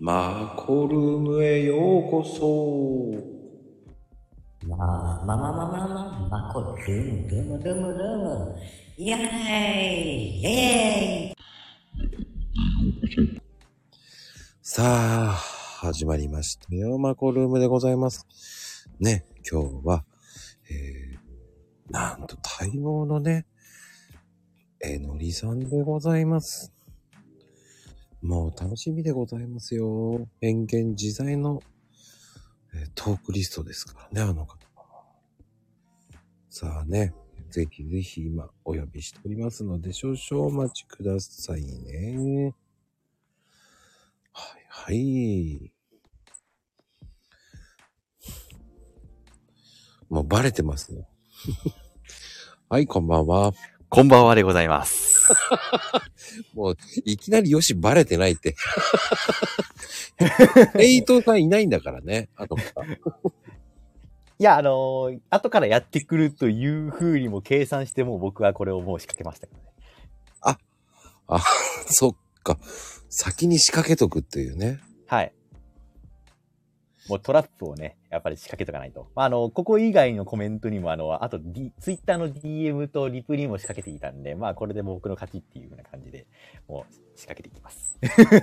マコルームへようこそ。 マコルーム。イェーイイェーイ。 さあ、始まりましたよ。マコルームでございます。ね、今日は、なんと待望のね、のりさんでございます。もう楽しみでございますよ。変幻自在の、トークリストですからね、あの方。さあね、ぜひぜひ今お呼びしておりますので、少々お待ちくださいね。はい。もうバレてますよ。はい、こんばんは。 こんばんはでございます。 もう、いきなりよしバレてないって。エイトさんいないんだからね、あとか。 いや、後からやってくるという風にも計算しても僕はこれをもう仕掛けましたからね。 そっか。先に仕掛けとくっていうね。 はい。もうトラップをね、やっぱり仕掛けとかないと。ここ以外のコメントにもあと、ツイッターの DM とリプにも仕掛けていたんで、これで僕の勝ちっていう風な感じで、もう仕掛けていきます。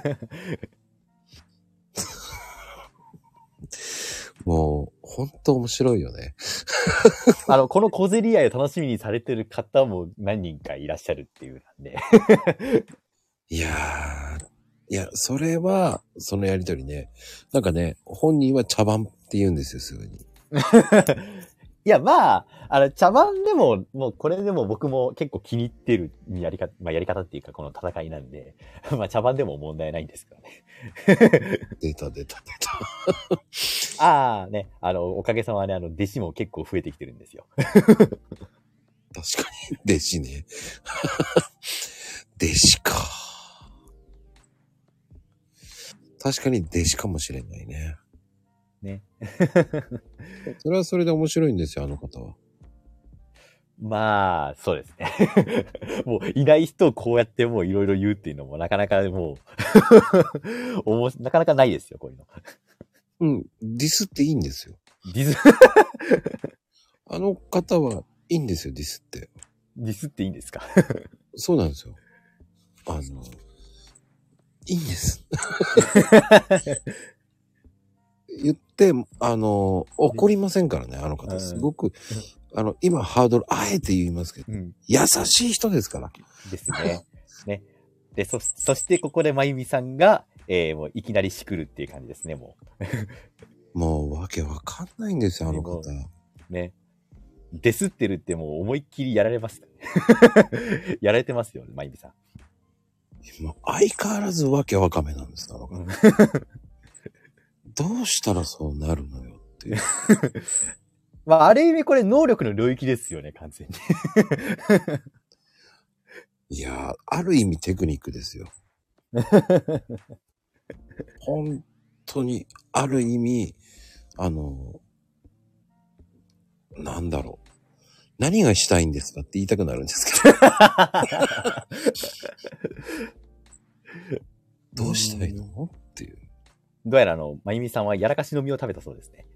もう、ほんと面白いよね。 この小競り合いを楽しみにされてる方も何人かいらっしゃるっていうなんで。 いや、それは、そのやりとりね。なんかね、本人は茶番って言うんですよ、すぐに。 いや、茶番でも、もうこれでも僕も結構気に入ってるやり方、やり方っていうかこの戦いなんで、茶番でも問題ないんですからね。 出た。 ああ、ね、おかげさまで弟子も結構増えてきてるんですよ。 確かに、弟子ね。弟子か。確かに弟子かもしれないね。 ね。 それはそれで面白いんですよ、あの方は。 そうですね。もういない人をこうやってもういろいろ言うっていうのもなかなかもう、なかなかないですよ、こういうの。 うん、ディスっていいんですよ。 ディスあの方はいいんですよ、ディスって。 ディスっていいんですか？ そうなんですよ。いいんです。言って、怒りませんからね、あの方。すごく、今ハードル、あえて言いますけど、優しい人ですから。 ですね。ね。で、そしてここでまゆみさんが、もういきなりしくるっていう感じですね、もう。もうわけわかんないんですよ、あの方。 ね。デスってるってもう思いっきりやられます。やられてますよ、まゆみさん。 もう相変わらずわけわかめなんです、あの方。どうしたらそうなるのよっていう。 ある意味これ能力の領域ですよね、完全に。 いや、ある意味テクニックですよ。本当に、ある意味、なんだろう。何がしたいんですかって言いたくなるんですけど。どうしたいのっていう。 どうやらまゆみさんはやらかしの実を食べたそうですね。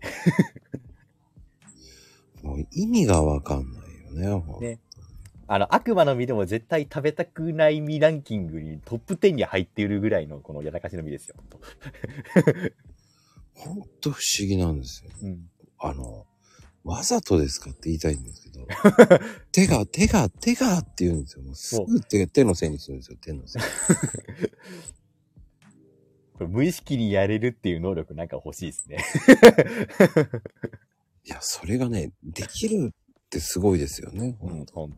もう意味がわかんないよね。 ね。悪魔の実でも絶対食べたくない実ランキングにトップ10に入っているぐらいのこのやらかしの実ですよ。 ほんと不思議なんですよ。わざとですかって言いたいんですけど、手がって言うんですよ。もうすぐ手のせいにするんですよ、手のせい。 これ無意識にやれるっていう能力なんか欲しいですね。 いや、それがね、できるってすごいですよね。 ほんと。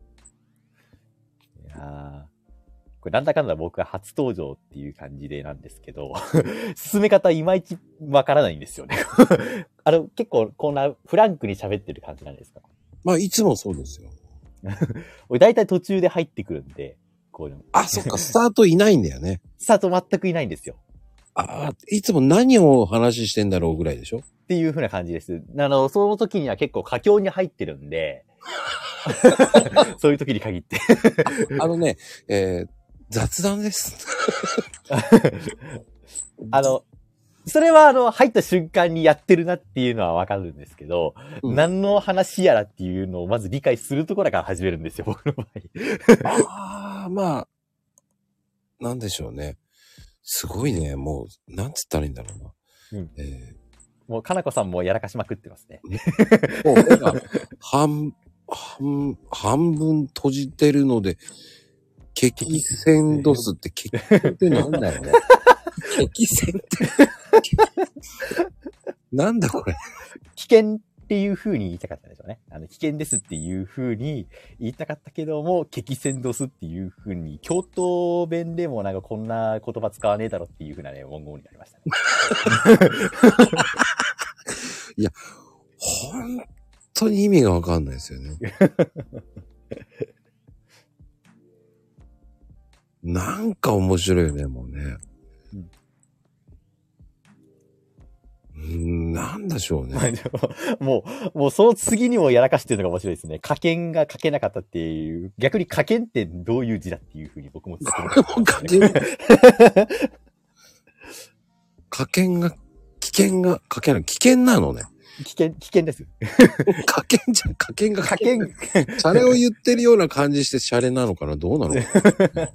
いやこれなんだかんだ僕は初登場っていう感じでなんですけど、進め方いまいちわからないんですよね。結構こんなフランクに喋ってる感じなんですか？ いつもそうですよ。 俺大体途中で入ってくるんで、こういうの。 そっか、スタートいないんだよね。 スタート全くいないんですよ。 いつも何を話してんだろうぐらいでしょっていう風な感じです。その時には結構佳境に入ってるんで、そういう時に限って。 雑談です。 それは入った瞬間にやってるなっていうのはわかるんですけど、何の話やらっていうのをまず理解するところから始めるんですよ、僕の場合。 まあ、なんでしょうね。すごいね、もう、なんつったらいいんだろうな。 もう、かなこさんもやらかしまくってますね。 もう、目が半分閉じてるので、激戦ドスって激戦ってなんだろうね。激戦って。なんだこれ。 危険っていう風に言いたかったんでしょうね。危険ですっていう風に言いたかったけども、激戦ドスっていう風に、京都弁でもなんかこんな言葉使わねえだろっていう風なね、文言になりましたね。 いや、本当に意味がわかんないですよね。なんか面白いよね、もうね。なんでしょうね。 もうその次にもやらかしてるのが面白いですね。掛けが書けなかったっていう。逆に掛けってどういう字だっていうふうに僕もこれも掛け掛けが、危険が書けない。危険なのね。 危険です。 掛けじゃん、掛けが書けない。シャレを言ってるような感じしてシャレなのかな、どうなのかな。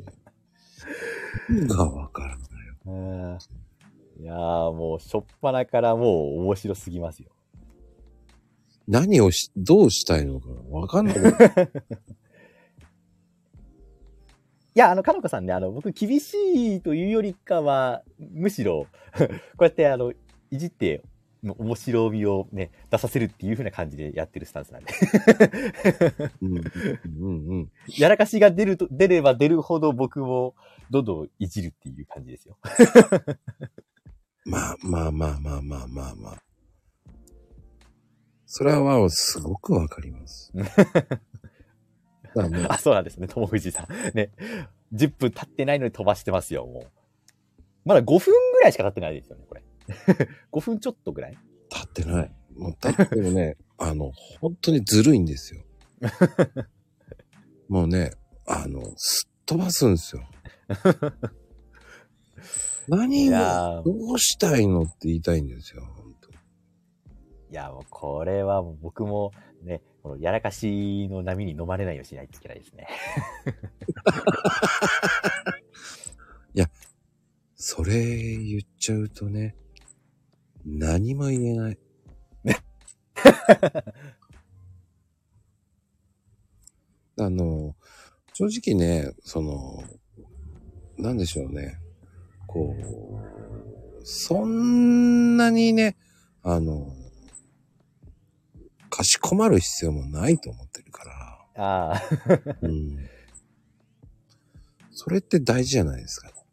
意味がわからないよ。 いやーもう、しょっぱなからもう面白すぎますよ。 何をどうしたいのかわかんない。いや、かのこさんね、僕厳しいというよりかは、むしろ、こうやっていじって、面白みをね、出させるっていう風な感じでやってるスタンスなんで。やらかしが出れば出るほど僕もどんどんいじるっていう感じですよ。 まあ。それはすごくわかります。 あ、そうなんですね、友藤さん。ね。10分経ってないのに飛ばしてますよ、もう。まだ5分ぐらいしか経ってないですよね、これ。5分ちょっとぐらい経ってない。もう経ってもね、本当にずるいんですよ。もうね、すっ飛ばすんですよ。何をどうしたいのって言いたいんですよ。本当に。 いや、もうこれはもう僕もね、このやらかしの波に飲まれないようにしないといけないですね。 いや、それ言っちゃうとね、何も言えない。正直ね、なんでしょうね。こう、そんなにね、かしこまる必要もないと思ってるから。 ああ。 それって大事じゃないですか、だって。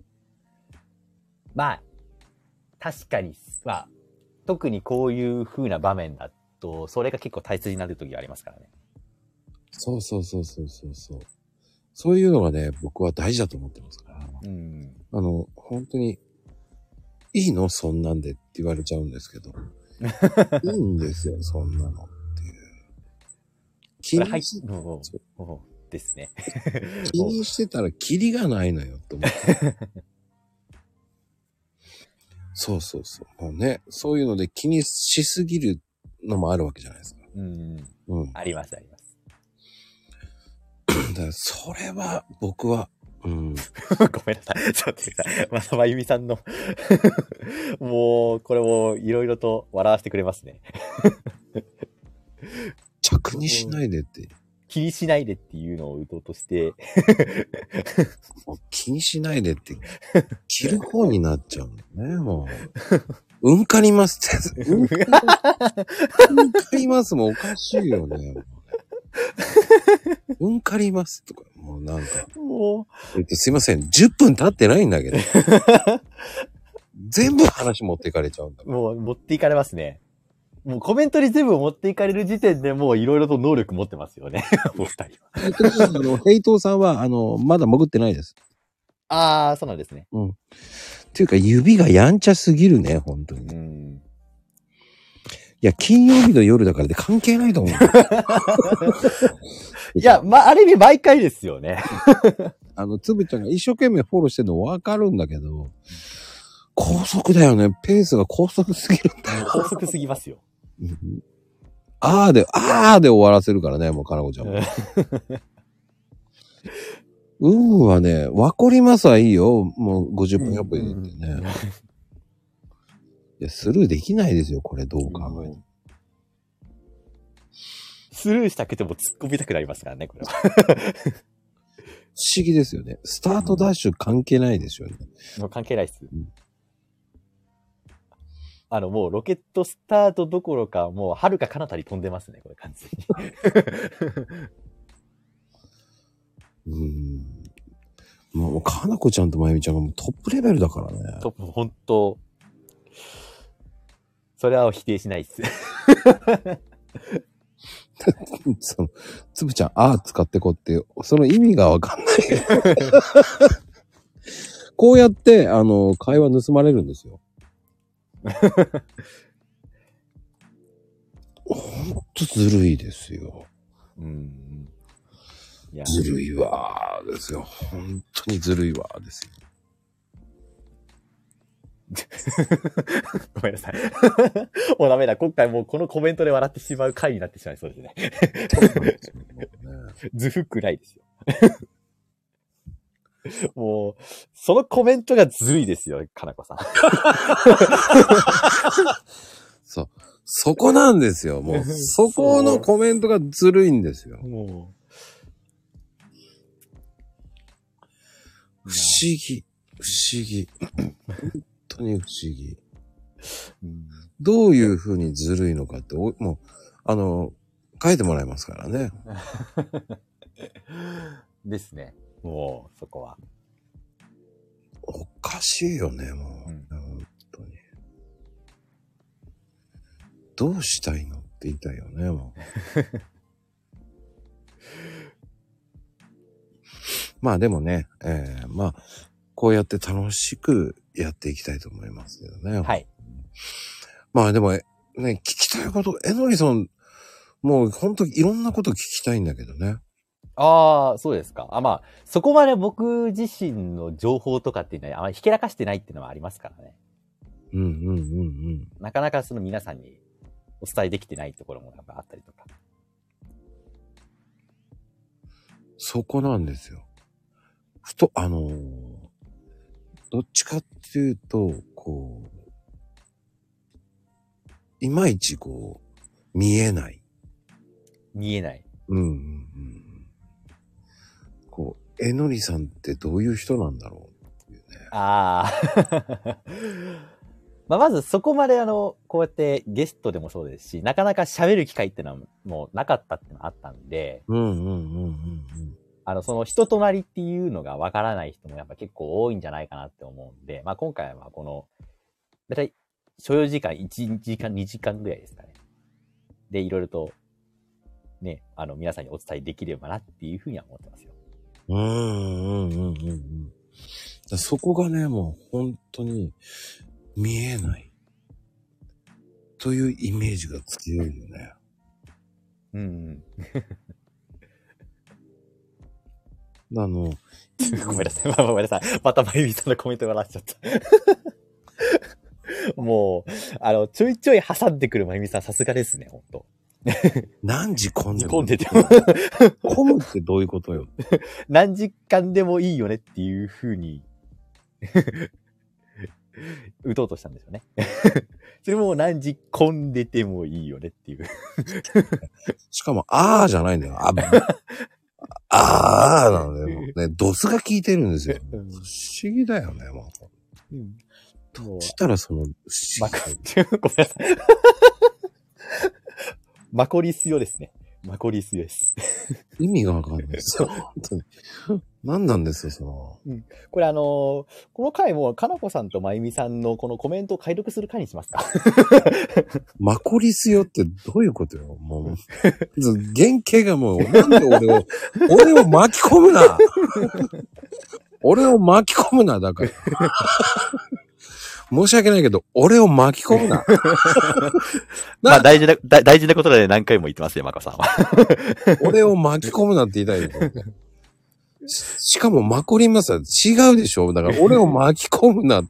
まあ、確かに、まあ、特にこういう風な場面だと、それが結構大切になる時がありますからね。 そう。そういうのがね、僕は大事だと思ってますから。本当に、いいのそんなんでって言われちゃうんですけど。いいんですよ、そんなのっていう。気にしですね。 気にしてたらキリがないのよ、と思って。そう。もうね、そういうので気にしすぎるのもあるわけじゃないですか。 あります。 だからそれは、僕は、 ごめんなさい。ちょっと待ってください。まゆみさんのもう、これもいろいろと笑わせてくれますね。 着にしないでって。 気にしないでっていうのを打とうとして。 もう気にしないでって、着る方になっちゃうんだね、もう。うんかりますって。うんかりますもおかしいよね。うんかりますとか、もうなんか。すいません、10分経ってないんだけど。全部話持っていかれちゃうんだ。 もう持っていかれますね。もうコメントに全部持っていかれる時点でもういろいろと能力持ってますよね。お二人は。ヘイトーさんは、まだ潜ってないです。 ああ、そうなんですね。 っていうか、指がやんちゃすぎるね、本当に。いや、金曜日の夜だからで関係ないと思う。 いや、ある意味毎回ですよね。 つぶちゃんが一生懸命フォローしてるの分かるんだけど、高速だよね。ペースが高速すぎるんだよ。 高速すぎますよ。 あーで終わらせるからね、もう、かなこちゃんも。はね、わかりますはいいよ。もう50分100分でね。いや、スルーできないですよ、これ、どう考えても。 スルーしたくても突っ込みたくなりますからね、これは。 不思議ですよね。スタートダッシュ関係ないですよね。 もう関係ないっす。もうロケットスタートどころか、もう遥か彼方に飛んでますね、これ完全に。もう、かなこちゃんとまゆみちゃんがもうトップレベルだからね。 トップ、本当それは否定しないっす。 つぶちゃん、使ってこって、その意味がわかんない。こうやって、会話盗まれるんですよ。ほんとずるいですよ。ずるいわーですよ。本当にずるいわーですよ。 ごめんなさい。もうダメだ。今回もうこのコメントで笑ってしまう回になってしまいそうですね。ずふくないですよ。もう、そのコメントがずるいですよ、かなこさん。 そこなんですよ。もう、そこのコメントがずるいんですよ。 もう不思議。本当に不思議。どういう風にずるいのかって、もう、書いてもらいますからね。 ですね。もう、そこは。 おかしいよね、もう。本当に。どうしたいのって言いたいよね、もう。まあでもね、まあ、こうやって楽しくやっていきたいと思いますけどね。 はい。 まあでもね、聞きたいこと、えのりさん、もう本当にいろんなこと聞きたいんだけどね。 ああ、そうですか。まあ、そこまで僕自身の情報とかっていうのはあまりひけらかしてないっていうのはありますからね。なかなかその皆さんにお伝えできてないところもやっぱあったりとか。 そこなんですよ。どっちかっていうと、こう、いまいちこう、見えない。こう、えのりさんってどういう人なんだろうっていうね。 まあ、まずそこまでこうやってゲストでもそうですし、なかなか喋る機会っていうのはもうなかったっていうのがあったんで、その人となりっていうのがわからない人もやっぱ結構多いんじゃないかなって思うんで、まあ今回はこの、だいたい所要時間1時間、2時間ぐらいですかね。で、いろいろと、ね、皆さんにお伝えできればなっていうふうには思ってますよ。 そこがね、もう本当に見えない。というイメージが強いよね。 ごめんなさい。ごめんなさい。またまゆみさんのコメント笑っちゃった。もう、ちょいちょい挟んでくるまゆみさんさすがですね、ほんと。 何時混んでても。 混むってどういうことよ。 何時間でもいいよねっていう風に、打とうとしたんですよね。それも何時混んでてもいいよねっていう。 しかも、じゃないんだよ。なので、ね、ドスが効いてるんですよ。不思議だよね、もう。どうしたらその、ごめんなさい。 マコリスヨですね。マコリスヨです。 意味がわかんないですよ。本当に。何なんですよ、その。 これこの回も、かなこさんとまゆみさんのこのコメントを解読する回にしますか？ マコリスヨってどういうことよ、もう。原型がもう、なんで俺を巻き込むな俺を巻き込むな、だから。申し訳ないけど、俺を巻き込むな。 まあ大事なことで何回も言ってますよ、マコさんは。 俺を巻き込むなって言いたいよ。 しかもまこりますよ。違うでしょ。だから俺を巻き込むなって。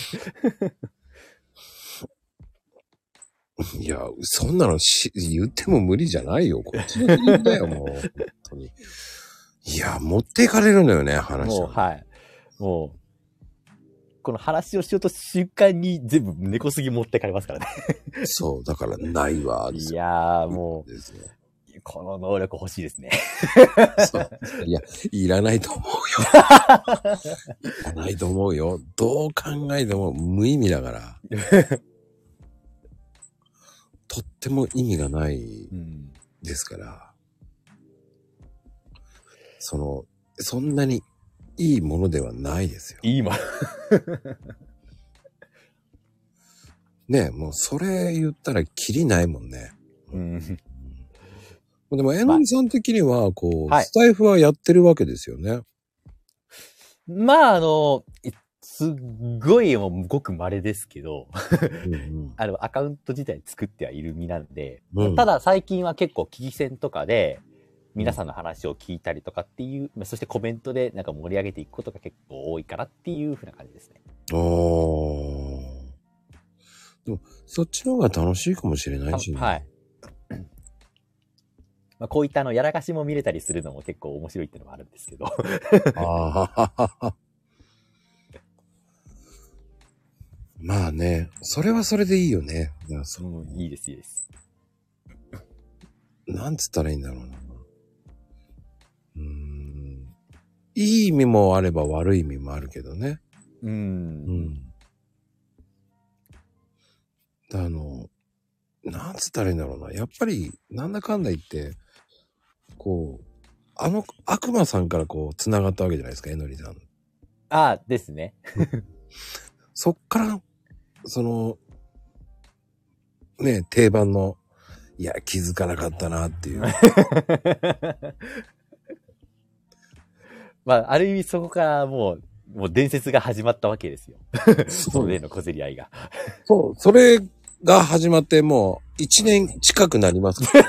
いや、そんなの言っても無理じゃないよ。こっちのセリフだよ、もう。本当に。いや、持っていかれるのよね、話もう、はい。もう、この話をしようと瞬間に全部根こすぎ持ってかれますからね。 そう、だからないわ。 いやー、もですよ。 う、この能力欲しいですね。 そういや、いらないと思うよ。いらないと思うよ。どう考えても無意味だから。とっても意味がないですから。そんなにいいものではないですよ。 いいもの。 ねえ、もうそれ言ったらキリないもんね。 うん。 でも、えのりさん的には、こう、 はい、 スタイフはやってるわけですよね。 まあ、すっごいもうごく稀ですけど、 うんうん、 アカウント自体作ってはいる身なんで、 うん、 ただ最近は結構聞き戦とかで、皆さんの話を聞いたりとかっていう、そしてコメントでなんか盛り上げていくことが結構多いかなっていう風な感じですね。 でも、そっちの方が楽しいかもしれないしね。 はい。まあ、こういったやらかしも見れたりするのも結構面白いっていうのもあるんですけど。 まあね、それはそれでいいよね。 いいです、いいです。 なんつったらいいんだろうな。いい意味もあれば悪い意味もあるけどね。なんつったらいいんだろうな。やっぱり、なんだかんだ言って、こう、悪魔さんからこう、繋がったわけじゃないですか、えのりさん。 ああ、ですね。 そっから、ね、定番の、いや、気づかなかったなっていう。 まあ、ある意味そこからもう伝説が始まったわけですよ。その例の小競り合いが。 そう、それが始まってもう1年近くなりますから。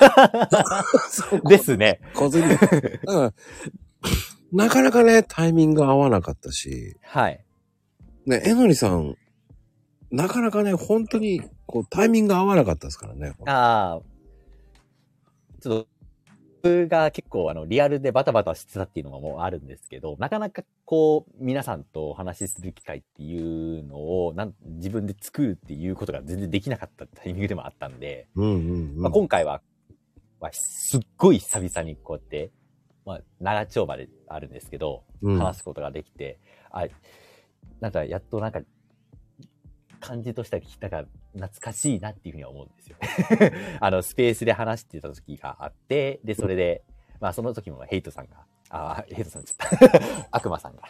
ですね。 小競り合い。なかなかね、タイミング合わなかったし。 はい。 ね、えのりさん、なかなかね、本当に、こう、タイミング合わなかったですからね。 ああ。ちょっと、僕が結構リアルでバタバタしてたっていうのももうあるんですけど、なかなかこう、皆さんとお話しする機会っていうのを、自分で作るっていうことが全然できなかったタイミングでもあったんで、まあ、今回は、すっごい久々にこうやって、まあ、長丁場であるんですけど、話すことができて、なんかやっとなんか、感じとしては聞いたが懐かしいなっていうふうには思うんですよね。スペースで話してた時があって、で、それで、まあその時もヘイトさんが、ヘイトさんちょっと悪魔さんが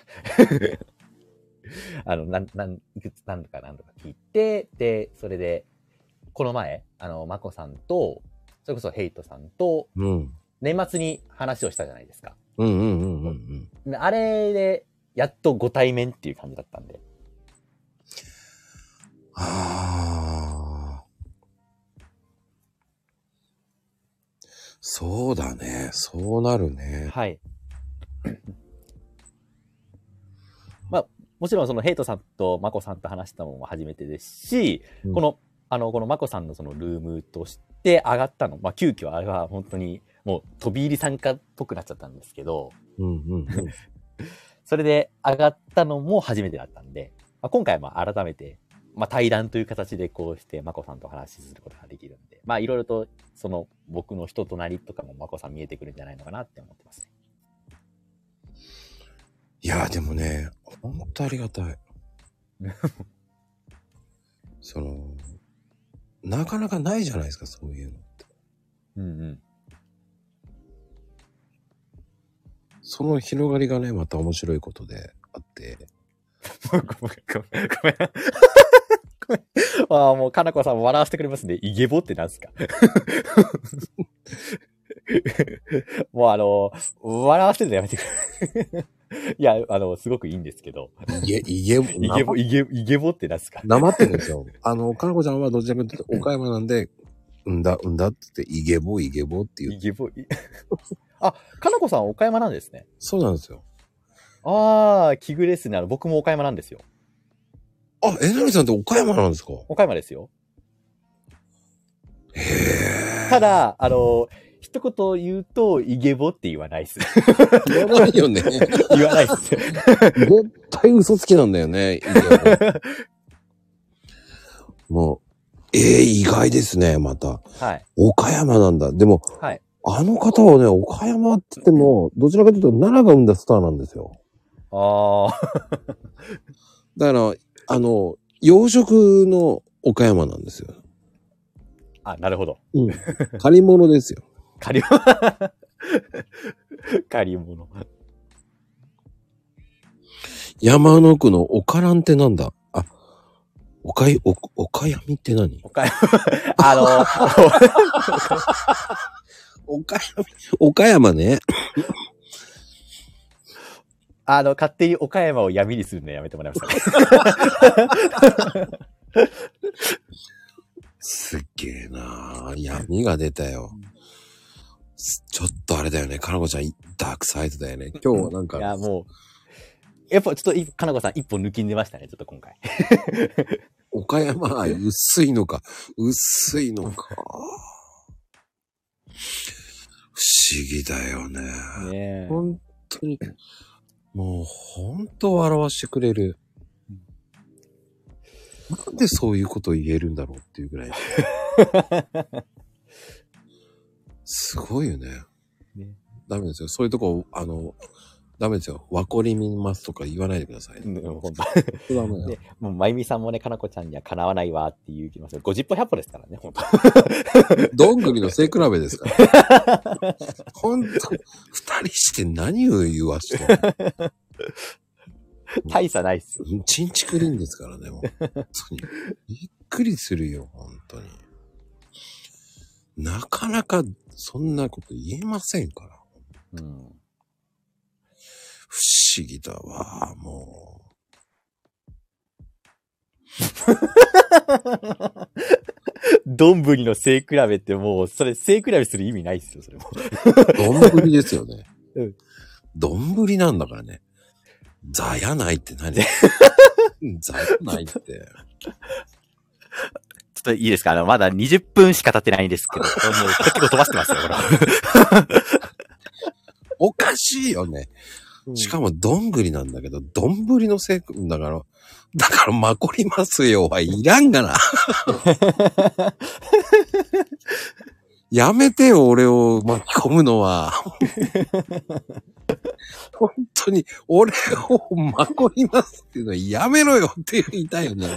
何度か聞いて、で、それで、この前、マコさんと、それこそヘイトさんと、年末に話をしたじゃないですか。あれで、やっとご対面っていう感じだったんで。 そうだね。そうなるね。 はい。まあ、もちろんそのヘイトさんとマコさんと話したのも初めてですし、このマコさんのそのルームとして上がったの、まあ急遽あれは本当にもう飛び入り参加っぽくなっちゃったんですけど、それで上がったのも初めてだったんで、まあ、今回は改めて、まあ対談という形でこうしてマコさんと話しすることができるんで、まあいろいろとその僕の人となりとかもマコさん見えてくるんじゃないのかなって思ってます。 いやでもね、ほんとありがたい。なかなかないじゃないですか、そういうのって。その広がりがね、また面白いことであって。 ごめん。もう、かなこさんも笑わせてくれますね。イゲボってなんすかもう笑わせるのやめてくれ。いや、すごくいいんですけど。 イゲボってなんすかなまってるんですよ。かなこちゃんはどちらかというと岡山なんで、うんだって言って、イゲボって言う。 あ、かなこさん岡山なんですね。 そうなんですよ。 ああ、奇遇ですね。僕も岡山なんですよ。 あ、えなりさんって岡山なんですか？ 岡山ですよ。 へえ。 ただ、一言言うと、イケボって言わないっす。 言わないよね。 言わないっす。 絶対嘘つきなんだよね。もう、意外ですね、また。 はい。 岡山なんだ。でも、 はい。 あの方はね、岡山って言っても、どちらかというと奈良が生んだスターなんですよ。 ああ。 だから、養殖の岡山なんですよ。 あ、なるほど。 うん。借り物ですよ。 借り物。借り物。 山の奥の岡蘭ってなんだ？あ、岡闇って何？ 岡山、 岡山ね。 勝手に岡山を闇にするのやめてもらえますかね。 すっげえなぁ。闇が出たよ。ちょっとあれだよね。かなこちゃん、ダークサイドだよね。今日はなんか。 いや、もう、やっぱちょっと、かなこさん一歩抜きんでましたね、ちょっと今回。 岡山愛薄いのか。薄いのか。不思議だよね。 ねえ。 本当に。もう本当を表してくれる。なんでそういうことを言えるんだろうっていうぐらい。すごいよね。 ね、 ダメですよ。そういうとこ、ダメですよ。わこりみますとか言わないでください、ね。 本当。 ダメだで、もう、まゆみさんもね、かなこちゃんにはかなわないわって言う気ますよ。50歩100歩ですからね、本当。 どんぐりの背比べですから。本当、二人して何を言わしてる大差ないっすよ。 チンチクリンですからね、もう。本当に。びっくりするよ、本当に。なかなかそんなこと言えませんから。 うん。 不思議だわ、もう。どんぶりの背比べってもう、それ背比べする意味ないっすよ、それも。 どんぶりですよね。 うん。 どんぶりなんだからね。座やないって何？座やないって。 ちょっといいですか？まだ20分しか経ってないんですけど、もう結構飛ばしてますよ、これ。 おかしいよね。しかもどんぐりなんだけど、どんぶりのせい、だからまこりますよはいらんがな。やめてよ、俺を巻き込むのは。本当に、俺をまこりますっていうのはやめろよって言いたいよね。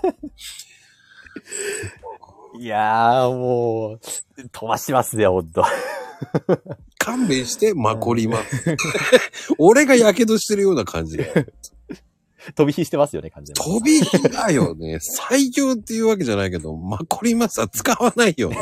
いやー、もう、飛ばしますよ、ほんと。 勘弁してまこります。俺が火傷してるような感じで。 飛び火してますよね、完全に。 飛び火だよね。最強っていうわけじゃないけど、まこりますは使わないよね。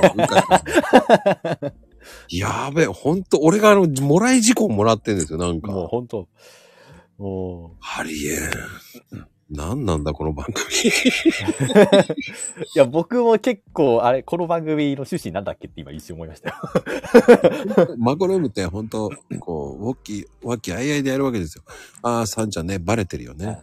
やべえ、ほんと、俺がもらい事故をもらってんですよ、なんか。 もうほんと。もう。 ありえん。なんなんだ、この番組。 いや、僕も結構、あれ、この番組の趣旨なんだっけって今一瞬思いましたよ。 マコルームってほんと、こう、わきあいあいでやるわけですよ。ああ、サンちゃんね、バレてるよね。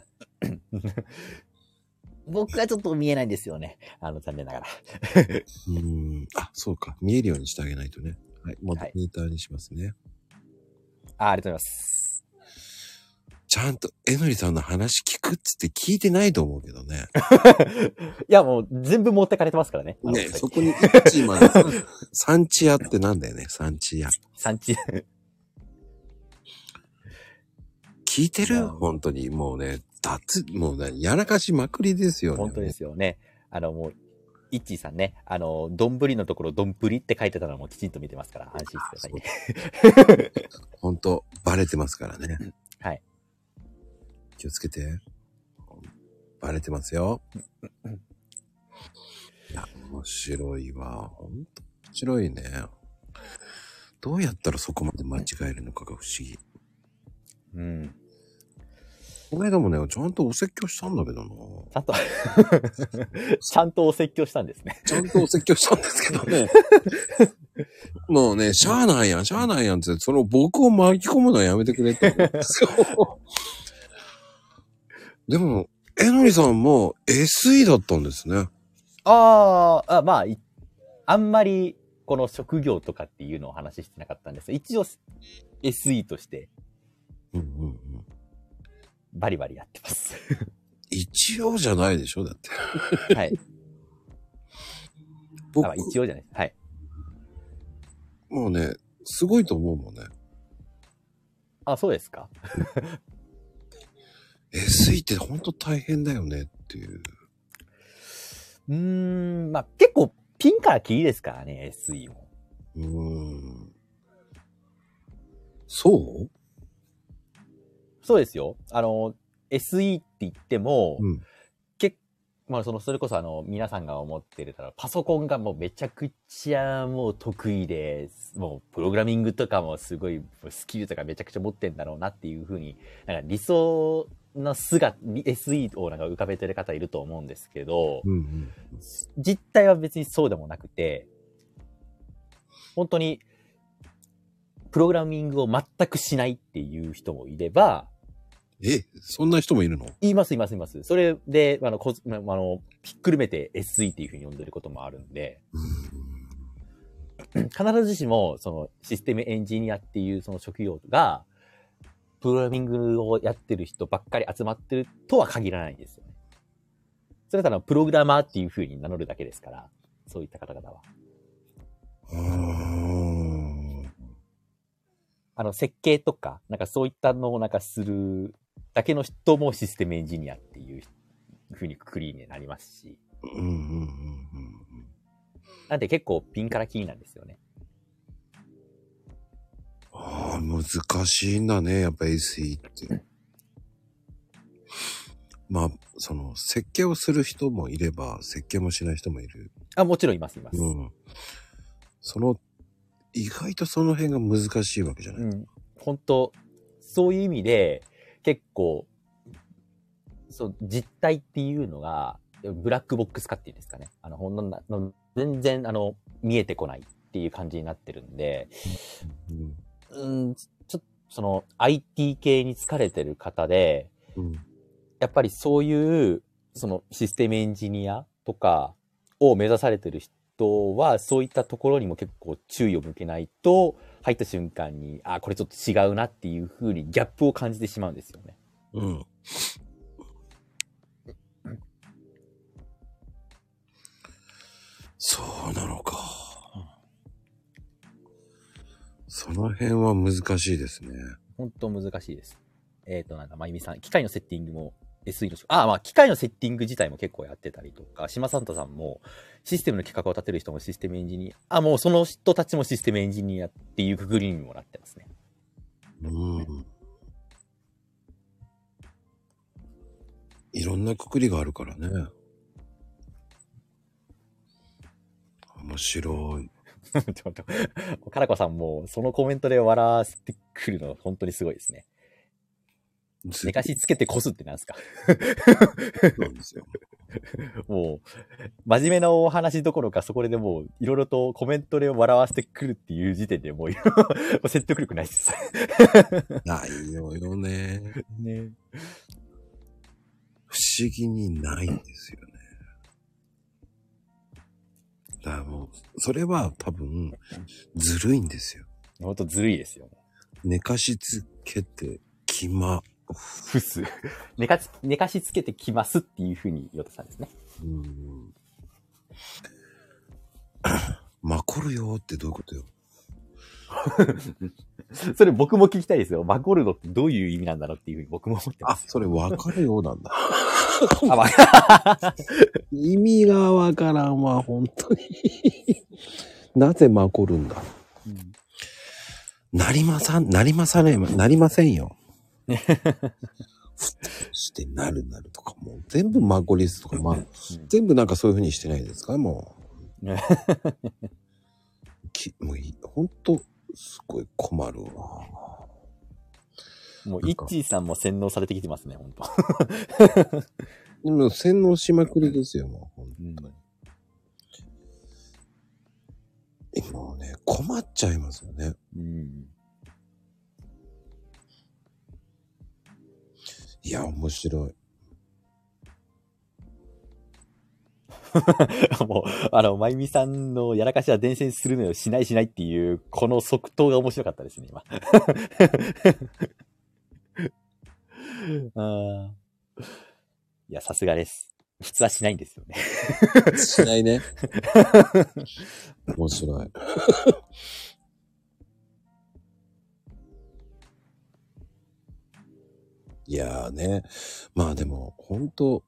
僕はちょっと見えないんですよね。残念ながら。 あ、そうか。見えるようにしてあげないとね。はい。モデレーターにしますね。 ありがとうございます。 ちゃんと、えのりさんの話聞くっつって聞いてないと思うけどね。 いや、もう全部持ってかれてますからね。 ね、そこに1チーまで。サンチアってなんだよね、サンチア。 産地。 聞いてる？本当に。もうね、もうね、やらかしまくりですよね。 本当ですよね。もう、イッチーさんね、どんぶりのところ、どんぶりって書いてたのもきちんと見てますから、安心してくださいね。 本当バレてますからね。 はい。 気をつけて。バレてますよ。いや、面白いわ。ほんと面白いね。どうやったらそこまで間違えるのかが不思議。 うん。 この間もね、ちゃんとお説教したんだけどな。 ちゃんと、ちゃんとお説教したんですね。 ちゃんとお説教したんですけどね。もうね、しゃあないやん、しゃあないやんって、その僕を巻き込むのはやめてくれって言うんですよ。でも、えのりさんも SE だったんですね。 まあ、あんまり、この職業とかっていうのをお話ししてなかったんです。一応、SE として、バリバリやってます。 一応じゃないでしょだって。 はい。 僕一応じゃない。はい。 もうね、すごいと思うもんね。 あ、そうですか。 SE ってほんと大変だよねっていう。 まあ、結構ピンからキリですからね、SE も。 そうそうですよ。SE って言っても、まあ、それこそ皆さんが思ってるパソコンがもうめちゃくちゃもう得意で、もうプログラミングとかもすごいスキルとかめちゃくちゃ持ってんだろうなっていう風に、なんか理想の姿、SE をなんか浮かべてる方いると思うんですけど、実態は別にそうでもなくて、本当にプログラミングを全くしないっていう人もいれば、 そんな人もいるの？ います。それで、ひっくるめて SE っていう風に呼んでることもあるんで、必ずしも、そのシステムエンジニアっていうその職業が、プログラミングをやってる人ばっかり集まってるとは限らないんですよね。それただプログラマーっていう風に名乗るだけですから、そういった方々は。設計とか、なんかそういったのをなんかするだけの人もシステムエンジニアっていう風にくくりになりますし。なんで結構ピンからキリなんですよね。 難しいんだね、やっぱ SE って。まあ、その、設計をする人もいれば、設計もしない人もいる。 もちろんいます。 意外とその辺が難しいわけじゃない。 本当そういう意味で、結構、実態っていうのが、ブラックボックス化っていうんですかね。全然、見えてこないっていう感じになってるんで、ちょっとIT 系に疲れてる方で、やっぱりそういう、システムエンジニアとかを目指されてる人は、そういったところにも結構注意を向けないと、入った瞬間に、これちょっと違うなっていう風にギャップを感じてしまうんですよね。 そうなのか。その辺は難しいですね。 本当難しいです。まゆみさん、機械のセッティングも SE の機械のセッティング自体も結構やってたりとか、島サンタさんもシステムの企画を立てる人もシステムエンジニア、もうその人たちもシステムエンジニアっていうくくりにもなってますね。 いろんなくくりがあるからね。面白い。 ちょっと、かなこさんもそのコメントで笑わせてくるの本当にすごいですね。寝かしつけてこすってなんすか？ なんですよ。 もう、真面目なお話どころか、そこでもう、いろいろとコメントで笑わせてくるっていう時点でもう、説得力ないです。 ないよね。 ね。 不思議にないんですよね。だからもう、それは多分、ずるいんですよ。 ほんとずるいですよね。 寝かしつけて、 ふす。寝かしつけてきますっていう風に言おうとしたんですね。 まこるよってどういうことよ。 それ僕も聞きたいですよ。まこるのってどういう意味なんだろうっていう風に僕も思ってます。 それわかるようなんだ。意味がわからんわ、本当に。なぜまこるんだ。なりませんよ。してなるとかもう全部マコリスとか全部なんかそういう風にしてないですかもう。もうほんとすごい困るわ。 もう、イッチーさんも洗脳されてきてますね、ほんと。 今、洗脳しまくりですよ、もう。本当に。もうね、困っちゃいますよね。 うん。 いや、面白い。 もう、まゆみさんのやらかしは伝染するのよ、しないっていう、この即答が面白かったですね、今。いや、さすがです。普通はしないんですよね。 しないね。面白い。いやーね。まあでも、本当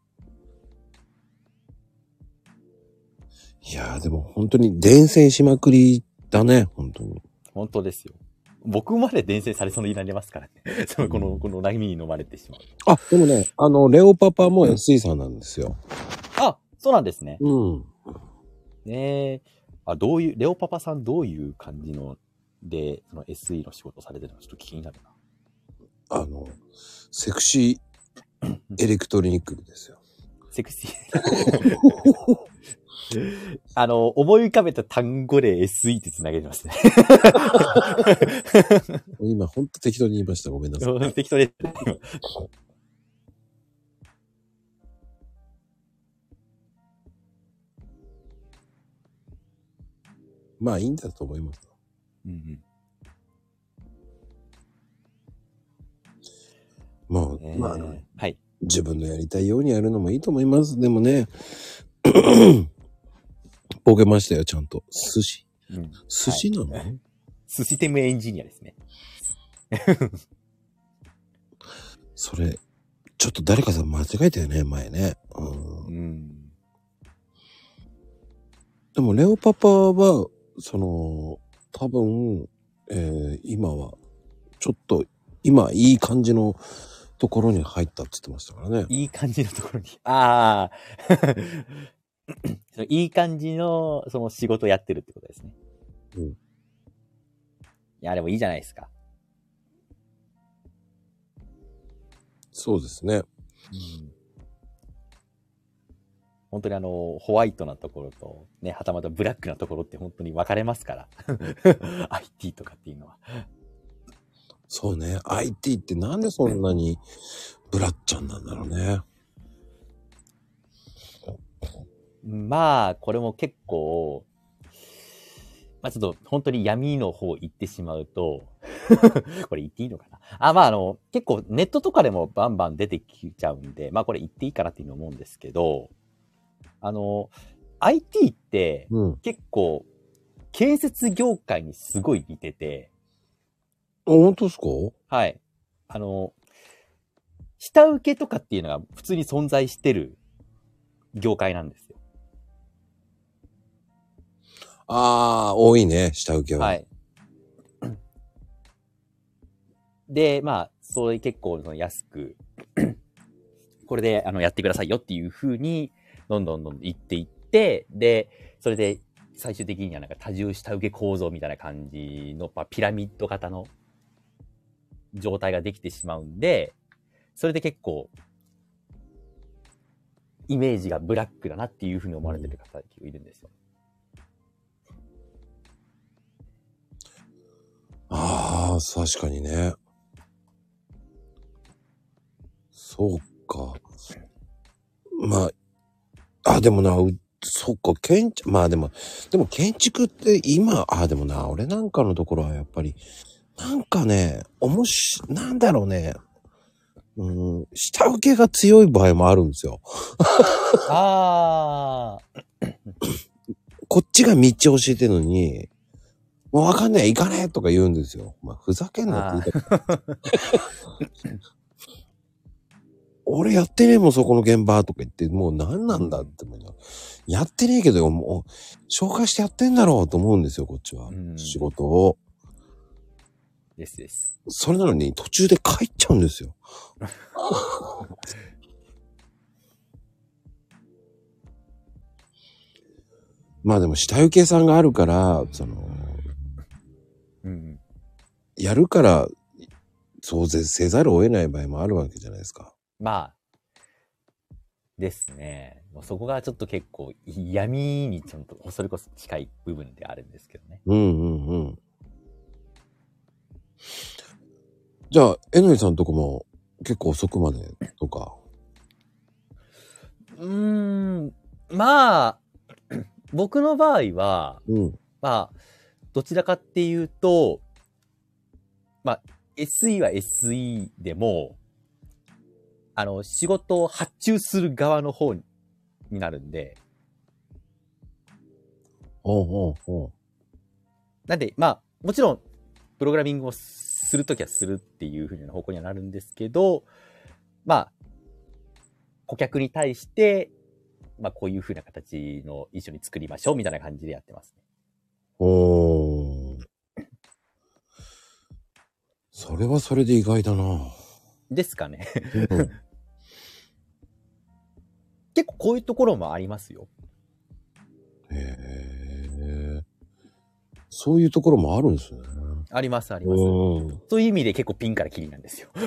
いやーでも本当に伝染しまくりだね、本当に。 本当ですよ。僕まで伝染されそうになりますからね。この波に飲まれてしまう。 あ、でもね、レオパパも SE さんなんですよ。 あ、そうなんですね。 うん。 ねえ。レオパパさんどういう感じの、で、その SE の仕事されてるのかちょっと気になるな。 セクシーエレクトリニックですよ。 セクシー。思い浮かべた単語で SE って繋げてますね。 今ほんと適当に言いました。ごめんなさい。 適当で。 まあいいんだと思います。 うんうん。 もう、 はい。 自分のやりたいようにやるのもいいと思います。でもね、ボケましたよ、ちゃんと。寿司、 うん、 寿司なの、はい、 システムエンジニアですね。 それ、ちょっと誰かさん間違えたよね、前ね。うん。でも、レオパパは、多分、今は、ちょっと、今、いい感じのところに入ったって言ってましたからね。 いい感じのところに。ああ。いい感じの、その仕事やってるってことですね。 うん。いや、でもいいじゃないですか。 そうですね。 うん、本当にホワイトなところと、ね、はたまたブラックなところって本当に分かれますから。IT とかっていうのは。 そうね。IT ってなんでそんなにブラッちゃんなんだろうね。 まあ、これも結構、まあちょっと本当に闇の方行ってしまうと、これ言っていいのかな結構ネットとかでもバンバン出てきちゃうんで、まあこれ言っていいかなっていうの思うんですけど、IT って結構建設業界にすごい似てて。 本当ですか？ はい。下請けとかっていうのが普通に存在してる業界なんですよ。 ああ、多いね、下請けは。はい。 で、まあ、それ結構安く、これでやってくださいよっていう風に、どんどん言っていって、で、それで最終的にはなんか多重下請け構造みたいな感じの、ピラミッド型の状態ができてしまうんで、それで結構、イメージがブラックだなっていう風に思われてる方がいるんですよ。 ああ、確かにね。そうか。まあ、でもな、そっか、まあでも建築って今、でもな、俺なんかのところはやっぱり、なんかね、なんだろうね。下請けが強い場合もあるんですよ。 ああ。 こっちが道教えてるのに、もうわかんない、行かねえとか言うんですよ。まあ、ふざけんなって言いたくない。俺やってねえもん、そこの現場とか言って、もう何なんだって思う。やってねえけど、もう、紹介してやってんだろうと思うんですよ、こっちは。仕事を。 です。 それなのに途中で帰っちゃうんですよ。まあでも下請けさんがあるから、やるからそうせざるを得ない場合もあるわけじゃないですか。 まあ、ですね。もうそこがちょっと結構闇にちょっとそれこそ近い部分であるんですけどね。 うんうんうん。じゃあ、えのりさんとこも結構遅くまでとか。 まあ、僕の場合は、 うん。 まあ、どちらかっていうと、まあ、SE は SE でも、仕事を発注する側の方になるんで。なんで、まあ、もちろん、プログラミングをするときはするっていう風な方向にはなるんですけど、まあ、顧客に対して、まあ、こういう風な形の一緒に作りましょうみたいな感じでやってますね。 それはそれで意外だな。 ですかね。 うん、 結構こういうところもありますよ。 へえ。そういうところもあるんですね。 あります、あります。そういう意味で結構ピンからキリなんですよ。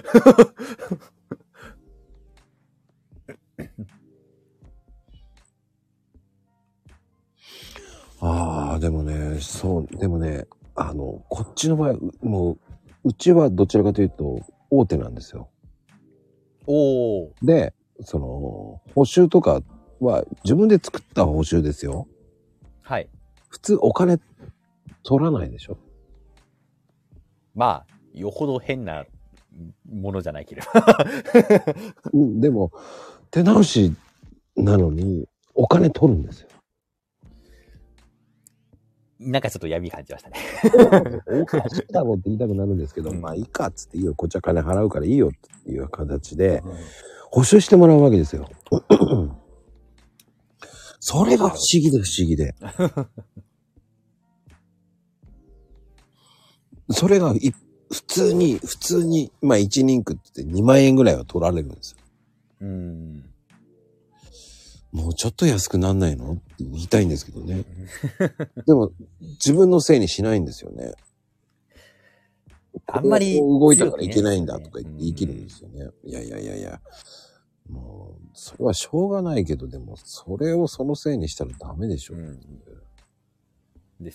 ああ、でもね、でもね、こっちの場合、もうちはどちらかというと、大手なんですよ。 おー。 で、報酬とかは自分で作った報酬ですよ。 はい。 普通お金取らないでしょ。 まあ、よほど変なものじゃないければ。 でも、手直しなのにお金取るんですよ。 なんかちょっと闇感じましたね。 おかしいだろうって言いたくなるんですけど、まあいいかっつっていいよ、こっちは金払うからいいよっていう形で、補修してもらうわけですよ。それが不思議で不思議で。それが普通に、まあ1人区って2万円ぐらいは取られるんですよ。もうちょっと安くなんないのって言いたいんですけどね。でも、自分のせいにしないんですよね。 あんまり動いたからいけないんだとか言って言い切るんですよね。いや。もう、それはしょうがないけど、でも、それをそのせいにしたらダメでしょ。 です。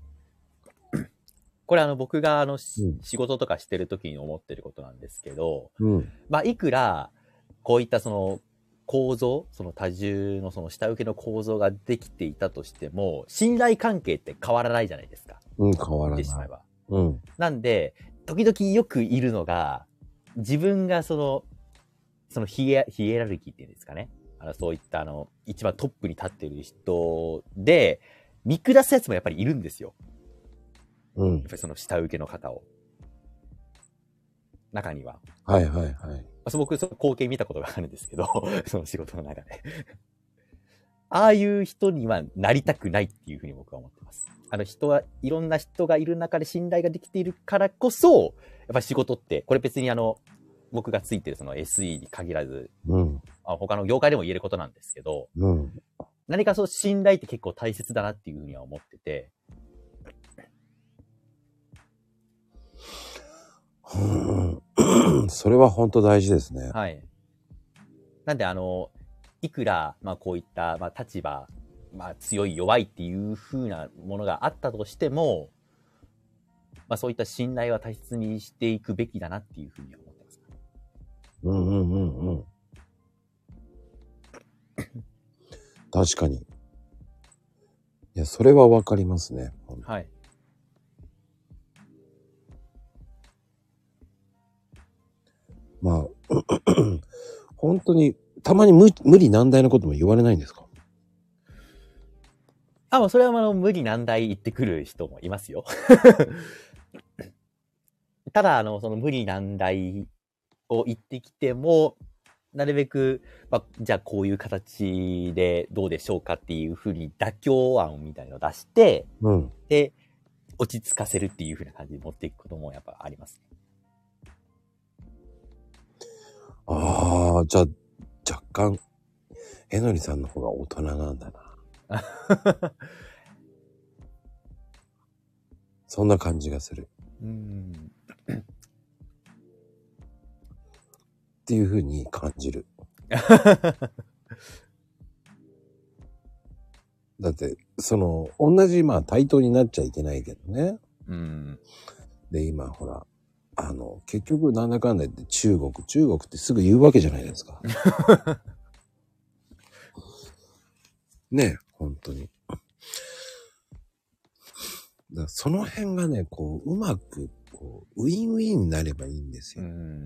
これ僕が仕事とかしてる時に思ってることなんですけど、まあ、いくら、こういったその構造、その多重のその下請けの構造ができていたとしても、信頼関係って変わらないじゃないですか。 変わらない。 言ってしまえば。なんで、時々よくいるのが、自分がそのヒエラルキーっていうんですかね。そういった一番トップに立っている人で、見下すやつもやっぱりいるんですよ。やっぱりその下請けの方を。中には。 はい。 僕、その光景見たことがあるんですけど、その仕事の中で。ああいう人にはなりたくないっていうふうに僕は思ってます。いろんな人がいる中で信頼ができているからこそ、やっぱり仕事って、これ別に僕がついてるその SE に限らず、他の業界でも言えることなんですけど、何かそう信頼って結構大切だなっていうふうには思ってて、 それは本当大事ですね。 はい。なんでいくら、まあこういった、まあ立場、まあ強い弱いっていう風なものがあったとしても、まあそういった信頼は大切にしていくべきだなっていう風に思ってます。 確かに。いや、それはわかりますね。 はい。 まあ、本当に、たまに無理難題のことも言われないんですか？ もうそれは無理難題言ってくる人もいますよ。ただ、その無理難題を言ってきても、なるべく、まあ、じゃあこういう形でどうでしょうかっていうふうに妥協案みたいのを出して、で、落ち着かせるっていうふうな感じで持っていくこともやっぱありますね。 ああ、じゃあ、若干、えのりさんの方が大人なんだな。そんな感じがする。 っていう風に感じる。だって、同じ、対等になっちゃいけないけどね。 うん。 で、今、ほら、結局、なんだかんだ言って中国ってすぐ言うわけじゃないですか。ね、本当に。だからその辺がね、こう、うまく、こう、ウィンウィンになればいいんですよ。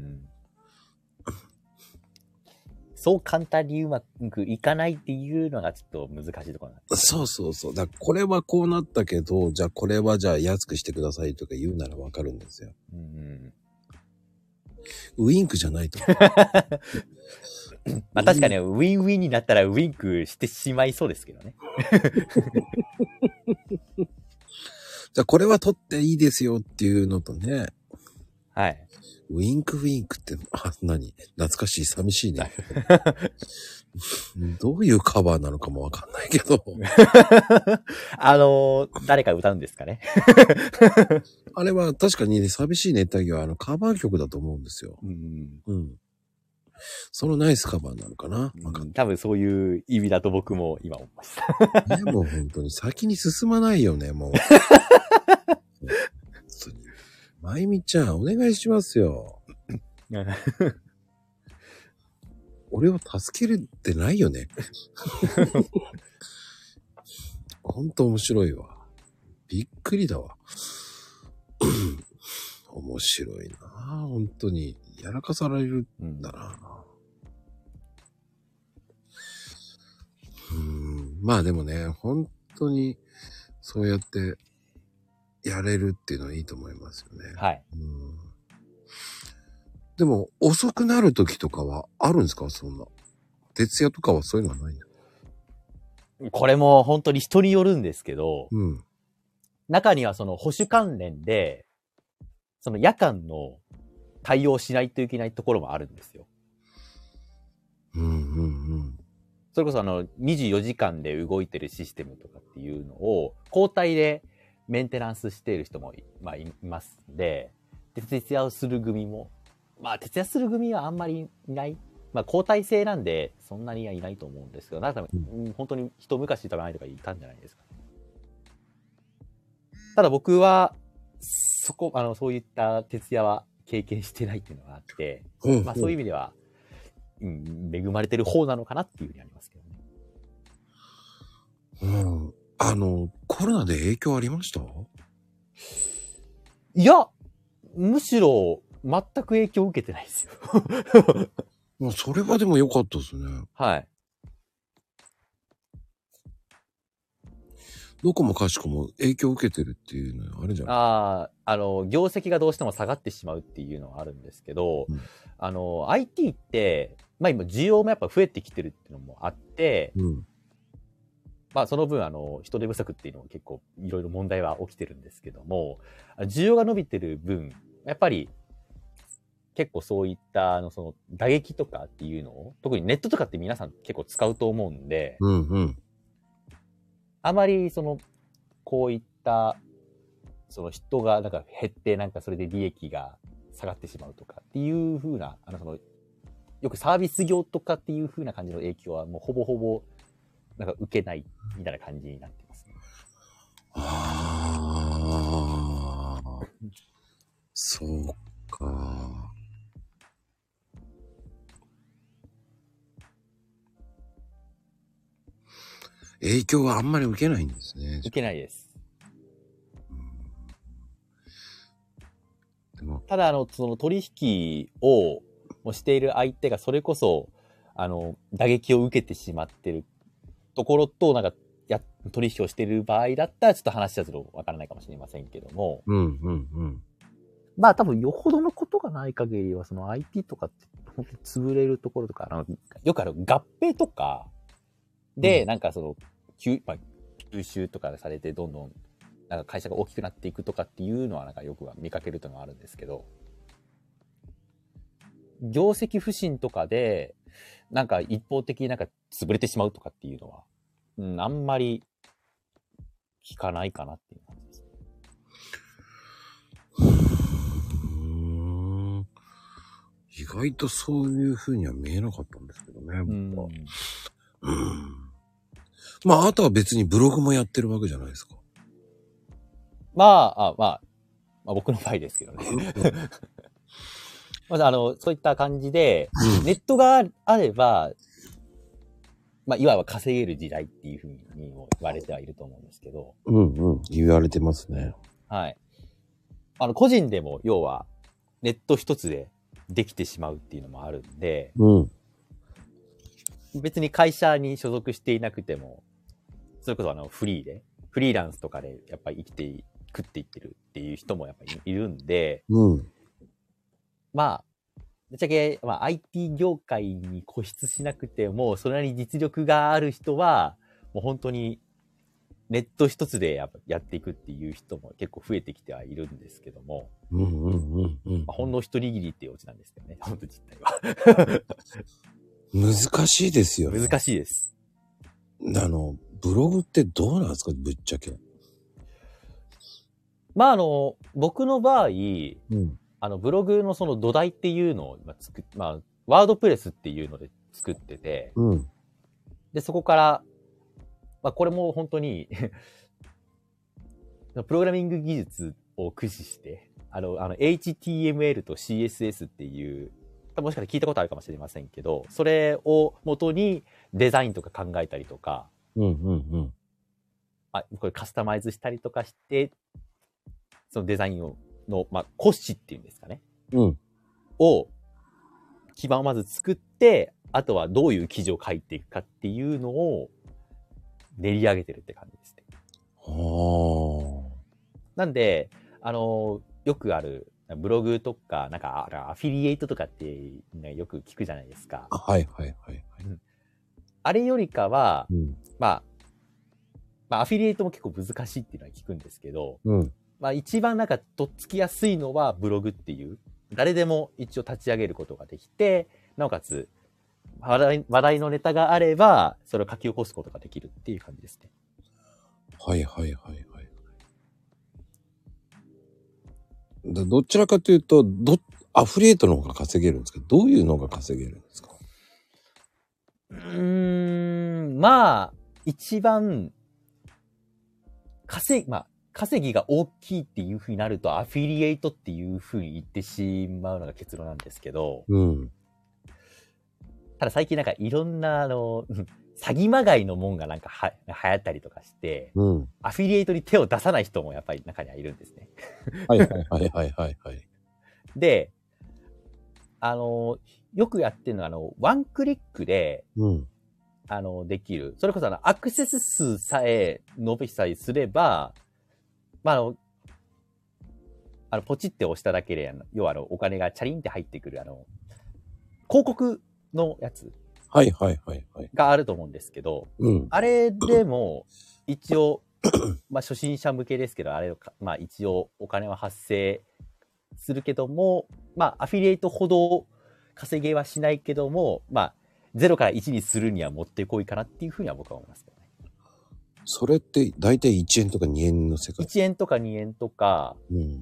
そう簡単にうまくいかないっていうのがちょっと難しいところなんです。 そうそうそう。だからこれはこうなったけど、じゃあこれはじゃあ安くしてくださいとか言うならわかるんですよ。ウィンクじゃないと。 まあ確かにウィンウィンになったらウィンクしてしまいそうですけどね。 じゃあこれは取っていいですよっていうのとね。 はい。 ウィンクって、何懐かしい、寂しいね。どういうカバーなのかもわかんないけど。 誰か歌うんですかね。 あれは確かにね、寂しい熱帯魚はカバー曲だと思うんですよ。うん。そのナイスカバーなのかな、 多分そういう意味だと僕も今思いました。 ね、もう本当に先に進まないよね、もう。まゆみちゃん、お願いしますよ。俺を助けるってないよね。ほんと面白いわ。びっくりだわ。面白いなぁ。本当に。やらかされるんだなぁ。まあでもね、本当にそうやってやれるっていうのはいいと思いますよね。 はい。 でも遅くなる時とかはあるんですか？そんな。徹夜とかはそういうのはないの？ これも本当に人によるんですけど、中にはその保守関連で、その夜間の対応しないといけないところもあるんですよ。それこそ24時間で動いてるシステムとかっていうのを交代でメンテナンスしている人もいますんで、徹夜をする組も、徹夜する組はあんまりいない。交代制なんでそんなにはいないと思うんですけど、なんか本当に一昔とかないとかいたんじゃないですか。ただ僕はそういった徹夜は経験してないっていうのがあって、そういう意味では、恵まれてる方なのかなっていうふうにありますけどね。 コロナで影響ありました？ いや、むしろ全く影響を受けてないですよ。 もうそれはでも良かったですね。 はい。 どこもかしこも影響を受けてるっていうのはあるじゃない業績がどうしても下がってしまうっていうのはあるんですけど、IT って、今需要もやっぱ増えてきてるっていうのもあって、その分人手不足っていうのも結構いろいろ問題は起きてるんですけども、需要が伸びてる分、やっぱり結構そういったその打撃とかっていうのを、特にネットとかって皆さん結構使うと思うんで、あまりこういった人がなんか減ってそれで利益が下がってしまうとかっていう風なよくサービス業とかっていう風な感じの影響はもうほぼほぼ受けないみたいな感じになってますね。 そうか。影響はあんまり受けないんですね。 受けないです。ただその取引をしている相手がそれこそ打撃を受けてしまってるところと取引をしている場合だったらちょっと話はちょっとわからないかもしれませんけども、多分よほどのことがない限りはIT とかって本当に潰れるところとかよく合併とかで吸収とかされてどんどん会社が大きくなっていくとかっていうのはよく見かけるというのがあるんですけど、業績不振とかで一方的に潰れてしまうとかっていうのは、あんまり聞かないかなっていう感じです。 意外とそういう風には見えなかったんですけどね、僕は。まあ、あとは別にブログもやってるわけじゃないですか。 まあ、僕の場合ですけどね。まずそういった感じで、ネットがあれば、まあ、いわば稼げる時代っていうふうにも言われてはいると思うんですけど。 言われてますね。 はい。個人でも、要は、ネット一つでできてしまうっていうのもあるんで、別に会社に所属していなくても、それこそフリーランスとかでやっぱり食っていってるっていう人もやっぱりいるんで、まあ、ぶっちゃけ、まあ、IT 業界に固執しなくても、それなりに実力がある人は、もう本当にネット一つでやっていくっていう人も結構増えてきてはいるんですけども、ほんの一握りっていうオチなんですけどね、本当実態は。 難しいですよね。 難しいです。 ブログってどうなんですか、ぶっちゃけ。 まあ僕の場合、ブログのその土台っていうのをワードプレスっていうので作ってて、で、そこから、まあこれも本当にプログラミング技術を駆使して、HTML と CSS っていう、もしかしたら聞いたことあるかもしれませんけど、それを元にデザインとか考えたりとか、これカスタマイズしたりとかして、そのデザインの、まあ、骨子っていうんですかね。を、基盤をまず作って、あとはどういう記事を書いていくかっていうのを練り上げてるって感じですね。なんで、よくある、ブログとか、なんか、アフィリエイトとかって、ね、よく聞くじゃないですか。あれよりかは、まあ、アフィリエイトも結構難しいっていうのは聞くんですけど、まあ、一番なんか、とっつきやすいのはブログっていう、誰でも一応立ち上げることができて、なおかつ、話題のネタがあれば、それを書き起こすことができるっていう感じですね。 どちらかというと、アフリエイトの方が稼げるんですか？どういうのが稼げるんですか？ まあ、一番、稼ぎが大きいっていう風になると、アフィリエイトっていう風に言ってしまうのが結論なんですけど、ただ最近なんかいろんな詐欺まがいのもんがなんか流行ったりとかして、アフィリエイトに手を出さない人もやっぱり中にはいるんですね。で、よくやってるのはワンクリックで、できる。それこそアクセス数さえ伸びさえすれば、まあ、ポチって押しただけで、要はお金がチャリンって入ってくる、広告のやつ。があると思うんですけど、あれでも、一応、まあ、初心者向けですけど、あれを、まあ、一応、お金は発生するけども、まあ、アフィリエイトほど稼げはしないけども、まあ、0から1にするにはもってこいかなっていうふうには僕は思いますけどね。 それって、だいたい1円とか2円の世界？ 1円とか2円とか、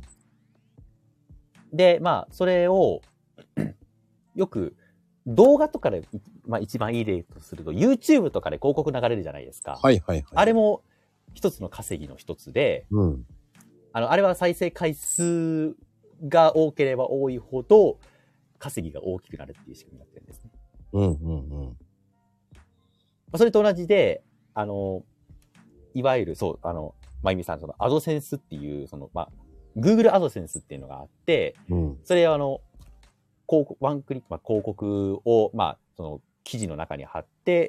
で、まあ、それを、よく、動画とかで、まあ一番いい例とすると、YouTube とかで広告流れるじゃないですか。あれも一つの稼ぎの一つで、あれは再生回数が多ければ多いほど、稼ぎが大きくなるっていう仕組みになってるんですね。それと同じで、いわゆる、そう、まゆみさん、アドセンスっていう、まあ、Google アドセンスっていうのがあって、それワンクリック、まあ、広告を、まあ、その記事の中に貼って、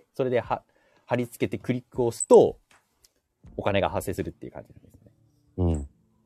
それで貼り付けてクリックを押すと、お金が発生するっていう感じなんですね。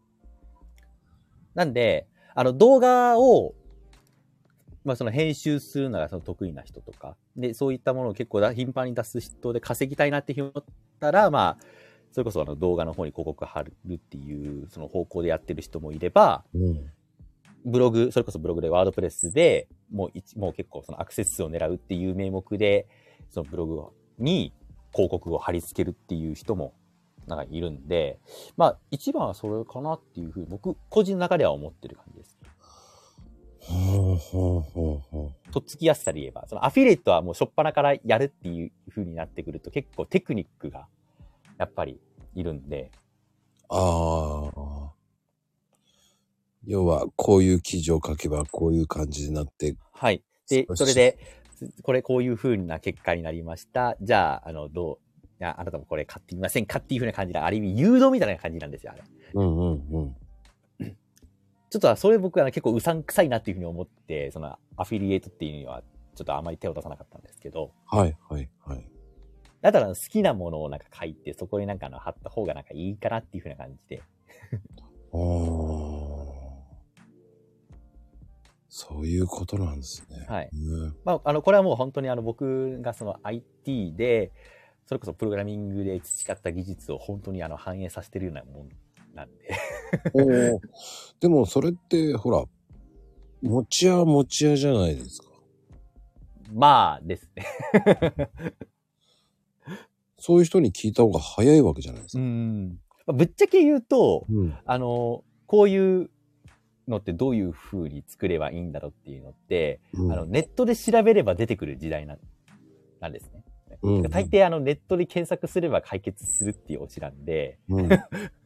なんで、動画を、まあ、その編集するのがその得意な人とか、で、そういったものを結構頻繁に出す人で稼ぎたいなって思ったら、まあ、それこそ動画の方に広告貼るっていう、その方向でやってる人もいれば、ブログ、それこそブログでワードプレスでもう結構そのアクセス数を狙うっていう名目で、そのブログに広告を貼り付けるっていう人もなんかいるんで、まあ一番はそれかなっていうふうに僕個人の中では思ってる感じです。 ほうほうほうほとっつきやすさで言えば、そのアフィリエイトはもう初っ端からやるっていう風になってくると結構テクニックがやっぱりいるんで。 ああ。要は、こういう記事を書けばこういう感じになって。 はい。で、それで、こういう風な結果になりました。じゃあ、あなたもこれ買ってみませんかっていう風な感じで、ある意味誘導みたいな感じなんですよ、あれ。 うんうんうん。 ちょっとそれ僕は結構うさんくさいなっていう風に思って、そのアフィリエイトっていうには、ちょっとあまり手を出さなかったんですけど。 はいはいはい。 だったら好きなものをなんか書いて、そこになんか貼った方がなんかいいかなっていう風な感じで。 ああ。そういうことなんですね。 はい。まあ、これはもう本当に僕がその IT で、それこそプログラミングで培った技術を本当に反映させてるようなもんなんで。 おでもそれって、ほら、持ち屋じゃないですか。 まあですね。 そういう人に聞いた方が早いわけじゃないですか。 ぶっちゃけ言うと、 うん、 こういうのってどういう風に作ればいいんだろうっていうのって、 うん、 ネットで調べれば出てくる時代なんですね。うん、大抵ネットで検索すれば解決するっていうオチなんで、うん、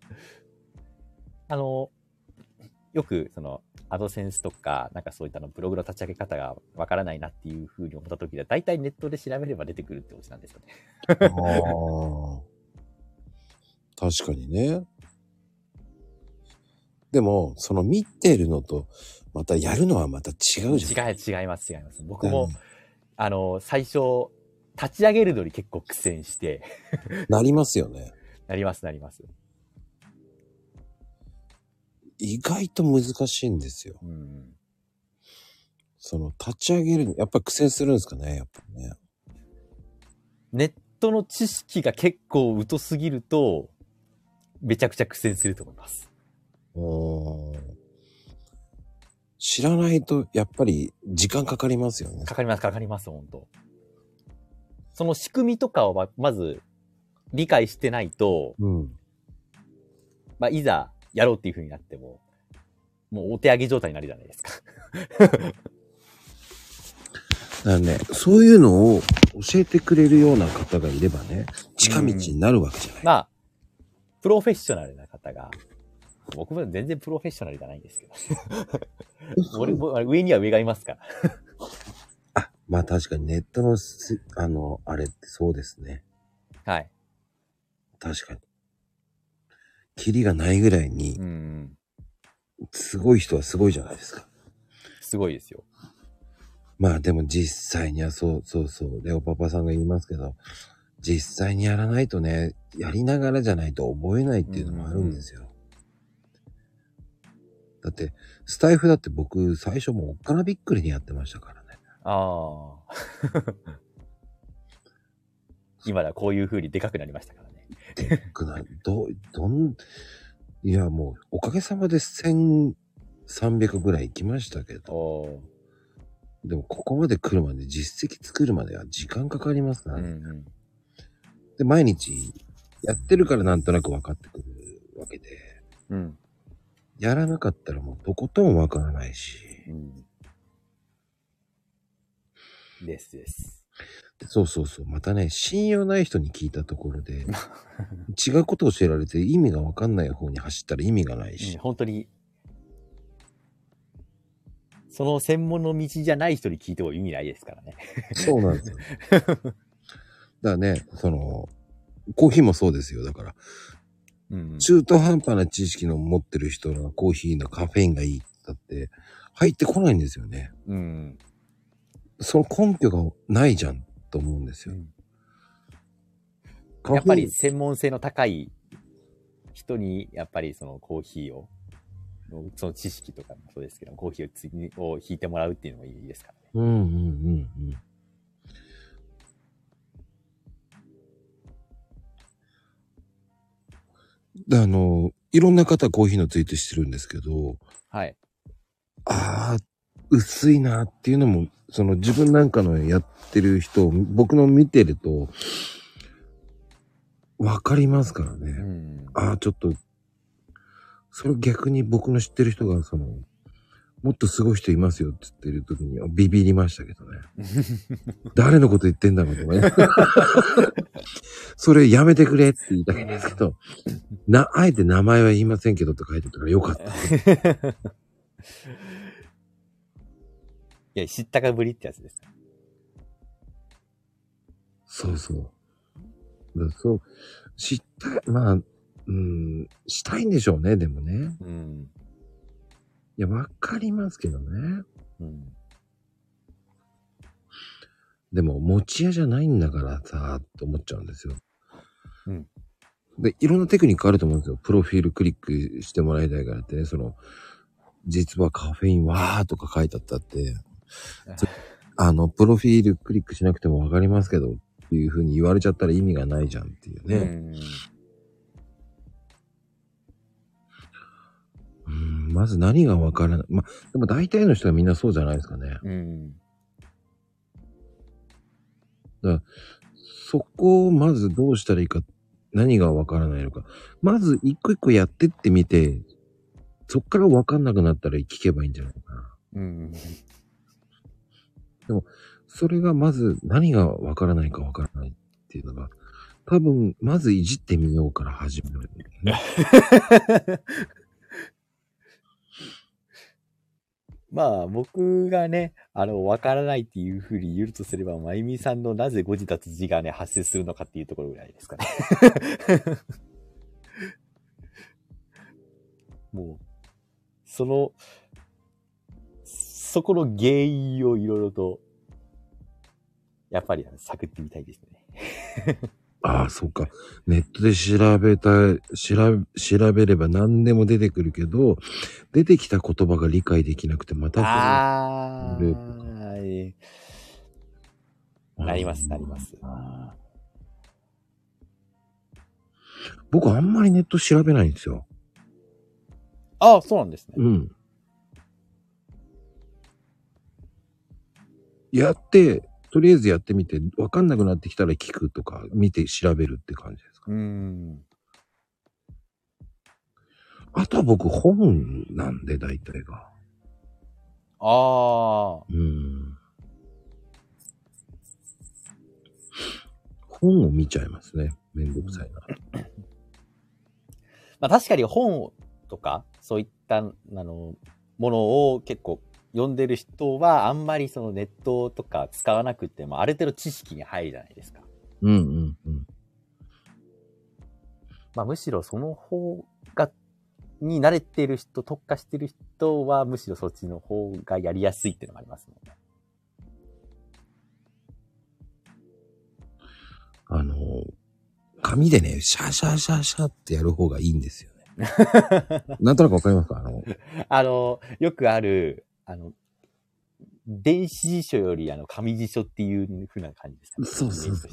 よくそのアドセンスとか、なんかそういったブログの立ち上げ方がわからないなっていう風に思った時は、大体ネットで調べれば出てくるってオチなんですよね。 ああ。確かにね。でも、その見てるのと、またやるのはまた違うじゃん。 違います。僕も、最初、立ち上げるのに結構苦戦して。 なりますよね。 なります。 意外と難しいんですよ。うん、その、立ち上げるに、やっぱ苦戦するんですかね、やっぱね。 ネットの知識が結構疎すぎると、めちゃくちゃ苦戦すると思います。 知らないと、やっぱり時間かかりますよね。 かかります、本当。その仕組みとかをまず理解してないと、うん、まあ、いざやろうっていう風になっても、もうお手上げ状態になるじゃないですか。 だからね、そういうのを教えてくれるような方がいればね、近道になるわけじゃない。 まあ、プロフェッショナルな方が、僕も全然プロフェッショナルじゃないんですけど。上には上がいますから。 あ、まあ確かにネットの、あれってそうですね。 はい。 確かに。キリがないぐらいに、すごい人はすごいじゃないですか。 すごいですよ。 まあでも実際にはそう、レオパパさんが言いますけど、実際にやらないとね、やりながらじゃないと覚えないっていうのもあるんですよ。だって、スタイフだって僕、最初もうおっかなびっくりにやってましたからね。 ああ。今だこういう風にでかくなりましたからね。 でかくなる。いやもう、おかげさまで1300ぐらい行きましたけど。でもここまで来るまで、実績作るまでは時間かかりますからね。で、毎日やってるからなんとなく分かってくるわけで。やらなかったらもうとことん分からないし。 です。 そう。またね、信用ない人に聞いたところで、違うことを教えられて意味が分かんない方に走ったら意味がないし。 本当に、その専門の道じゃない人に聞いても意味ないですからね。 そうなんですよ。だからね、コーヒーもそうですよ。だから、中途半端な知識の持ってる人のコーヒーのカフェインがいいだって入ってこないんですよね。その根拠がないじゃんと思うんですよ。 やっぱり専門性の高い人にやっぱりそのコーヒーをその知識とかもそうですけどコーヒーを引いてもらうっていうのもいいですからね。 いろんな方コーヒーのツイートしてるんですけど、 はい。 薄いなっていうのも、自分なんかのやってる人を僕の見てると、わかりますからね。ちょっと、それ逆に僕の知ってる人が、 もっとすごい人いますよって言ってる時にビビりましたけどね。誰のこと言ってんだろうと思いながらそれやめてくれって言いたいんですけど、あえて名前は言いませんけどって書いてたからよかった。 いや、知ったかぶりってやつです。 そうそう。そう、まあ、したいんでしょうね、でもね。 うん。 いや、わかりますけどね。 うん。 でも、持ち屋じゃないんだからさ、と思っちゃうんですよ。 うん。 で、いろんなテクニックあると思うんですよ。プロフィールクリックしてもらいたいからってね、実はカフェインわーとか書いてあったって、プロフィールクリックしなくてもわかりますけど、っていう風に言われちゃったら意味がないじゃんっていうね。まず何がわからない。まあ、でも大体の人はみんなそうじゃないですかね。 うん。 だからそこをまずどうしたらいいか、何がわからないのか。まず一個一個やってってみて、そっからわかんなくなったら聞けばいいんじゃないかな。 うん。 でも、それがまず何がわからないかわからないっていうのが、多分、まずいじってみようから始めるんだよね。 まあ、僕がね、わからないっていうふうに言うとすれば、まゆみさんのなぜ誤字脱字がね、発生するのかっていうところぐらいですかね。もう、そこの原因をいろいろと、やっぱり探ってみたいですね。 ああ、そうか。ネットで調べれば何でも出てくるけど、出てきた言葉が理解できなくて、またなります。 僕あんまりネット調べないんですよ。 ああ、そうなんですね。 うん。とりあえずやってみて、わかんなくなってきたら聞くとか、見て調べるって感じですか。あとは僕本なんで、大体が。 ああ。 本を見ちゃいますね。めんどくさいな。 まあ確かに本とか、そういった、ものを結構読んでる人は、あんまりそのネットとか使わなくても、ある程度知識に入るじゃないですか。まあむしろその方に慣れてる人、特化してる人は、むしろそっちの方がやりやすいっていうのがありますもんね。 紙でね、シャーシャーシャーシャーってやる方がいいんですよね。なんとなくわかりますか？ よくある、電子辞書より紙辞書っていう風な感じですかね。 そうそうそう。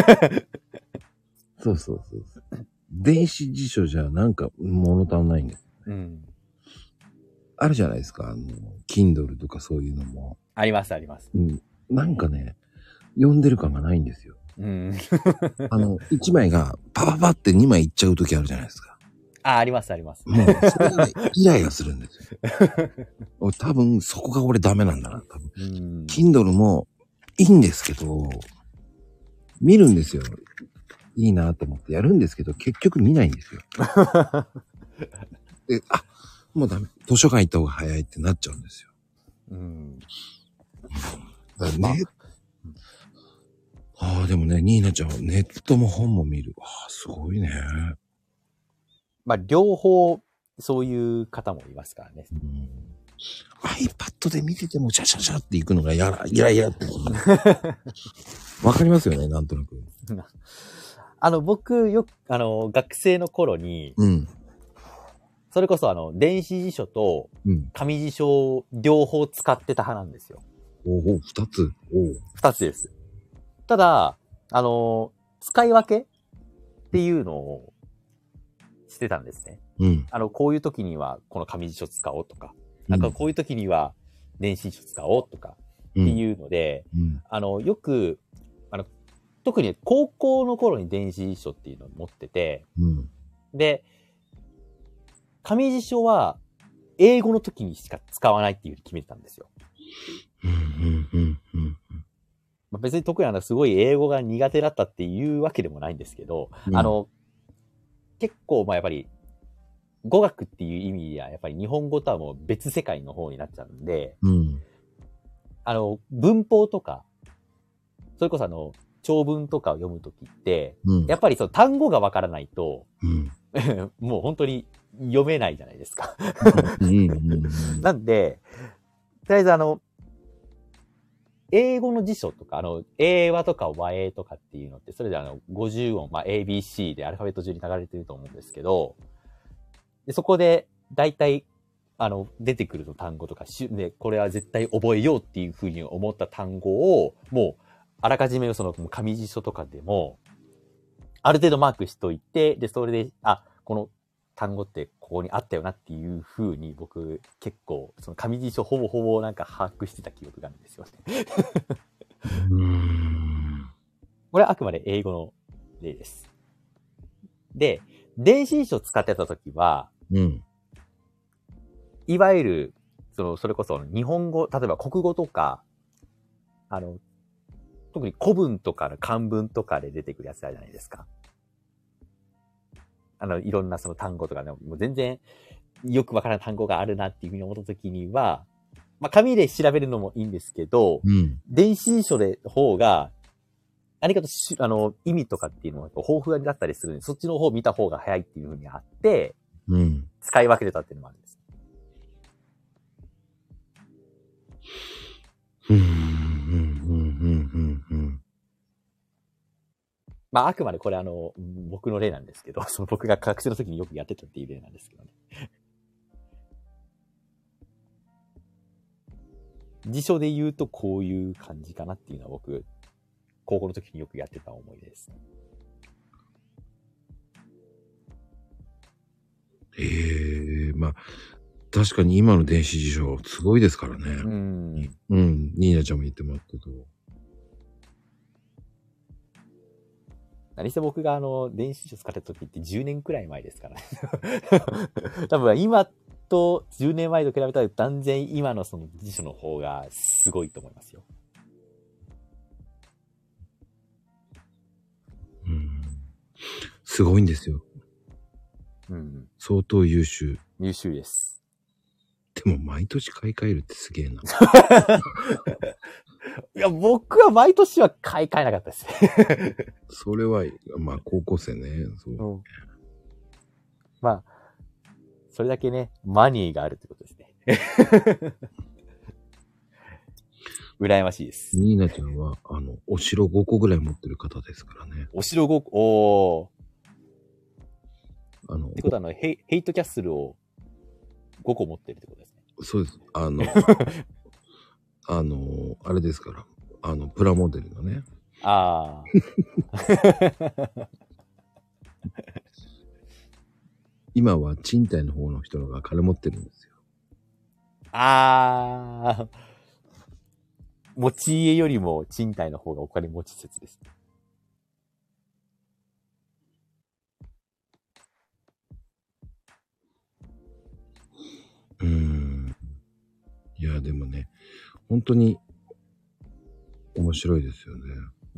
そうそうそう。電子辞書じゃなんか物足んないんです。あるじゃないですか。Kindle とかそういうのも。 あります。 なんかね、読んでる感がないんですよ。1枚がパパパって2枚いっちゃうときあるじゃないですか。 あります。 もう、それがね、イライラするんですよ。多分、そこが俺ダメなんだな、多分。Kindle もいいんですけど、見るんですよ。いいなと思ってやるんですけど、結局見ないんですよ。で、もうダメ。図書館行った方が早いってなっちゃうんですよ。だからね、でもね、ニーナちゃんはネットも本も見る。すごいね。 まあ、両方、そういう方もいますからね。 iPad で見てても、シャシャシャっていくのがイライラって。わかりますよね、なんとなく。 僕、学生の頃に、それこそ電子辞書と紙辞書を両方使ってた派なんですよ。 二つ。 二つです。ただ、使い分けっていうのをしてたんですね。こういう時にはこの紙辞書使おうとか、なんかこういう時には電子辞書使おうとかっていうので、よく、特に高校の頃に電子辞書っていうのを持ってて、で、紙辞書は英語の時にしか使わないっていうふうに決めてたんですよ。まあ、別に特にすごい英語が苦手だったっていうわけでもないんですけど、結構やっぱり語学っていう意味ではやっぱり日本語とはもう別世界の方になっちゃうんで、文法とか、それこそ長文とかを読むときって、やっぱりその単語がわからないと、もう本当に読めないじゃないですか。なんで、とりあえず英語の辞書とか、英和とか和英とかっていうのって、それで50音、ABC でアルファベット順に流れてると思うんですけど、でそこで、大体、出てくる単語とか、ね、これは絶対覚えようっていうふうに思った単語を、もう、あらかじめ紙辞書とかでも、ある程度マークしといて、で、それで、この単語ってここにあったよなっていう風に僕結構、その紙辞書ほぼほぼ把握してた記憶があるんですよね。これはあくまで英語の例です。で、電子辞書を使ってたときは、いわゆる、それこそ日本語、例えば国語とか、特に古文とか漢文とかで出てくるやつあるじゃないですか。いろんなその単語とかね、もう全然よくわからない単語があるなっていうふうに思ったときには、紙で調べるのもいいんですけど、電子辞書で方が、何かと意味とかっていうのが豊富だったりするんで、そっちの方を見た方が早いっていうふうにあって、使い分けれたっていうのもあるんです。あくまでこれ僕の例なんですけど、僕が学生の時によくやってたっていう例なんですけどね。辞書で言うとこういう感じかなっていうのは僕、高校の時によくやってた思い出です。 確かに今の電子辞書すごいですからね。ニーナちゃんも言ってもらったけど。 何せ僕が電子辞書使ってた時って10年くらい前ですからね。多分今と10年前と比べたら断然今のその辞書の方がすごいと思いますよ。 すごいんですよ。相当優秀。 優秀です。 でも毎年買い替えるってすげえな。 いや、僕は毎年は買い替えなかったです。 それは、高校生ね。そう。 それだけね、マニーがあるってことですね。羨ましいです。 ニーナちゃんは、お城5個ぐらい持ってる方ですからね。 お城5個、ってことはヘイトキャッスルを5個持ってるってことですね。 そうです。あれですから。プラモデルのね。今は賃貸の方の人が金持ってるんですよ。 持ち家よりも賃貸の方がお金持ち説です。 いや、でもね、本当に面白いですよね。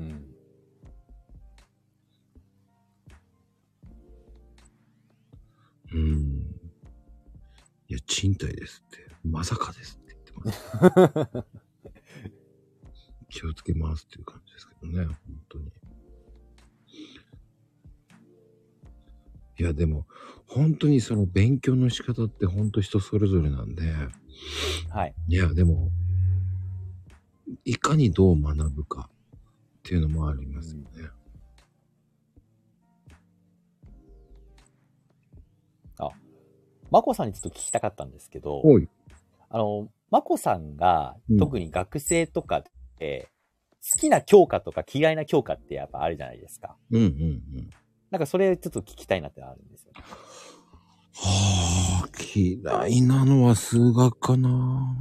いや、賃貸ですって。まさかですって言ってます。気をつけますっていう感じですけどね、本当に。いや、でも、本当にその勉強の仕方って本当人それぞれなんで。いや、でも、いかにどう学ぶかっていうのもありますよね。 まこさんにちょっと聞きたかったんですけど、まこさんが特に学生とかで、好きな教科とか嫌いな教科ってやっぱあるじゃないですか。なんかそれちょっと聞きたいなってあるんですよね。 嫌いなのは数学かな。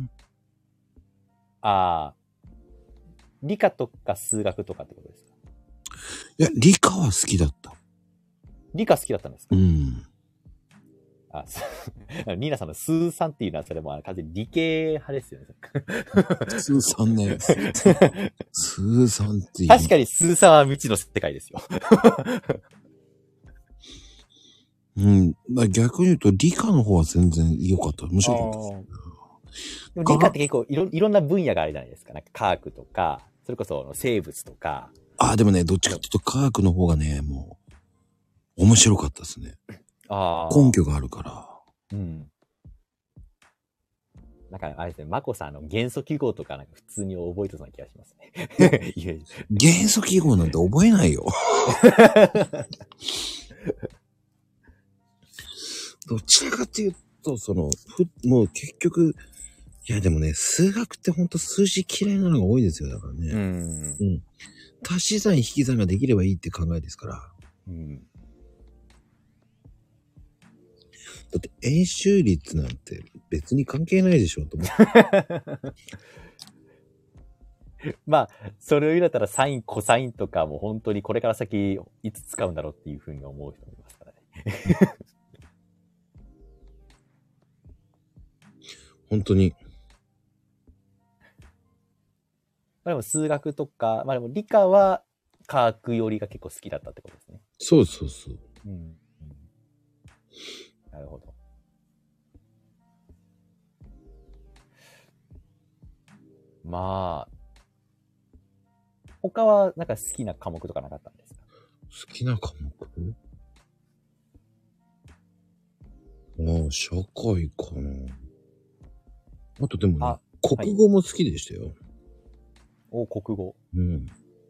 理科とか数学とかってことですか？ いや、理科は好きだった。 理科好きだったんですか？ あ、ニーナさんのスーさんっていうのはそれも完全に理系派ですよね。 スーさんね。スーさんっていう。 確かにスーさんは未知の世界ですよ。 うん。逆に言うと理科の方は全然良かった。面白かったです。 でも理科って結構いろんな分野があるじゃないですか。なんか科学とか、それこそ生物とか。 でもね、どっちかというと科学の方がね、もう、面白かったですね。根拠があるから。 うん。なんかあれですね、マコさん元素記号とかなんか普通に覚えてそうな気がしますね。 元素記号なんて覚えないよ。どちらかというと、もう結局、いやでもね、数学ってほんと数字嫌いなのが多いですよ、だからね。うん。足し算引き算ができればいいって考えですから。うん。だって円周率なんて別に関係ないでしょ、と思って。 まあ、それを言うんだったらサイン、コサインとかも本当にこれから先いつ使うんだろうっていうふうに思う人もいますからね。 本当に。 まあでも数学とか、まあでも理科は科学寄りが結構好きだったってことですね。 そうそうそう。 うん。なるほど。まあ、他はなんか好きな科目とかなかったんですか？ 好きな科目？社会かな。あとでもね、国語も好きでしたよ。 はい、国語。 うん。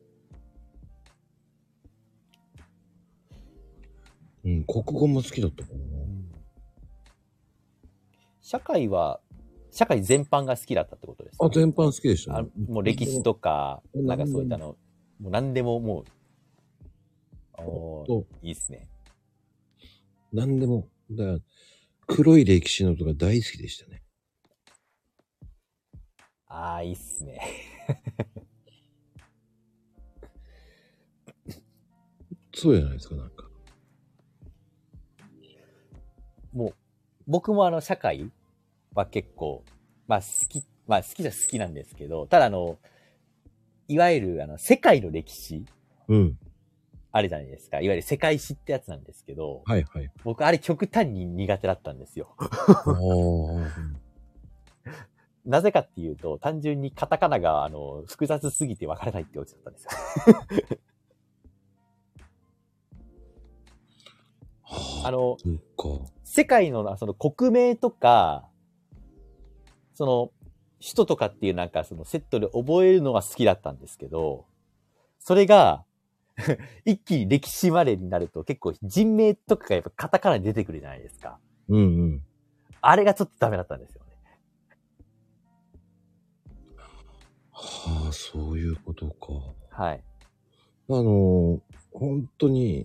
うん、国語も好きだったかな。 社会全般が好きだったってことですか？ 全般好きでしたね。 もう歴史とか、なんかそういったの、もう何でももう、いいっすね。 何でも。だから黒い歴史のとか大好きでしたね。 いいっすね。 そうじゃないですか、なんか。 もう、僕も社会は結構、好きじゃ好きなんですけど、ただいわゆる世界の歴史、 うん、 あるじゃないですか。いわゆる世界史ってやつなんですけど、 はいはい。 僕あれ極端に苦手だったんですよ。なぜかっていうと、単純にカタカナが複雑すぎて分からないって落ちだったんですよ。世界のその国名とか、その首都とかっていうなんかそのセットで覚えるのは好きだったんですけど、それが一気に歴史までになると結構人名とかがやっぱカタカナに出てくるじゃないですか。 うんうん。 あれがちょっとダメだったんですよね。 そういうことか。 はい。 本当に、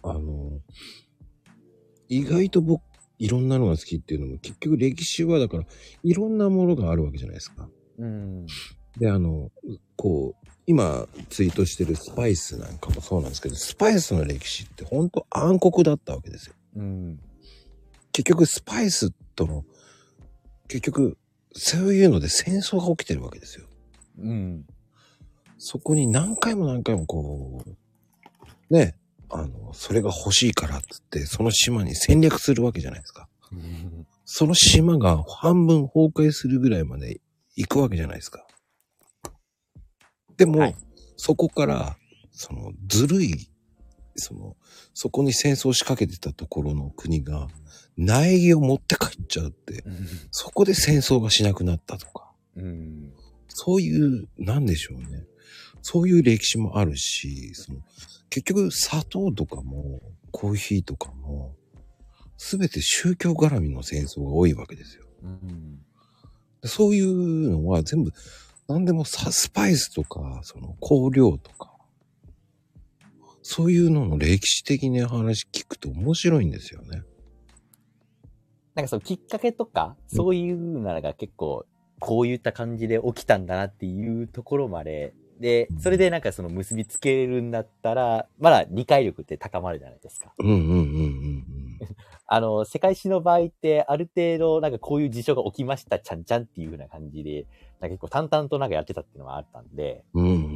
意外といろんなのが好きっていうのも、結局歴史はだから、いろんなものがあるわけじゃないですか。 うん。 で、今ツイートしてるスパイスなんかもそうなんですけど、スパイスの歴史って本当暗黒だったわけですよ。 うん。 結局スパイスとの、結局、そういうので戦争が起きてるわけですよ。 うん。 そこに何回もね、それが欲しいからって言って、その島に戦略するわけじゃないですか。その島が半分崩壊するぐらいまで行くわけじゃないですか。でも、はい、そこから、ずるい、そこに戦争を仕掛けてたところの国が、苗木を持って帰っちゃうって、そこで戦争がしなくなったとか。そういう、なんでしょうね。そういう歴史もあるし、結局砂糖とかもコーヒーとかもすべて宗教絡みの戦争が多いわけですよ。そういうのは全部何でもスパイスとか香料とかそういうのの歴史的な話聞くと面白いんですよね。 なんかそのきっかけとかそういうのが結構こういった感じで起きたんだなっていうところまでで、それでなんかその結びつけるんだったら、まだ理解力って高まるじゃないですか。 世界史の場合って、ある程度、なんかこういう事象が起きました、ちゃんちゃんっていう風な感じで、なんか結構淡々となんかやってたっていうのがあったんで、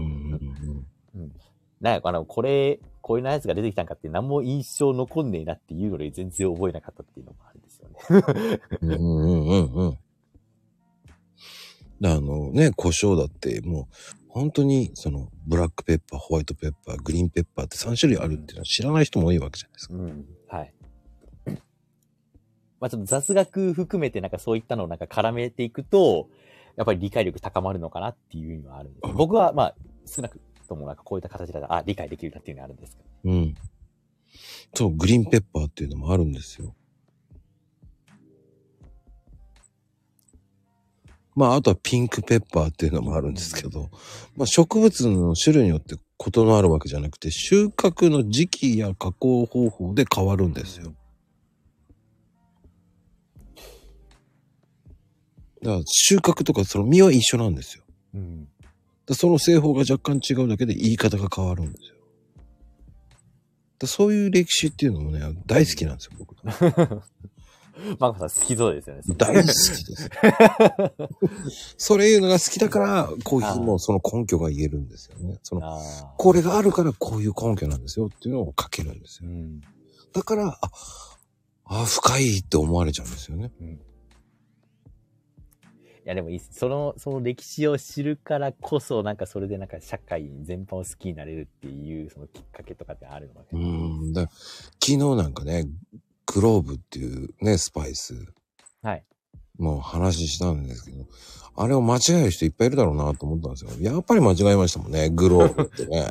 なんかこれ、こういうやつが出てきたんかって何も印象残んねえなっていうので全然覚えなかったっていうのもあるんですよね。胡椒だってもう本当にそのブラックペッパー、ホワイトペッパー、グリーンペッパーって3種類あるっていうのは知らない人も多いわけじゃないですか。 はい。まあちょっと雑学含めてなんかそういったのをなんか絡めていくと、やっぱり理解力高まるのかなっていうのはあるんです。僕はまあ少なくともなんかこういった形だと、理解できるなっていうのがあるんですけど。 そう、グリーンペッパーっていうのもあるんですよ。まあ、あとはピンクペッパーっていうのもあるんですけど、まあ、植物の種類によって異なるわけじゃなくて、収穫の時期や加工方法で変わるんですよ。だから収穫とかその実は一緒なんですよ。その製法が若干違うだけで言い方が変わるんですよ。そういう歴史っていうのもね、大好きなんですよ、僕。 マコさん好きそうですよね。 大好きです。それいうのが好きだから、コーヒーもその根拠が言えるんですよね。これがあるからこういう根拠なんですよっていうのを書けるんですよ。だから、深いって思われちゃうんですよね。 いやでもその歴史を知るからこそ、なんかそれでなんか社会全般を好きになれるっていうそのきっかけとかってあるのね。 昨日なんかね、グローブっていうね、スパイス。 はい。 もう話したんですけど、あれを間違える人いっぱいいるだろうなと思ったんですよ。やっぱり間違えましたもんね、グローブってね。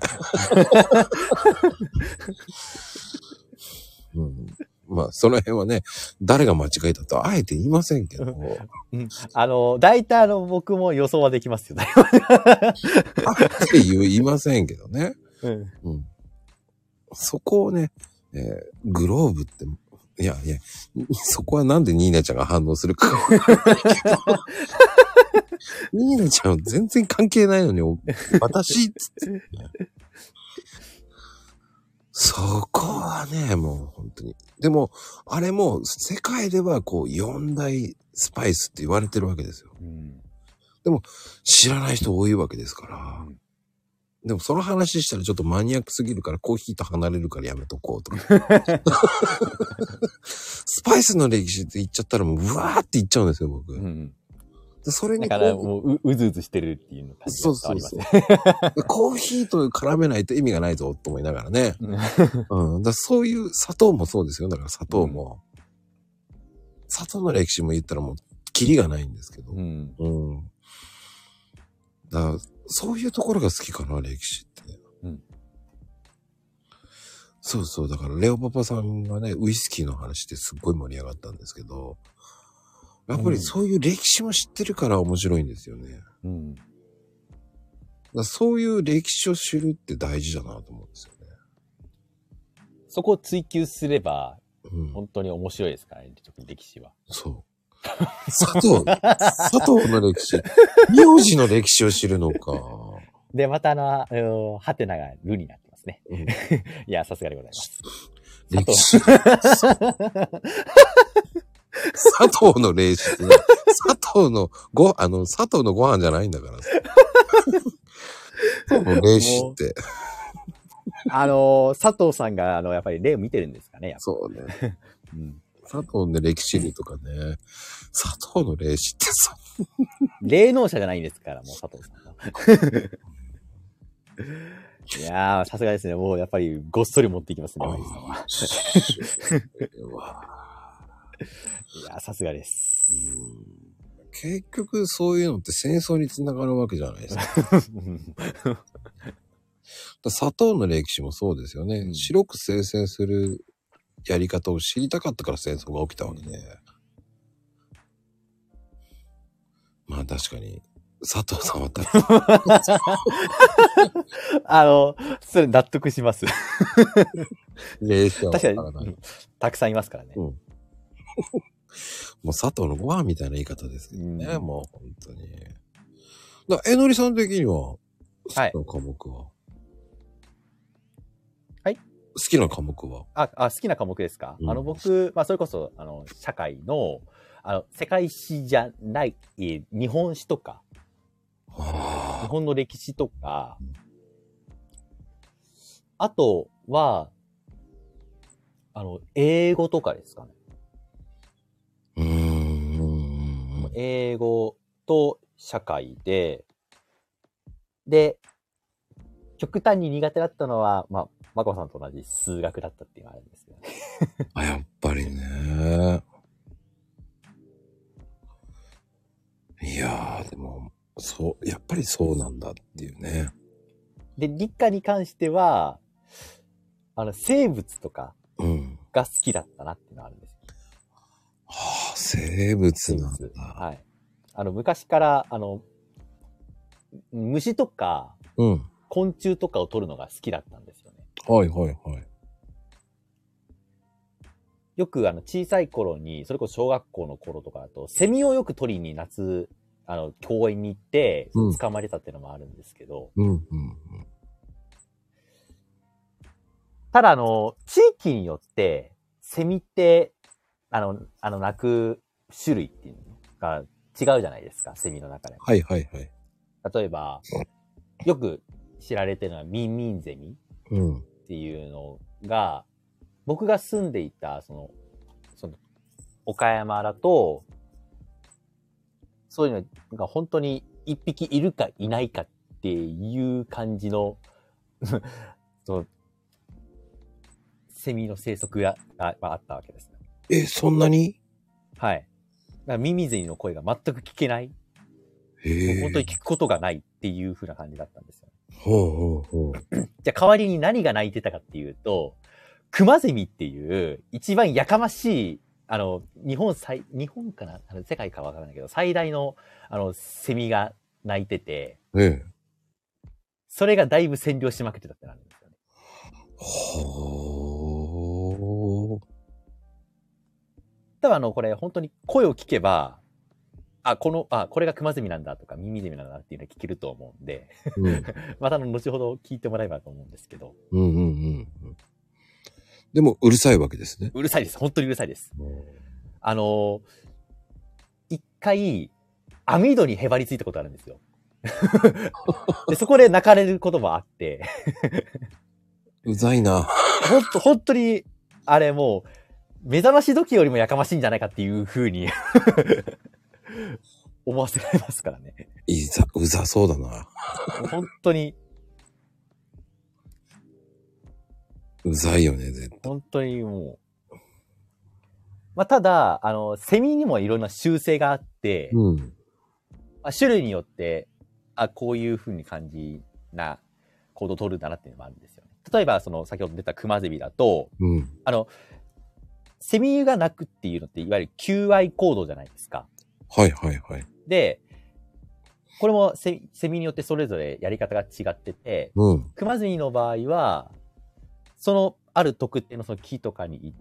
まあ、その辺はね、誰が間違えたとあえて言いませんけど。 大体僕も予想はできますよ。 って言いませんけどね。そこをね、グローブって、いや、そこはなんでニーナちゃんが反応するか。ニーナちゃんは全然関係ないのに、私っつって、ね。そこはね、もう本当に。でも、あれも世界ではこう4大スパイスって言われてるわけですよ。でも、知らない人多いわけですから。でもその話したらちょっとマニアックすぎるからコーヒーと離れるからやめとこうとか。スパイスの歴史って言っちゃったらもううわーって言っちゃうんですよ、僕。それにだからもううずうずしてるっていうの感じがありますね。 コーヒーと絡めないと意味がないぞと思いながらね。だそういう砂糖もそうですよ。だから砂糖も。砂糖の歴史も言ったらもうキリがないんですけど。だからそういうところが好きかな、歴史って。そうそう。だからレオパパさんがね、ウイスキーの話ってすっごい盛り上がったんですけど、やっぱりそういう歴史も知ってるから面白いんですよね。だそういう歴史を知るって大事だなと思うんですよね。 そこを追求すれば、本当に面白いですからね、歴史は。 そう。佐藤の歴史。名字の歴史を知るのか。 で、またハテナがルになってますね。いや、さすがでございます。 歴史。佐藤の歴史って、ね、佐藤のご飯じゃないんだから。佐藤の歴史って。 佐藤さんが、やっぱり例を見てるんですかね。 そうね。佐藤の歴史にとかね。佐藤の歴史ってさ。 霊能者じゃないんですから、もう佐藤さん。いやー、さすがですね。もうやっぱりごっそり持っていきますね、マリさんは。いやー、さすがです。 結局そういうのって戦争につながるわけじゃないですか。砂糖の歴史もそうですよね。白く精製するやり方を知りたかったから戦争が起きたわけで。まあ確かに、佐藤さんはそれ納得します。 冷静は確かに、たくさんいますからね。 もう佐藤のご飯みたいな言い方ですけどね、もう本当に。えのりさん的には、好きな科目は、 はい。 きな科目は？ 好きな科目ですか？ うん、 僕、それこそ、社会の、世界史じゃない、日本史とか、日本の歴史とか、あとは、英語とかですかね。英語と社会で、極端に苦手だったのは、マコさんと同じ数学だったっていうのがあるんですけどね。 やっぱりね。いやー、でも、やっぱりそうなんだっていうね。 で、理科に関しては、生物とかが好きだったなっていうのがあるんですよ。 生物なんだ。 はい。昔から、虫とか、昆虫とかを取るのが好きだったんですよね。 はいはいはい。 よく小さい頃に、それこそ小学校の頃とかだと、セミをよく取りに夏、公園に行って、捕まえたっていうのもあるんですけど、ただ地域によって、セミって、鳴く種類っていうのが違うじゃないですか、セミの中でも。 はいはいはい。 例えば、よく知られてるのはミンミンゼミっていうのが、僕が住んでいた、その、岡山だと、そういうのが本当に一匹いるかいないかっていう感じの、その、セミの生息があったわけですね。 そんなに？ はい。だからミミゼミの声が全く聞けない。本当に聞くことがないっていう風な感じだったんですよ。じゃあ代わりに何が鳴いてたかっていうと、クマゼミっていう一番やかましい、日本かな世界かわからないけど、最大の、セミが鳴いてて、それがだいぶ占領しまくってたってなるんですよね。多分これ本当に声を聞けば、これがクマゼミなんだとかミミゼミなんだっていうのを聞けると思うんで、また後ほど聞いてもらえばと思うんですけど。 でもうるさいわけですね。 うるさいです。本当にうるさいです。一回、網戸にへばりついたことあるんですよ。で、そこで泣かれることもあって。 うざいな。 本当に、あれもう、目覚まし時よりもやかましいんじゃないかっていう風に思わせられますからね。 うざそうだな。 本当に。 うざいよね、絶対。 本当にもう。ただ、セミにもいろんな習性があって、種類によって、こういう風に感じな行動を取るんだなっていうのもあるんですよね。例えば、先ほど出たクマゼミだと、セミが鳴くっていうのって、いわゆる求愛行動じゃないですか。 はいはいはい。 で、これもセミによってそれぞれやり方が違ってて、クマゼミの場合は、ある特定のその木とかに行って、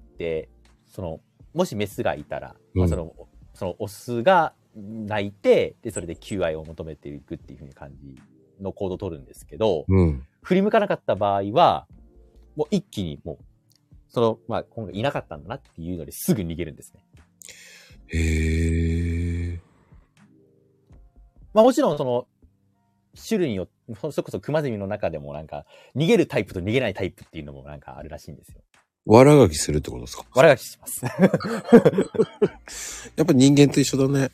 もしメスがいたら、そのオスが鳴いて、で、それで求愛を求めていくっていう風に感じの行動を取るんですけど、振り向かなかった場合は、もう一気にもう、今回いなかったんだなっていうのですぐ逃げるんですね。もちろん種類によって、それこそクマゼミの中でもなんか、逃げるタイプと逃げないタイプっていうのもなんかあるらしいんですよ。 悪ガキするってことですか？ 悪ガキします。 やっぱ人間と一緒だね。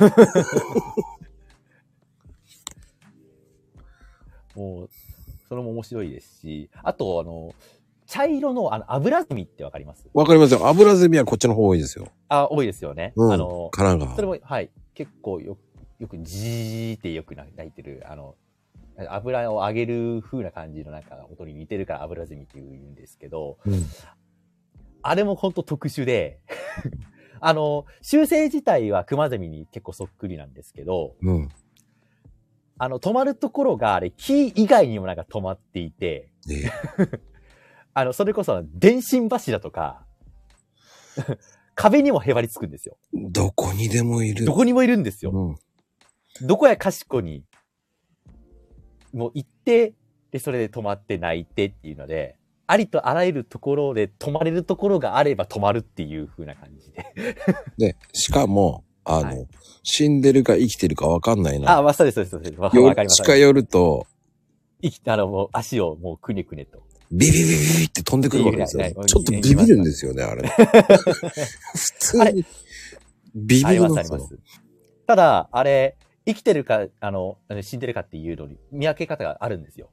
もう、それも面白いですし、あと茶色のアブラゼミってわかります？ わかりますよ。アブラゼミはこっちの方多いですよ。 多いですよね。 神奈川。 それも、はい。結構よくジーってよく鳴いてる、油を揚げる風な感じのなんか音に似てるからアブラゼミって言うんですけど、あれもほんと特殊で、習性自体はクマゼミに結構そっくりなんですけど、止まるところがあれ木以外にもなんか止まっていて、それこそ電信柱とか、壁にもへばりつくんですよ。 どこにでもいる。 どこにもいるんですよ。どこやかしこに、もう行って、で、それで止まって泣いてっていうので、 ありとあらゆるところで止まれるところがあれば止まるっていう風な感じで。 で、しかも、 はい、 死んでるか生きてるかわかんないな。 あ、まあ、そうです、そうです。わかります。 近寄ると、 もう足をもうくねくねと。 ビビビビビって飛んでくるわけですよ。ちょっとビビるんですよね、あれ。普通に。ビビりますよ。 ただ、あれ、生きてるか、死んでるかっていうのに見分け方があるんですよ。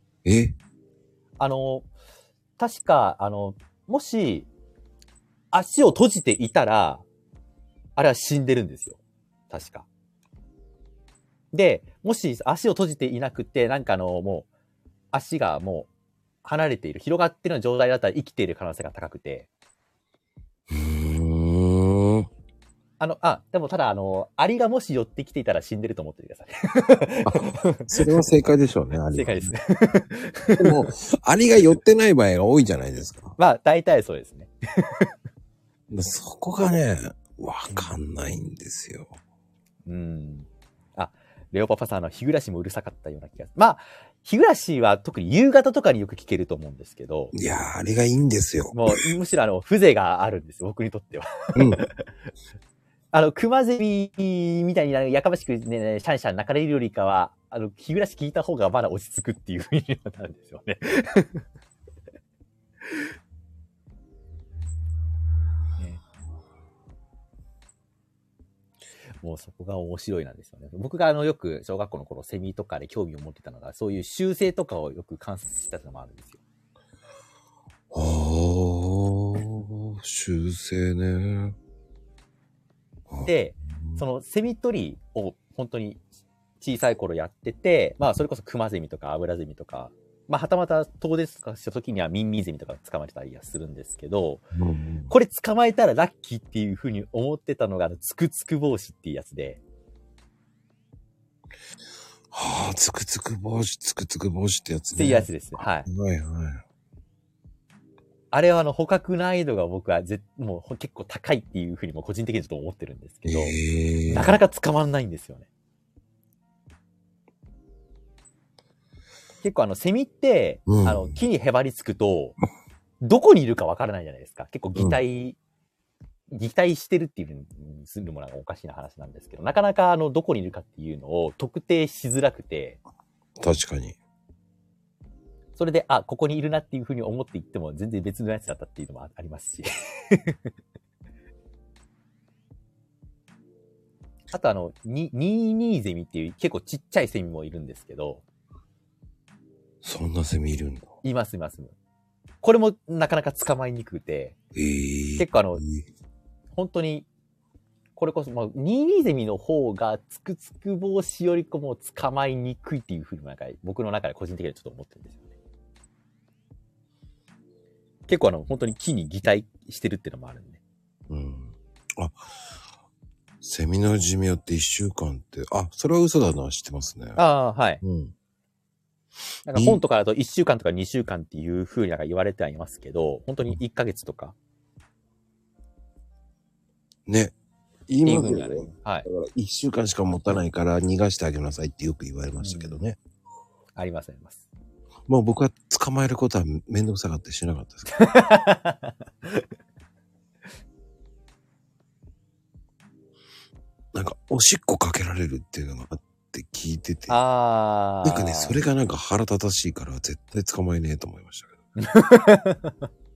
確か、もし、足を閉じていたら、あれは死んでるんですよ。確か。で、もし足を閉じていなくて、なんかもう、足がもう、離れている、広がっているような状態だったら生きている可能性が高くて。でもただ、アリがもし寄ってきていたら死んでると思ってください。 それは正解でしょうね、アリ。 正解ですね。 でも、アリが寄ってない場合が多いじゃないですか。 まあ、大体そうですね。 そこがね、わかんないんですよ。 レオパパさん、日暮らしもうるさかったような気がする。まあ、日暮らしは特に夕方とかによく聞けると思うんですけど。 いやー、あれがいいんですよ。 もう、むしろ風情があるんですよ、僕にとっては。熊ゼミみたいにやかましくね、シャンシャン泣かれるよりかは、日暮らし聞いた方がまだ落ち着くっていう風になるんですよね。もうそこが面白いなんですよね。僕がよく小学校の頃セミとかで興味を持ってたのが、そういう習性とかをよく観察したのもあるんですよ。 習性ね。 で、そのセミ取りを本当に小さい頃やってて、まあそれこそクマゼミとかアブラゼミとか、まあはたまた遠出した時にはミンミンゼミとか捕まえてたりはするんですけど、これ捕まえたらラッキーっていう風に思ってたのが、つくつく帽子っていうやつで。 つくつく帽子ってやつね。 っていうやつですね。はい。 はいはい。 あれは捕獲難易度が僕はもう結構高いっていう風にも個人的にちょっと思ってるんですけど、なかなか捕まんないんですよね。結構セミって、木にへばりつくと、どこにいるかわからないじゃないですか。結構擬態してるっていうふうにするものがおかしな話なんですけど、なかなかどこにいるかっていうのを特定しづらくて。 確かに。 それで、ここにいるなっていうふうに思っていっても全然別のやつだったっていうのもありますし。あとニーニーゼミっていう結構ちっちゃいセミもいるんですけど。 そんなセミいるんだ。 います。これもなかなか捕まえにくくて。結構本当に、これこそ、ニーニーゼミの方がつくつく帽子よりかも捕まえにくいっていうふうに僕の中で個人的にはちょっと思ってるんですよね。結構本当に木に擬態してるっていうのもあるんで。 セミの寿命って1週間って、それは嘘だのは知ってますね。 はい。なんか本とかだと1週間とか2週間っていう風に言われてはいますけど、本当に1ヶ月とか。 ね。言いますよね。 はい。 だから1週間しか持たないから逃がしてあげなさいってよく言われましたけどね。 あります。 もう僕は捕まえることはめんどくさかったしなかったですけど。なんかおしっこかけられるっていうのがあって聞いてて。なんかね、それがなんか腹立たしいから絶対捕まえねえと思いましたけど。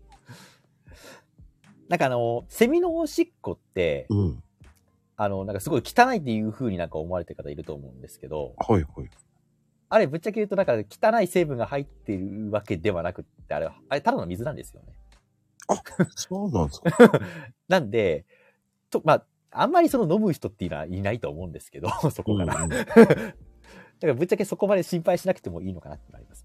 なんかセミのおしっこって、なんかすごい汚いっていう風になんか思われてる方いると思うんですけど、 はい。 あれぶっちゃけ言うとなんか汚い成分が入っているわけではなくって、あれただの水なんですよね。 そうなんですか。 なんで、あんまり飲む人っていうのはいないと思うんですけど、そこから。だからぶっちゃけそこまで心配しなくてもいいのかなってなります。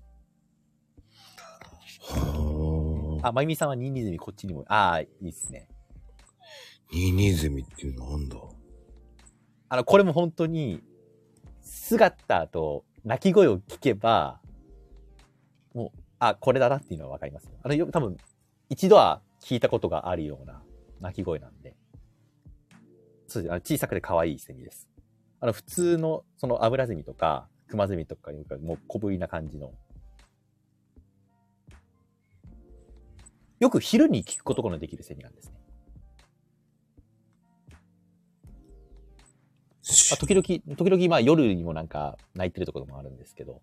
まゆみさんはニーニーゼミこっちにも、いいっすね。 ニーニーゼミっていうのなんだ。 これも本当に、姿と鳴き声を聞けば、もう、これだなっていうのはわかります。多分、一度は聞いたことがあるような鳴き声なんで。そうです。小さくて可愛いセミです。普通の、アブラゼミとか、クマゼミとかにもう小ぶりな感じの。 よく昼に聞くことができるセミなんですね。時々、まあ夜にもなんか鳴いてるところもあるんですけど。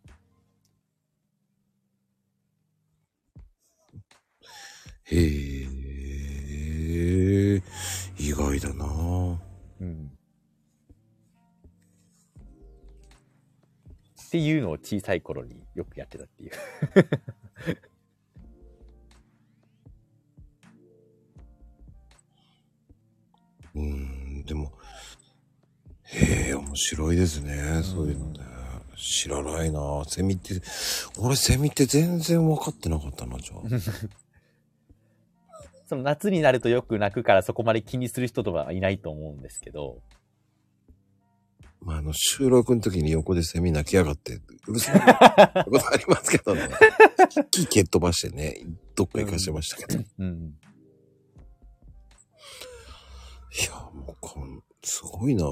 へえ、意外だなぁ。 うん。っていうのを小さい頃によくやってたっていう。 でも、へえ、面白いですね。そういうのね。知らないなぁ。セミって、俺セミって全然分かってなかったな、じゃあ。 その夏になるとよく鳴くからそこまで気にする人とはいないと思うんですけど。 まあ、収録の時に横でセミ鳴きやがって、うるさいことありますけどね。木蹴っ飛ばしてね、どっか行かしてましたけど。いや、もうすごいな。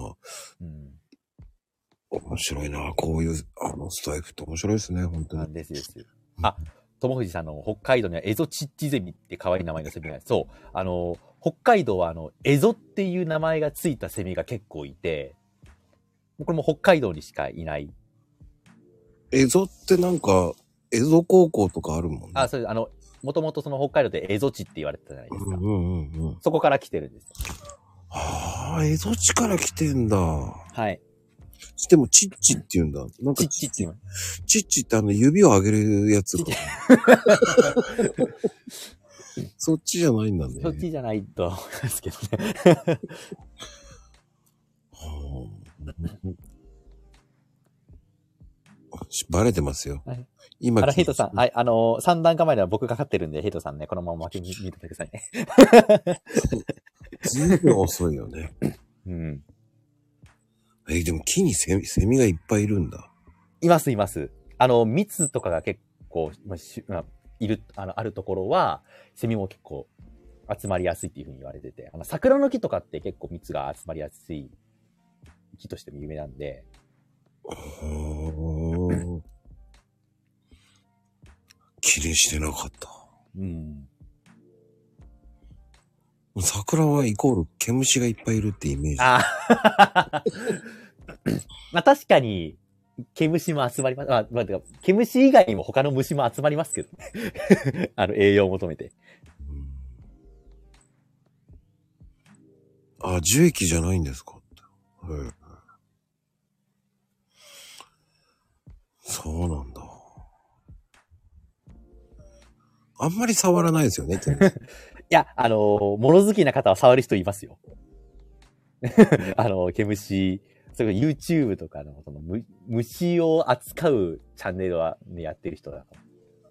面白いな。こういう、スタイフって面白いですね、本当に。 です。あ、友藤さんの北海道にはエゾチッチゼミって可愛い名前のセミが、そう。北海道はエゾっていう名前がついたセミが結構いて、これも北海道にしかいない。 エゾってなんか、エゾ高校とかあるもんね。 あ、そうです。もともとその北海道でエゾ地って言われてたじゃないですか。そこから来てるんです。 ああ、エゾ地から来てんだ。 はい。 でも、チッチって言うんだ。なんかチッチって言う。 チッチって指を上げるやつ。そっちじゃないんだね。 そっちじゃないと思いますけどね。 バレてますよ。 はい、 今、 ヘイトさん、はい、3段構えでは僕が勝ってるんで、ヘイトさんね、このまま負けに見ててくださいね。 ずいぶん遅いよね。でも木にセミがいっぱいいるんだ。 います。蜜とかが結構、あるところは、セミも結構集まりやすいっていうふうに言われてて、桜の木とかって結構蜜が集まりやすい木としても有名なんで。 気にしてなかった。桜はイコール毛虫がいっぱいいるってイメージ。 まあ確かに、毛虫も集まります。毛虫以外にも他の虫も集まりますけどね。栄養を求めて。 樹液じゃないんですかって。そうなんだ。あんまり触らないですよね、 いや、物好きな方は触る人いますよ。毛虫、それから YouTube とかの、虫を扱うチャンネルはね、やってる人だから。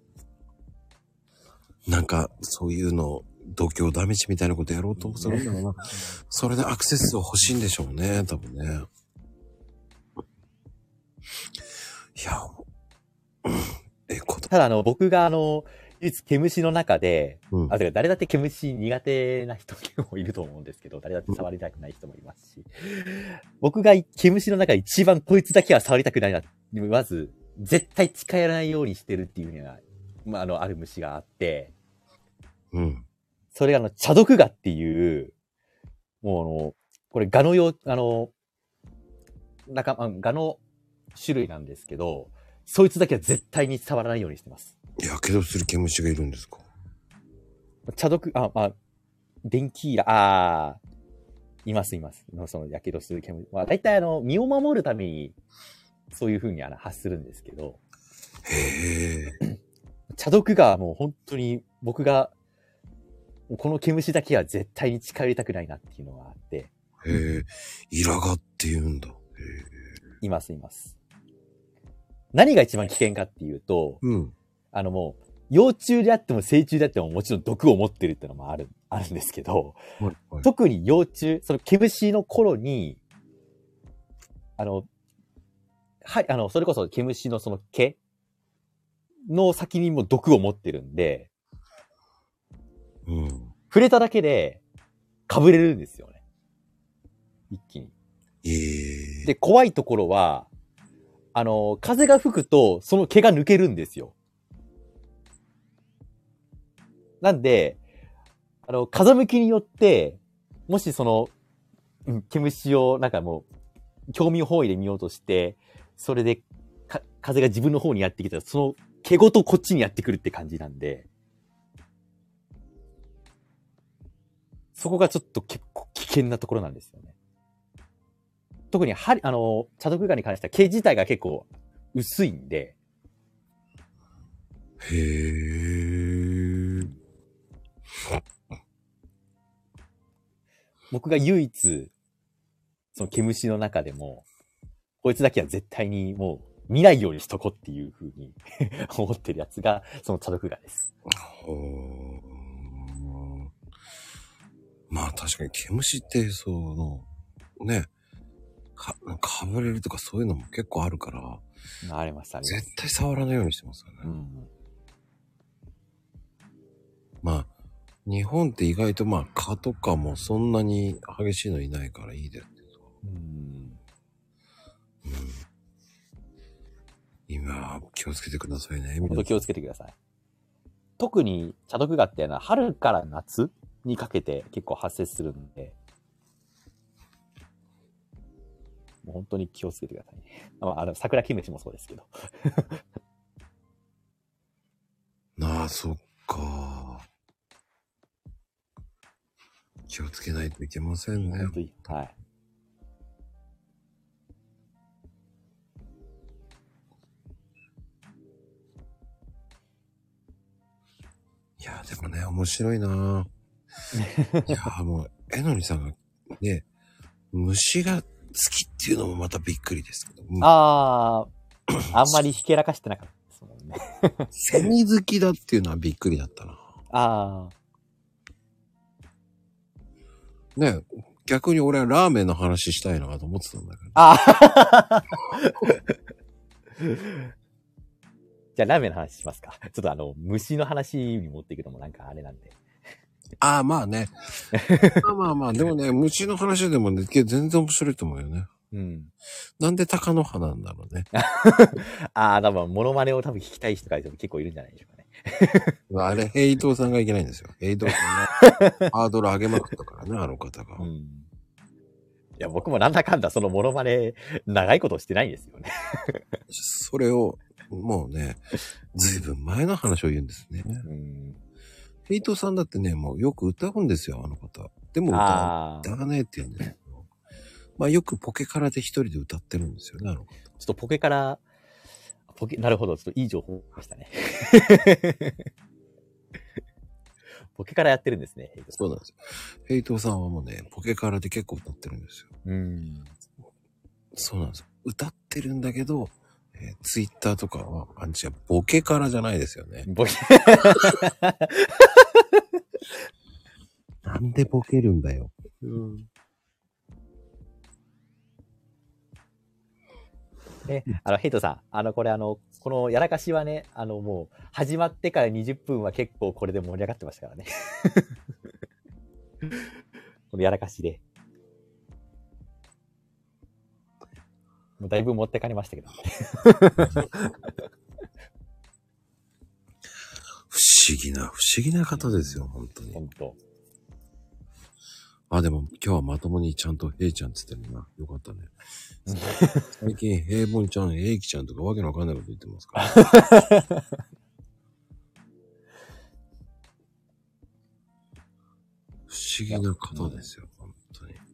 なんか、そういうの、度胸試しみたいなことやろうとするんだろうな。それでアクセス数欲しいんでしょうね、多分ね。いや、 ただ僕が唯一毛虫の中で、誰だって毛虫苦手な人結構いると思うんですけど、誰だって触りたくない人もいますし、僕が毛虫の中で一番こいつだけは触りたくないな、まず、絶対近寄らないようにしてるっていうのが、ある虫があって、それが茶毒蛾っていう、もうこれ蛾の種類なんですけど、そいつだけは絶対に触らないようにしてます。 やけどする毛虫がいるんですか？ 茶毒、電気イラ、います。そのやけどする毛虫。大体身を守るために、そういう風に発するんですけど。茶毒がもう本当に僕が、この毛虫だけは絶対に近寄りたくないなっていうのがあって。 イラガって言うんだ。 います。何が一番危険かっていうと、もう、幼虫であっても成虫であってももちろん毒を持ってるってのもあるんですけど、特に幼虫、その毛虫の頃に、それこそ毛虫のその毛の先にも毒を持ってるんで、触れただけで、かぶれるんですよね。一気に。で、怖いところは、風が吹くと、その毛が抜けるんですよ。なんで、 風向きによって、もしその、毛虫をなんかもう、興味本位で見ようとして、それで風が自分の方にやってきたら、その毛ごとこっちにやってくるって感じなんで、そこがちょっと結構危険なところなんですよね。特に茶毒ガに関しては毛自体が結構薄いんで。 へー。 僕が唯一、その毛虫の中でも、こいつだけは絶対にもう見ないようにしとこうっていう風に思ってるやつが、その茶毒ガです。 まあ確かに毛虫ってね、かぶれるとかそういうのも結構あるから、 ありますあります。 絶対触らないようにしてますよね。うん、まあ日本って意外とまあ蚊とかもそんなに激しいのいないからいいですけど。今気をつけてくださいね。 本当気をつけてください。特に茶毒ガっていうのは春から夏にかけて結構発生するんで、もう本当に気をつけてくださいね。桜キムチもそうですけど。 なあ、そっか。気をつけないといけませんね。 本当に。はい。 いや、でもね、面白いな。いや、もう、えのりさんがね、虫が好きっていうのもまたびっくりですけど。 あんまりひけらかしてなかったですもんね。 セミ好きだっていうのはびっくりだったな。ね、逆に俺はラーメンの話したいなと思ってたんだけど。 じゃあラーメンの話しますか。ちょっと虫の話に持っていくのもなんかあれなんで。 まあね。まあ、でもね、虫の話でもね、全然面白いと思うよね。うん。なんで鷹の葉なんだろうね。 多分、モノマネを多分聞きたい人が結構いるんじゃないでしょうかね。 あれ、ヘイトさんがいけないんですよ。ヘイトさんがハードル上げまくったからね、あの方が。 いや、僕もなんだかんだそのモノマネ、長いことしてないんですよね。 それを、もうね、ずいぶん前の話を言うんですね。ヘイトさんだってね、もうよく歌うんですよ、あの方。でも歌わねえって言うんですけど。まあよくポケカラで一人で歌ってるんですよね、あの方。ちょっとポケカラ、なるほど、ちょっといい情報でしたね。ポケカラやってるんですね、ヘイトさん。 そうなんですよ。ヘイトさんはもうね、ポケカラで結構歌ってるんですよ。そうなんですよ。歌ってるんだけど、ツイッターとかは、ボケカラじゃないですよね。ボケなんでボケるんだよ。 ヘイトさん、このやらかしはね、もう、始まってから20分は結構これで盛り上がってましたからね。このやらかしで。もうだいぶ持ってかれましたけど。不思議な方ですよ、本当に。 本当。 でも今日はまともにちゃんとヘイちゃんつってるな。よかったね。最近、ヘイボンちゃん、ヘイキちゃんとかわけのわかんないこと言ってますから。不思議な方ですよ、本当に。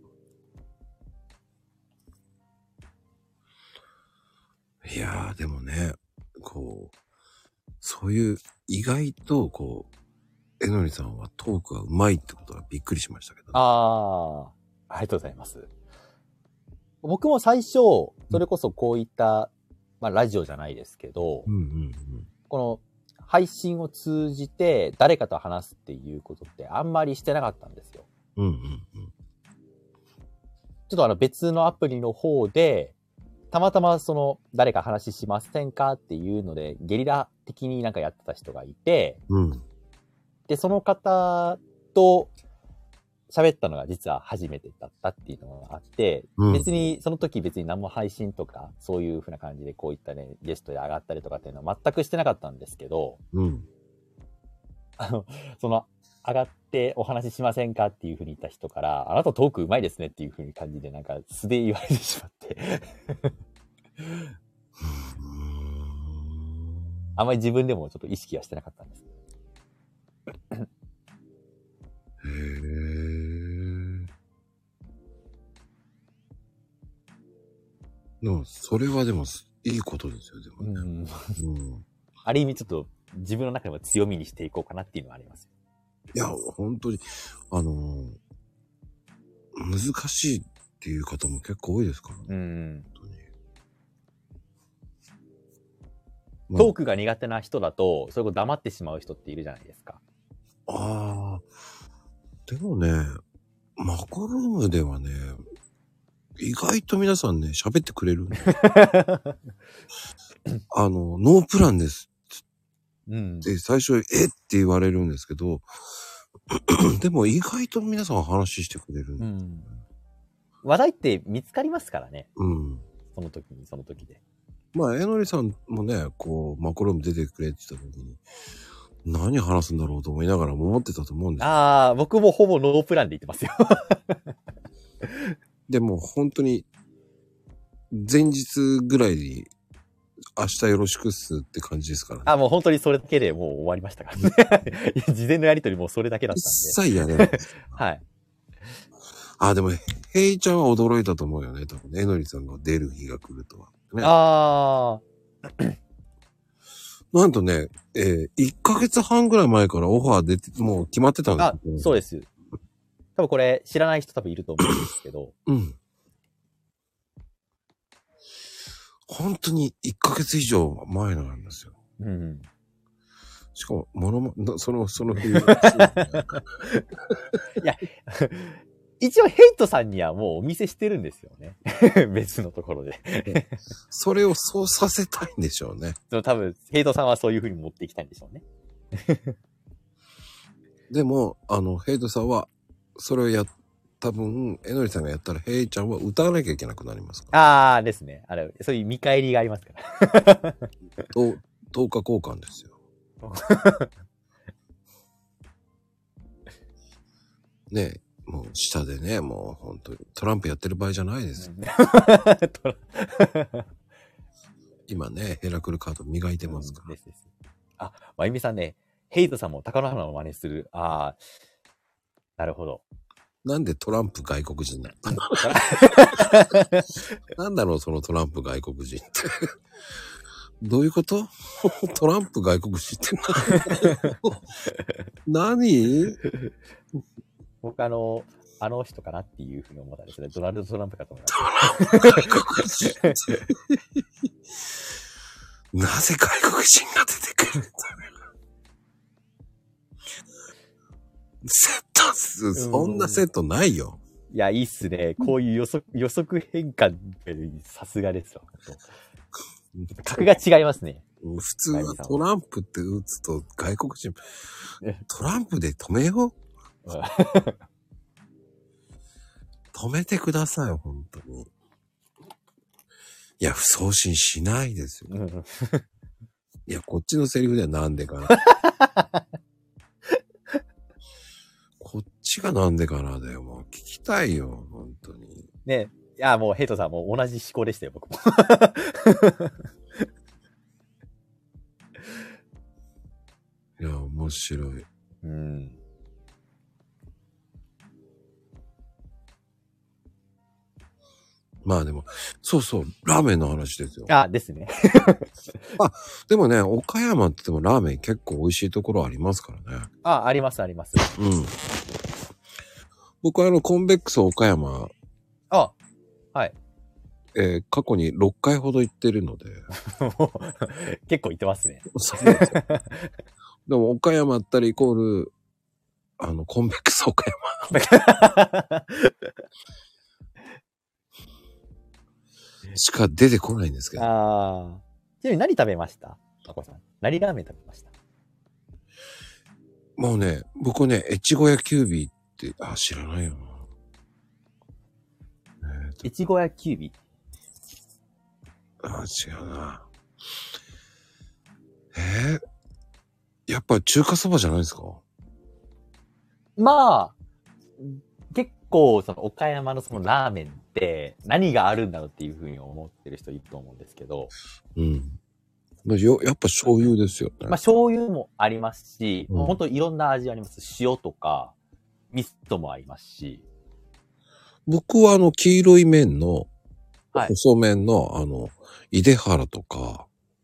いやー、でもね、そういう意外と、えのりさんはトークが上手いってことはびっくりしましたけど、ね。 ありがとうございます。僕も最初、それこそこういった、ラジオじゃないですけど、この配信を通じて誰かと話すっていうことってあんまりしてなかったんですよ。ちょっと別のアプリの方で、たまたま誰か話しませんかっていうので、ゲリラ的になんかやってた人がいて、で、その方と喋ったのが実は初めてだったっていうのがあって、別に、その時別に何も配信とか、そういう風な感じでこういったね、ゲストで上がったりとかっていうのは全くしてなかったんですけど、 上がってお話ししませんかっていうふうに言った人から、あなたトーク上手いですねっていうふうに感じで、なんか素で言われてしまって。あんまり自分でもちょっと意識はしてなかったんです。 へー。でも、それはでも、いいことですよ、でもね。 ある意味ちょっと自分の中でも強みにしていこうかなっていうのはあります。 いや、本当に、難しいっていう方も結構多いですからね。本当に。 トークが苦手な人だと、それこそ黙ってしまう人っているじゃないですか。 ああ。でもね、マコルームではね、意外と皆さんね、喋ってくれるんで。ノープランです。で、最初、えって言われるんですけど、でも意外と皆さん話してくれる、 話題って見つかりますからね。その時で。 まあ、えのりさんもね、こう、マコルーム出てくれって言った時に、何話すんだろうと思いながらも思ってたと思うんですよ。 ああ、僕もほぼノープランで言ってますよ。 でも本当に、前日ぐらいに、明日よろしくっすって感じですからね。 もう本当にそれだけでもう終わりましたからね。事前のやりとりもそれだけだったんで。 一切やれない。 はい。 でも、ヘイちゃんは驚いたと思うよね。多分ね、えのりさんが出る日が来るとは。ね、なんとね、1ヶ月半ぐらい前からオファー出て、もう決まってたんですよ。そうです。多分これ知らない人多分いると思うんですけど。 本当に1ヶ月以上前なんですよ。しかも、その冬。いや、一応ヘイトさんにはもうお見せしてるんですよね。別のところで。 それをそうさせたいんでしょうね。 多分、ヘイトさんはそういう風に持っていきたいんでしょうね。 でも、ヘイトさんは、それを多分、えのりさんがやったら、ヘイちゃんは歌わなきゃいけなくなりますから。ですね。そういう見返りがありますから。 10日交換ですよ。ねえ、もう下でね、もう本当にトランプやってる場合じゃないです。今ね、ヘラクルカード磨いてますから。 まゆみさんね、ヘイトさんも高野花の真似する。なるほど。 なんでトランプ外国人なのなんだろう、そのトランプ外国人って。どういうことトランプ外国人って何僕あの人かなっていうふうに思ったんですね。ドナルド・トランプかと思いました。なぜ外国人が出てくるんだセットそんなセットないよ。 いや、いいっすね。こういう予測変換さすがですわ。格が違いますね。 普通はトランプって打つと外国人、トランプで止めよう止めてください、本当に。いや、送信しないですよ。いや、こっちのセリフではなんでかな。こっちがなんでかなだよ。もう聞きたいよ、本当に。 ね。いや、もうヘイトさんも同じ思考でしたよ、僕も。 いや、面白い。まあでも、そうそう、ラーメンの話ですよ。 ですね。 でもね、岡山って言ってもラーメン結構美味しいところありますからね。 あります、あります。 僕はコンベックス岡山。 はい。 過去に6回ほど行ってるので。 結構行ってますね。 でも岡山あったらイコール、コンベックス岡山。しか出てこないんですけど。 ちなみに何食べましたまこさん。何ラーメン食べました？ もうね、僕ね、越後屋キュービーって、知らないよな。 越後屋キュービー。違うな。やっぱ中華そばじゃないですか？ まあ、結構、その岡山のそのラーメンって何があるんだろうっていうふうに思ってる人いると思うんですけど。 うん。やっぱ醤油ですよね。 まあ醤油もありますし、 うん、 本当いろんな味あります。塩とか、味噌もありますし。 僕は黄色い麺の、 はい、 細麺の井出原とか、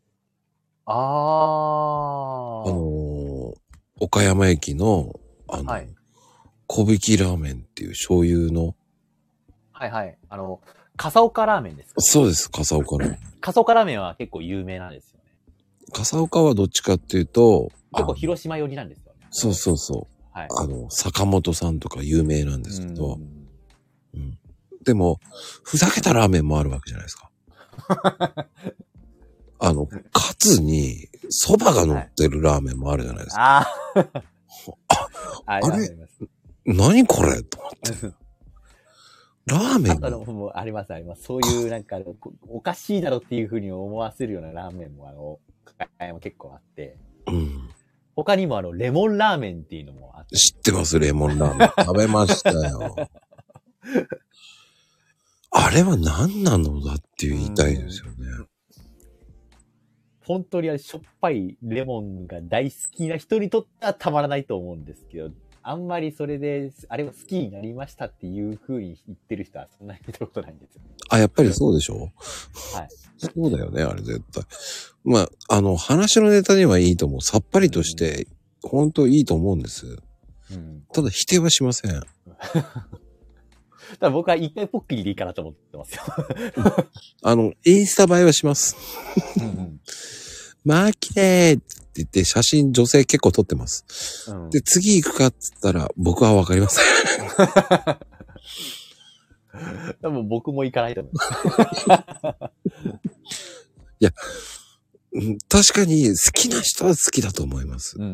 岡山駅の、 はい、 小引きラーメンっていう醤油の。 はいはい。笠岡ラーメンですか？ そうです、笠岡ラーメン。 笠岡ラーメンは結構有名なんですよね。 笠岡はどっちかっていうと、 結構広島寄りなんですよね。 そうそうそう。 はい。 坂本さんとか有名なんですけど、うん。でも、ふざけたラーメンもあるわけじゃないですか。カツに蕎麦が乗ってるラーメンもあるじゃないですか。あれ何これと思って。ラーメンもありますあります。そういうなんかおかしいだろっていう風に思わせるようなラーメンも結構あって。 うん。 他にもレモンラーメンっていうのもあって。 知ってます、レモンラーメン。食べましたよ。あれは何なのだって言いたいですよね。 本当にしょっぱいレモンが大好きな人にとってはたまらないと思うんですけど、あんまりそれで、あれを好きになりましたっていう風に言ってる人はそんなに見たことないんですよね。 あ、やっぱりそうでしょ？はい。そうだよね、あれ絶対。まあ、話のネタにはいいと思う。さっぱりとして、本当いいと思うんです。うん、ただ否定はしません。 ただ僕は一回ポッキリでいいかなと思ってますよ。 インスタ映えはします。まあ、綺麗って言って写真女性結構撮ってます。うん、で、次行くかって言ったら僕はわかりません。 多分僕も行かないと思う。 いや、確かに好きな人は好きだと思います。うん、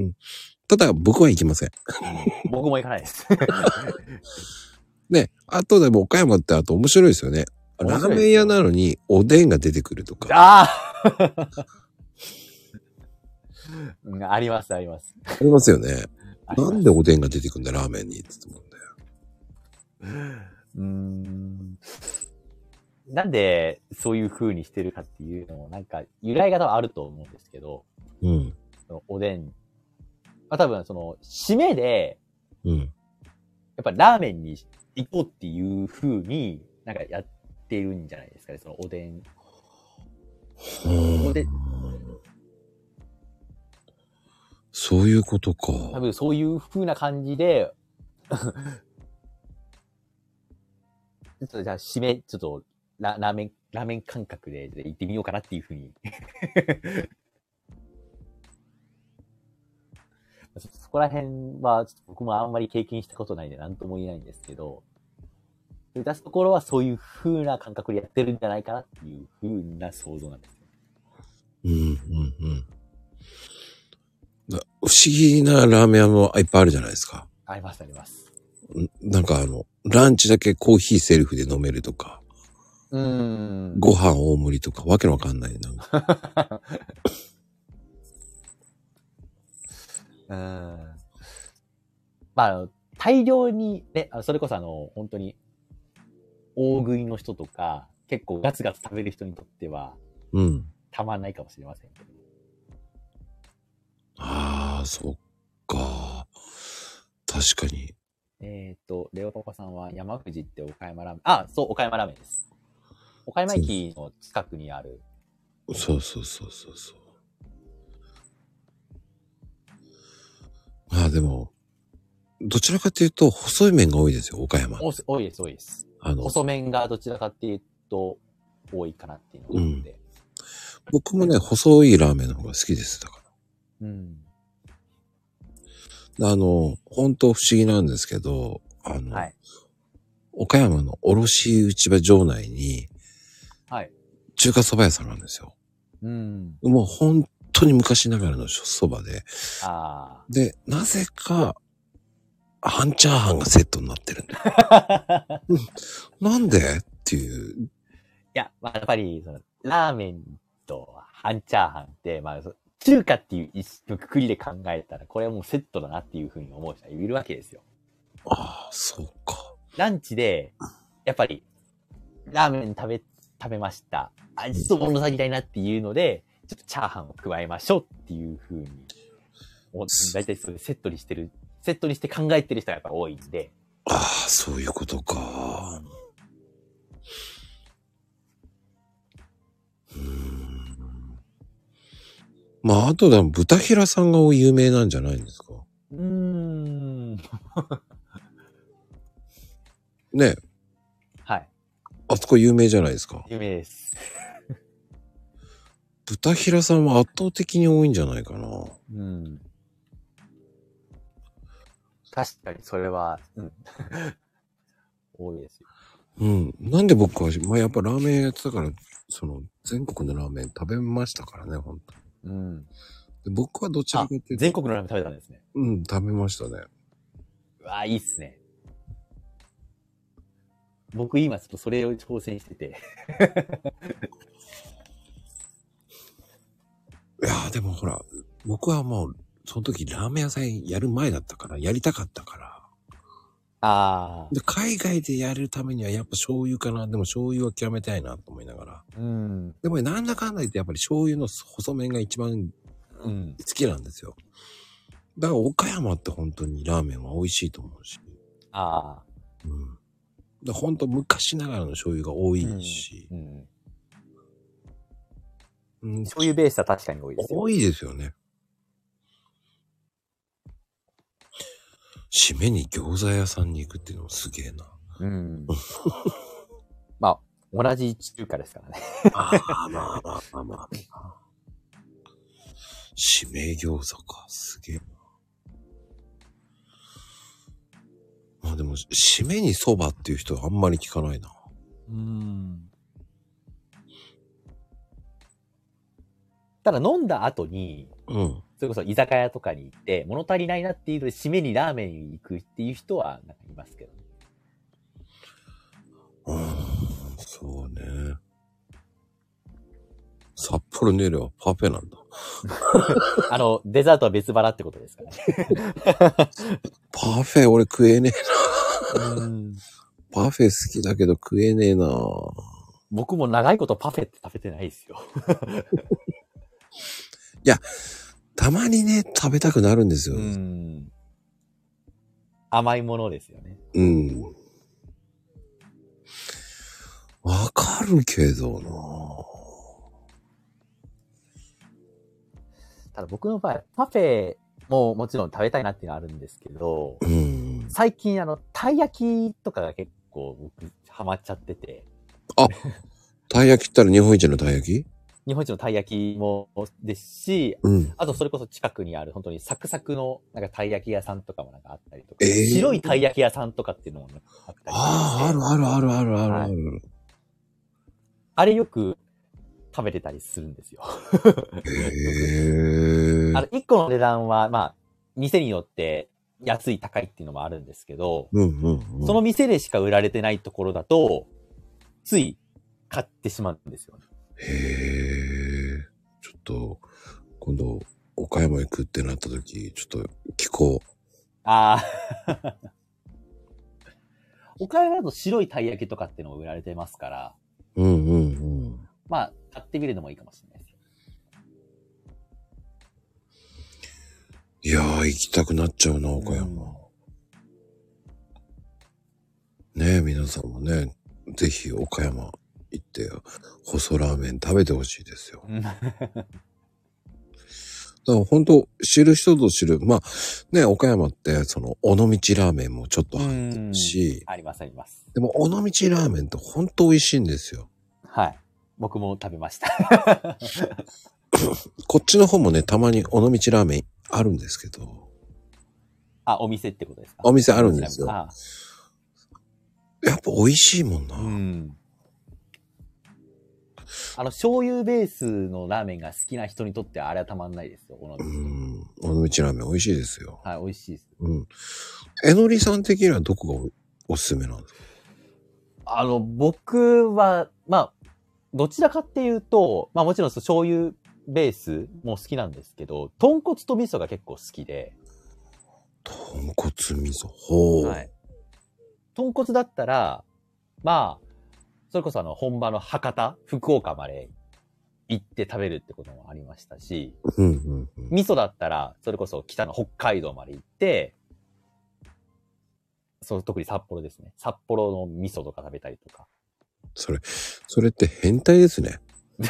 ただ僕は行きません。 僕も行かないです。 ね、あとでも岡山ってあと面白いですよね。ラーメン屋なのにおでんが出てくるとか。 あありますあります。 ありますよね。なんでおでんが出てくるんだラーメンにって思うんだよ。なんでそういう風にしてるかっていうのもなんか由来が多分あると思うんですけど。うん。そのおでん。多分締めで。うん。やっぱラーメンに行こうっていう風になんかやってるんじゃないですかね、そのおでん。 おでん。そういうことか。 多分そういう風な感じで、ちょっとじゃあ締め、ちょっとラーメン感覚で行ってみようかなっていう風に。そこら辺はちょっと僕もあんまり経験したことないんで何とも言えないんですけど、出すところはそういう風な感覚でやってるんじゃないかなっていう風な想像なんですよ。 不思議なラーメン屋もいっぱいあるじゃないですか。 ありますあります。 なんかランチだけコーヒーセルフで飲めるとか。ご飯大盛りとかわけのわかんないなんか。 まあ大量にね、それこそ本当に大食いの人とか結構ガツガツ食べる人にとっては、たまんないかもしれませんけど。 ああ、そっか。確かに。 レオパパさんは山藤って岡山ラーメン。あ、そう、岡山ラーメンです。岡山駅の近くにある。 そう。まあでも、どちらかというと細い麺が多いですよ、岡山。 多いです。細麺がどちらかっていうと多いかなっていうのがあって。 僕もね、細いラーメンの方が好きです、だから。本当不思議なんですけど、はい、岡山の卸市場場内に、はい、中華蕎麦屋さんなんですよ。もう本当に昔ながらの蕎麦で、で、なぜか、半チャーハンがセットになってるんだ。なんでっていう。 いや、まあ、やっぱり、ラーメンと半チャーハンって、まあ、 中華っていう一のくくりで考えたら、これはもうセットだなっていうふうに思う人がいるわけですよ。 ああ、そうか。 ランチで、やっぱり、ラーメン食べました。あ、ちょっと物足りないなっていうので、ちょっとチャーハンを加えましょうっていうふうに、だいたいそれセットにして考えてる人がやっぱ多いんで。 ああ、そういうことか。まあ、あとでも豚平さんが有名なんじゃないんですか。ね。 はい。 あそこ有名じゃないですか。 有名です。 豚平さんは圧倒的に多いんじゃないかな。 うん。確かにそれは、多いですよ。 うん。なんで僕は、まあ、やっぱラーメンやってたから、全国のラーメン食べましたからね、本当に。うん。で僕はどちらかというと。 全国のラーメン食べたんですね。 うん、食べましたね。 うわぁ、いいっすね。僕今ちょっとそれを挑戦してて。 いやーでもほら、僕はもう、その時ラーメン屋さんやる前だったから、やりたかったから。 ああ。 で、海外でやるためにはやっぱ醤油かな。でも醤油は極めたいなと思いながら。 うん。 でもなんだかんだ言ってやっぱり醤油の細麺が一番好きなんですよ。だから岡山って本当にラーメンは美味しいと思うし。 ああ。 うん。だから本当昔ながらの醤油が多いし。 醤油ベースは確かに多いですよ。 多いですよね。締めに餃子屋さんに行くっていうのもすげえな。うん。 まあ、同じ中華ですからね。 まあ。締め餃子か。すげえな。まあでも、締めに蕎麦っていう人はあんまり聞かないな。 ただ飲んだ後に、それこそ居酒屋とかに行って、物足りないなっていうので、締めにラーメンに行くっていう人は、なんかいますけど。 そうね。札幌の夜はパフェなんだ。 デザートは別腹ってことですからね。 パフェ俺食えねえな。パフェ好きだけど食えねえな。 僕も長いことパフェって食べてないですよ。 いや、たまにね、食べたくなるんですよ。 甘いものですよね。 わかるけどな。 ただ僕の場合、パフェももちろん食べたいなっていうのはあるんですけど、最近たい焼きとかが結構僕ハマっちゃってて。 あ、たい焼きったら日本一のたい焼き？ 日本一のたい焼きもですし、あとそれこそ近くにある本当にサクサクのなんかたい焼き屋さんとかもなんかあったりとか、白いたい焼き屋さんとかっていうのもあったりとか。 ある。 あれよく食べてたりするんですよ。1個の値段はまあ店によって安い高いっていうのもあるんですけど、その店でしか売られてないところだとつい買ってしまうんですよね。 ちょっと、今度、岡山行くってなった時、ちょっと聞こう。 岡山だと白いたい焼きとかっていうのも売られてますから。まあ、買ってみるのもいいかもしれないですよ。 いやー、行きたくなっちゃうな、岡山。ねえ、皆さんもね、ぜひ岡山行って、細ラーメン食べてほしいですよ。だから本当知る人ぞ知る。まあ、ね、岡山って、尾道ラーメンもちょっとあるし。 あります。 でも、尾道ラーメンって本当美味しいんですよ。 はい。僕も食べました。 こっちの方もね、たまに尾道ラーメンあるんですけど。 あ、お店ってことですか？ お店あるんですよ。やっぱ美味しいもんな。 醤油ベースのラーメンが好きな人にとってはあれはたまんないですよ。 尾道ラーメン美味しいですよ。 はい、美味しいです。 えのりさん的にはどこがおすすめなんですか？ 僕は、まあ、どちらかっていうと、まあもちろん醤油ベースも好きなんですけど、豚骨と味噌が結構好きで。 豚骨味噌。ほう。 はい。豚骨だったら、まあ、それこそ本場の博多、福岡まで行って食べるってこともありましたし、 うんうんうん、 味噌だったら、それこそ北の北海道まで行って、特に札幌ですね。札幌の味噌とか食べたりとか。 それって変態ですね。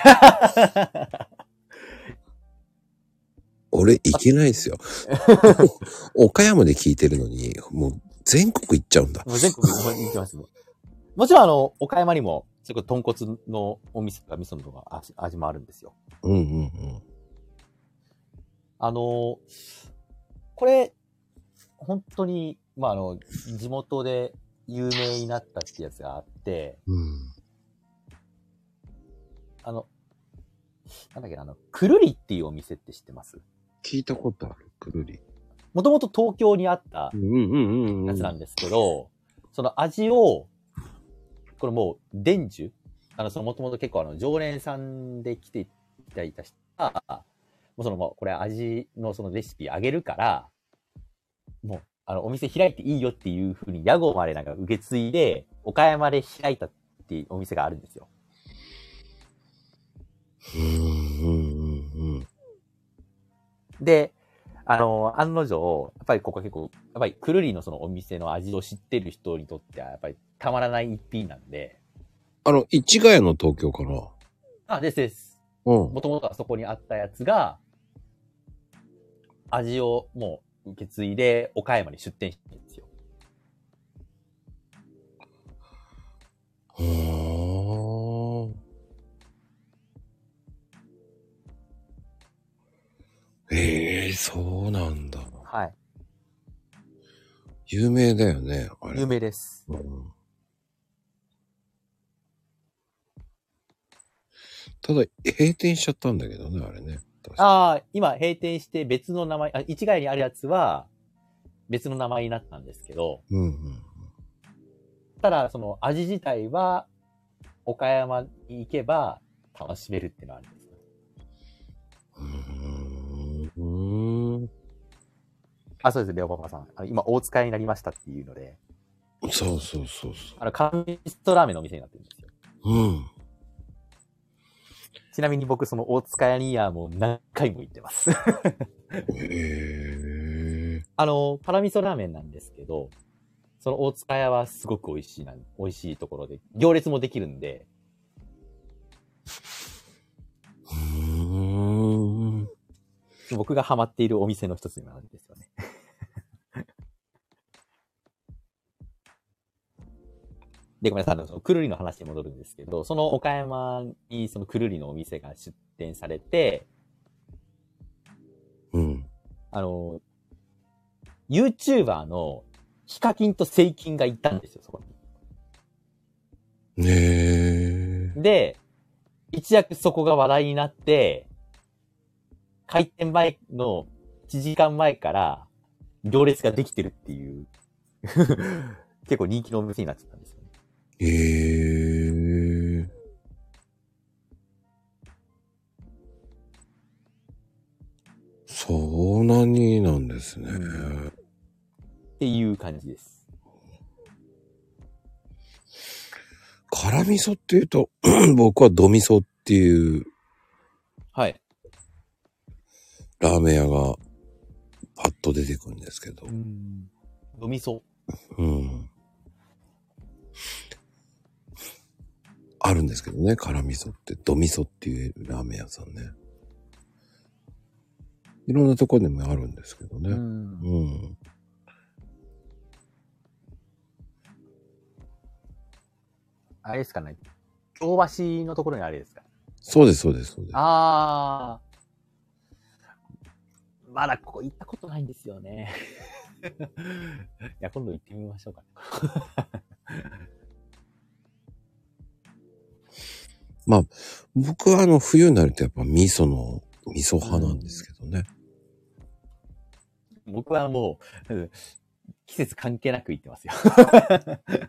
俺いけないですよ。岡山で聞いてるのに、もう全国行っちゃうんだ。 もう全国行きます。もちろん岡山にも、それこそ豚骨のお店とか味噌のとか味もあるんですよ。 うんうんうん。 これ、本当に、まあ地元で有名になったってやつがあって、 うん、 なんだっけくるりっていうお店って知ってます？ 聞いたことある、くるり。 もともと東京にあったやつなんですけど、その味を、これもう伝授もともと結構常連さんで来ていただいた人が、もうこれ味のそのレシピあげるから、もう、お店開いていいよっていう風に屋号までなんか受け継いで、岡山で開いたっていうお店があるんですよ。で、案の定、やっぱりここ結構、やっぱりくるりのそのお店の味を知ってる人にとっては、やっぱりたまらない一品なんで。 市ヶ谷の東京かな？ あ、です。 うん。 もともとはそこにあったやつが、味をもう受け継いで岡山に出店してるんですよ。 そうなんだ。 はい。 有名だよね、あれ。 有名です。 うん、ただ、閉店しちゃったんだけどね、あれね。 ああ、今閉店して別の名前、市ヶ谷にあるやつは別の名前になったんですけど、 うんうん、 ただその味自体は岡山に行けば楽しめるっていうのはあるんですよ。あ、そうです、レオパパさん。今大塚になりましたっていうので。 そう。 カミストラーメンのお店になってるんですよ。 うん。 ちなみに僕その大塚屋にはもう何回も行ってます。パラミソラーメンなんですけど、その大塚屋はすごく美味しいところで、行列もできるんで。僕がハマっているお店の一つになるんですよね。で、ごめんなさい、そのくるりの話に戻るんですけど、その岡山にそのくるりのお店が出店されて、 うん。 YouTuber のヒカキンとセイキンがいたんですよ、そこに。で、一躍そこが話題になって、開店前の1時間前から行列ができてるっていう、結構人気のお店になっちゃったんですよね。 そうなになんですね。 っていう感じです。 辛味噌っていうと、僕はド味噌っていう、 はい。 ラーメン屋がパッと出てくるんですけど。 ド味噌。 うん。あるんですけどね、辛味噌って、ド味噌っていうラーメン屋さんね。いろんなところでもあるんですけどね。 あれですかね。京橋のところにあれですか？ そうです。 あー。まだここ行ったことないんですよね。いや、今度行ってみましょうかね。 まあ、僕は冬になるとやっぱ味噌派なんですけどね。 僕はもう、季節関係なく行ってますよ。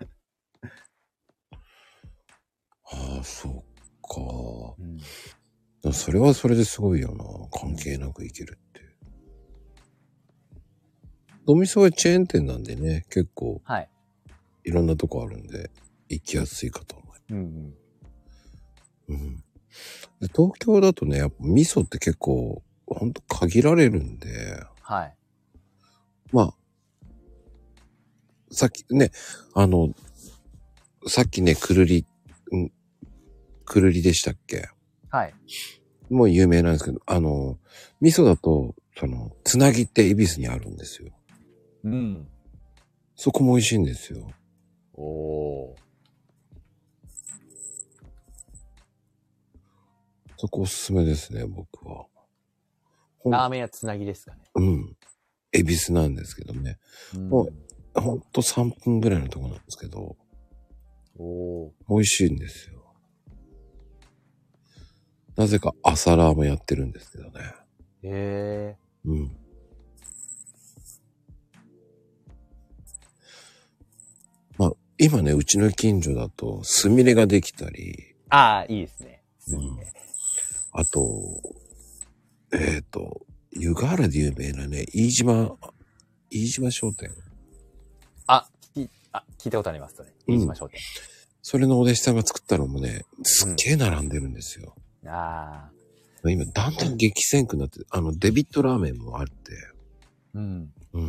ああ、そっか。 それはそれですごいよな。関係なくいけるって。ドミソはチェーン店なんでね、結構はい。 いろんなとこあるんで、行きやすいかと思う。 うんうん。で東京だとね、やっぱ味噌って結構、ほんと限られるんで、 はい。 まあ、さっきね、さっきね、くるりでしたっけ？ はい。 もう有名なんですけど、味噌だと、つなぎって恵比寿にあるんですよ。 うん。 そこも美味しいんですよ。 おー。 そこおすすめですね、僕は。 ラーメン屋つなぎですかね。 うん。恵比寿なんですけどね。もう、ほんと3分ぐらいのとこなんですけど、 おー。 美味しいんですよ。なぜか朝ラーもやってるんですけどね。 へうん。まあ、今ね、うちの近所だと、スミレができたり、 ああ、いいですね。 あと、湯河原で有名なね、飯島商店。 聞いたことあります、それ。飯島商店。 それのお弟子さんが作ったのもね、すっげえ並んでるんですよ。 あ今、だんだん激戦区になって、デビットラーメンもあって、 あ。うん。 うん。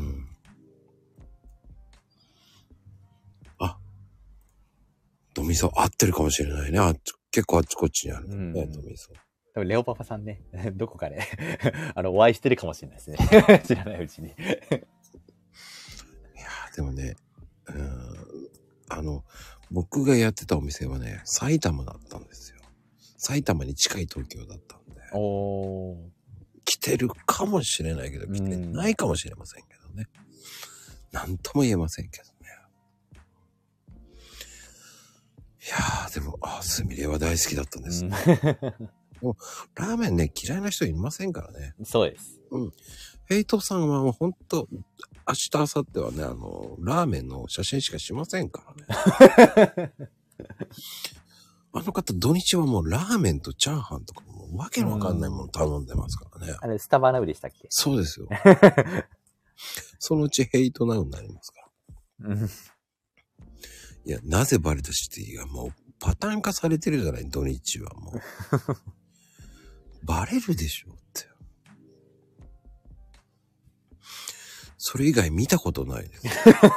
あ、ドミソ合ってるかもしれないね。結構あっちこっちにあるね、ドミソ。 多分レオパパさんね、どこかでお会いしてるかもしれないですね。知らないうちに。いやーでもね、僕がやってたお店はね、埼玉だったんですよ。埼玉に近い東京だったんで。 おー。 来てるかもしれないけど、来てないかもしれませんけどね。なんとも言えませんけどね。いやー、でも、スミレは大好きだったんです。もう、ラーメンね、嫌いな人いませんからね。 そうです。 うん。ヘイトさんはもうほんと、明日、明後日はね、ラーメンの写真しかしませんからね。あの方、土日はもうラーメンとチャーハンとかもうわけのわかんないもの頼んでますからね。 あれ、スタバナウでしたっけ？ そうですよ。そのうちヘイトナウになりますから。いや、なぜバレたシティがもうパターン化されてるじゃない、土日はもう。バレるでしょって。それ以外見たことないです。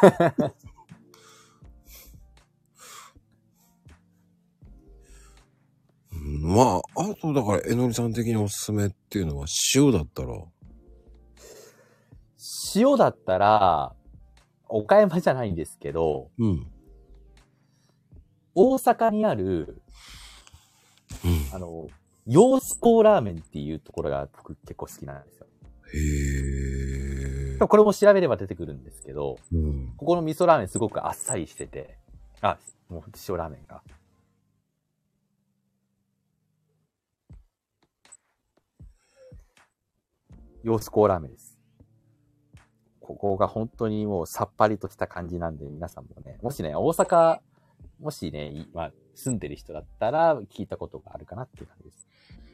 まあ、あとだから、えのりさん的におすすめっていうのは塩だったら塩だったら、岡山じゃないんですけど、 うん。 大阪にある、洋子港ラーメンっていうところが僕結構好きなんですよ。 へこれも調べれば出てくるんですけど、 うん。 ここの味噌ラーメンすごくあっさりしてて、もう塩ラーメンが。洋子港ラーメンです。ここが本当にもうさっぱりとした感じなんで、皆さんもね、もしね、大阪、もしね、住んでる人だったら聞いたことがあるかなっていう感じです。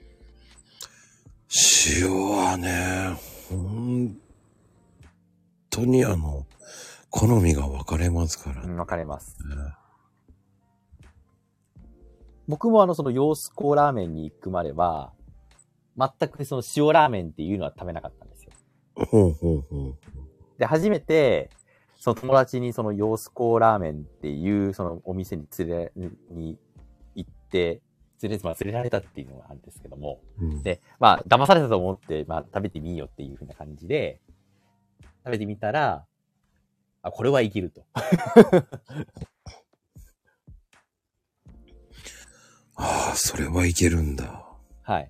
塩はね、本当に好みが分かれますからね。 分かれます。僕もその洋子港ラーメンに行くまでは、全くその塩ラーメンっていうのは食べなかったんですよ。 ほうほうほう。 で、初めて、その友達にその洋子港ラーメンっていうそのお店に行って、連れられたっていうのがあるんですけども、で、騙されたと思って、食べてみようっていう風な感じで、食べてみたら、これはいけると。 それはいけるんだ。 はい。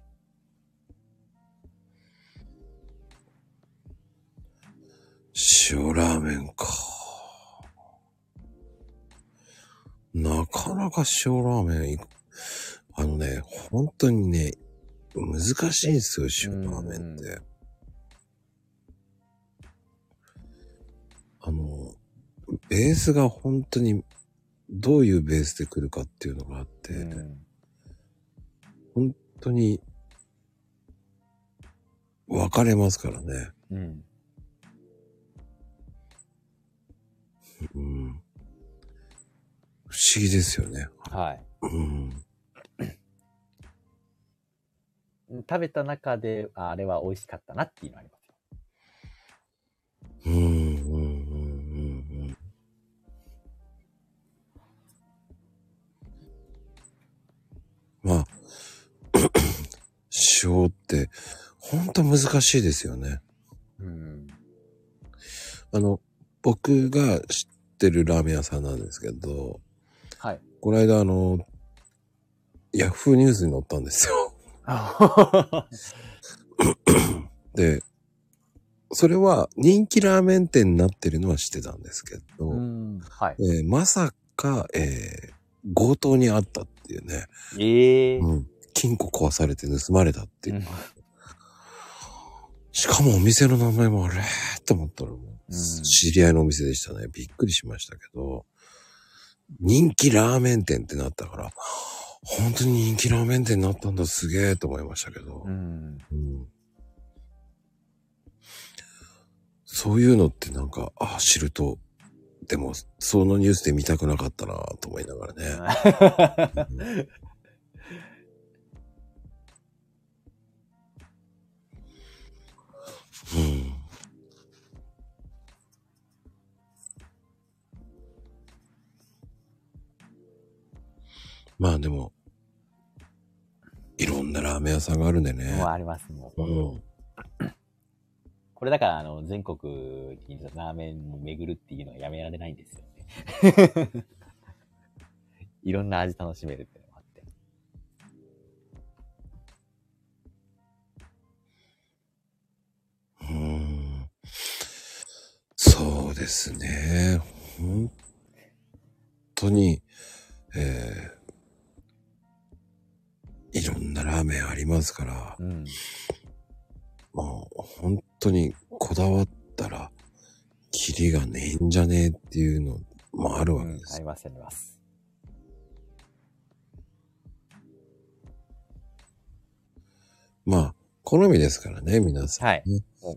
塩ラーメンか。なかなか塩ラーメン、本当にね、難しいんですよ、塩ラーメンって。ベースが本当にどういうベースで来るかっていうのがあって、本当に分かれますからね。 うん。 うん。不思議ですよね。 はい。 うん。 食べた中で、あれは美味しかったなっていうのありますよ。 うんうんうんうんうん。まあ、塩ってほんと難しいですよね。 うん。 僕が知ってるラーメン屋さんなんですけど、 はい。 この間ヤフーニュースに載ったんですよ。で、それは人気ラーメン店になってるのは知ってたんですけど、 はい。 まさか、強盗にあったっていうね。うん。金庫壊されて盗まれたっていう。しかもお店の名前もあれと思ったらもう、知り合いのお店でしたね。びっくりしましたけど、人気ラーメン店ってなったから、本当に人気ラーメン店になったんだ、すげえと思いましたけど、そういうのってなんか、知ると、でも、そのニュースで見たくなかったなと思いながらね。うん。まあでも、いろんなラーメン屋さんがあるんでね。 もうあります、もう。うん。これだから、全国にラーメンを巡るっていうのはやめられないんですよね。いろんな味楽しめるっていうのがあって。 そうですね。本当に、いろんなラーメンありますから、もう本当にこだわったら、キリがねえんじゃねえっていうのもあるわけです。 あります、あります。 まあ、好みですからね、皆さん、ね。はい。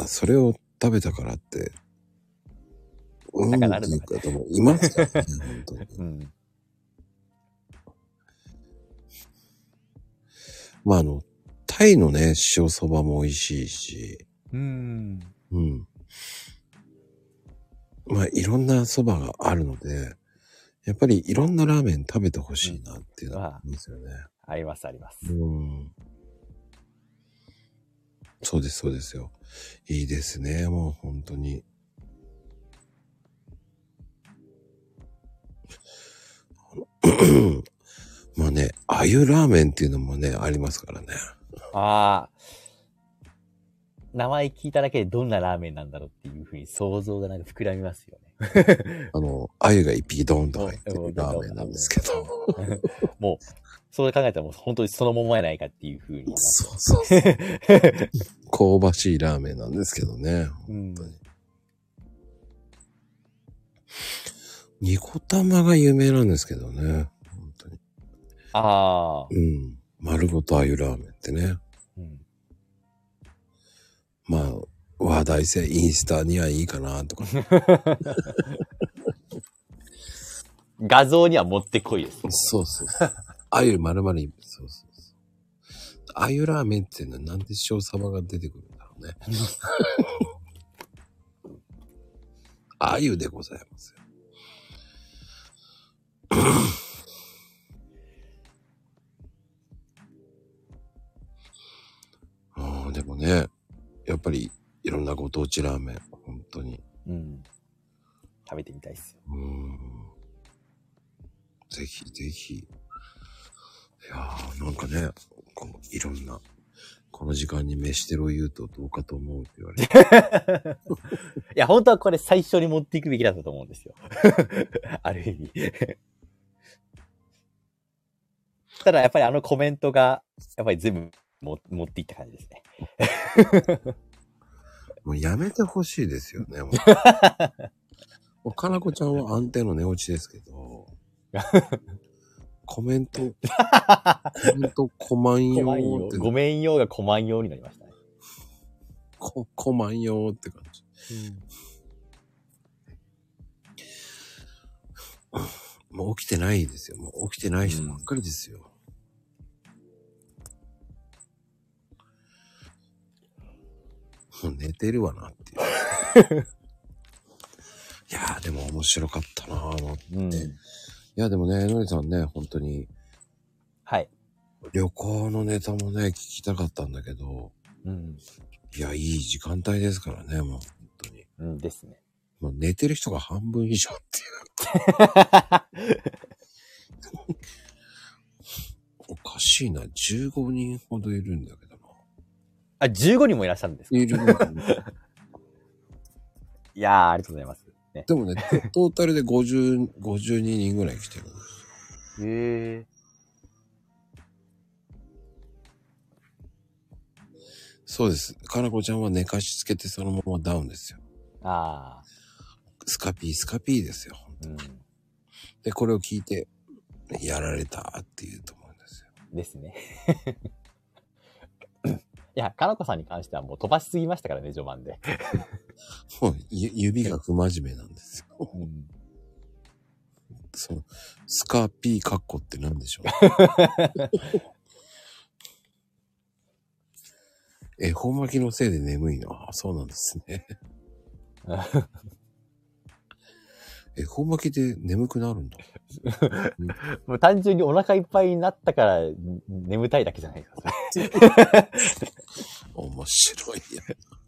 それを食べたからって、っていう方もいますからね、本当に。まあタイのね、塩そばも美味しいし。うん。まあ、いろんなそばがあるので、やっぱりいろんなラーメン食べてほしいなっていうのがありますよね。 あります、あります。 そうです、そうですよ。いいですね、もう本当に。まあね、あゆラーメンっていうのもね、ありますからね。 名前聞いただけでどんなラーメンなんだろうっていうふうに想像がなんか膨らみますよね。 あゆが一匹ドーンと入ってるラーメンなんですけど。 もう、そう考えたらもう本当にそのままやないかっていうふうに。 そうそうそう。香ばしいラーメンなんですけどね。本当に。ニコ玉が有名なんですけどね。本当に。丸ごとあゆラーメンってね。まあ、話題性インスタにはいいかなとか。 画像には持ってこいです。 そうそう。あゆ丸々、そうそうそう。あゆラーメンっていうのはなんで塩サバが出てくるんだろうね。あゆでございますよ。でもね、やっぱりいろんなご当地ラーメン、本当に。 食べてみたいっすよ。 ぜひぜひ。いやー、なんかね、いろんな、この時間に飯テロ言うとどうかと思うって言われて。 いや、本当はこれ最初に持っていくべきだったと思うんですよ。ある意味。ただやっぱりコメントが、やっぱり全部持っていった感じですね。 もうやめてほしいですよね。もうかなこちゃんは安定の寝落ちですけど、 コメントこまんよーって。 ごめんよがこまんようになりましたね。 こまんよーって感じ。もう起きてないですよ。もう起きてない人ばっかりですよ。もう寝てるわなっていう。いやーでも面白かったなぁ思って。いやでもね、のりさんね、本当に。 はい。 旅行のネタもね、聞きたかったんだけど。いや、いい時間帯ですからね、もう本当に。 ですね。 もう寝てる人が半分以上っていう。おかしいな。15人ほどいるんだけどな。 あ、15人もいらっしゃるんですか？ いるのかな。 いやー、ありがとうございます。ね、 でもね、トータルで52人ぐらい来てるんです。 へえ。 そうです。かなこちゃんは寝かしつけてそのままダウンですよ。 ああ。 スカピーですよ。で、これを聞いて、やられたって言うと思うんですよ。 ですね。いや、かなこさんに関してはもう飛ばしすぎましたからね、序盤で。 もう指が不真面目なんですよ。そのスカピーカッコって何でしょう。恵方巻きのせいで眠いの。あ、そうなんですね。恵方巻きで眠くなるんだ。 もう単純にお腹いっぱいになったから眠たいだけじゃないですか。 面白いや。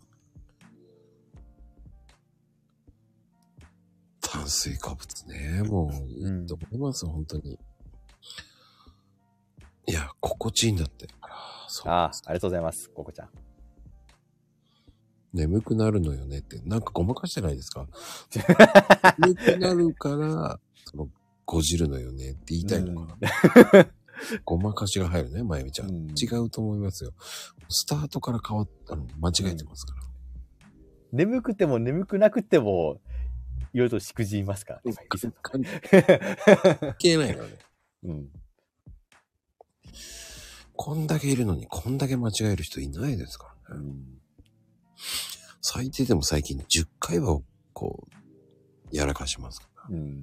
炭水化物ね。もういいと思います、本当に。いや、心地いいんだって。 ありがとうございます、ココちゃん。 眠くなるのよねって、なんかごまかしてないですか？眠くなるから、ごじるのよねって言いたいのかな。ごまかしが入るね、まゆみちゃん。違うと思いますよ。スタートから間違えてますから。 眠くても眠くなくても、いろいろとしくじりますからね。 関係ないからね。こんだけいるのに、こんだけ間違える人いないですからね。最低でも最近10回はやらかしますから。 い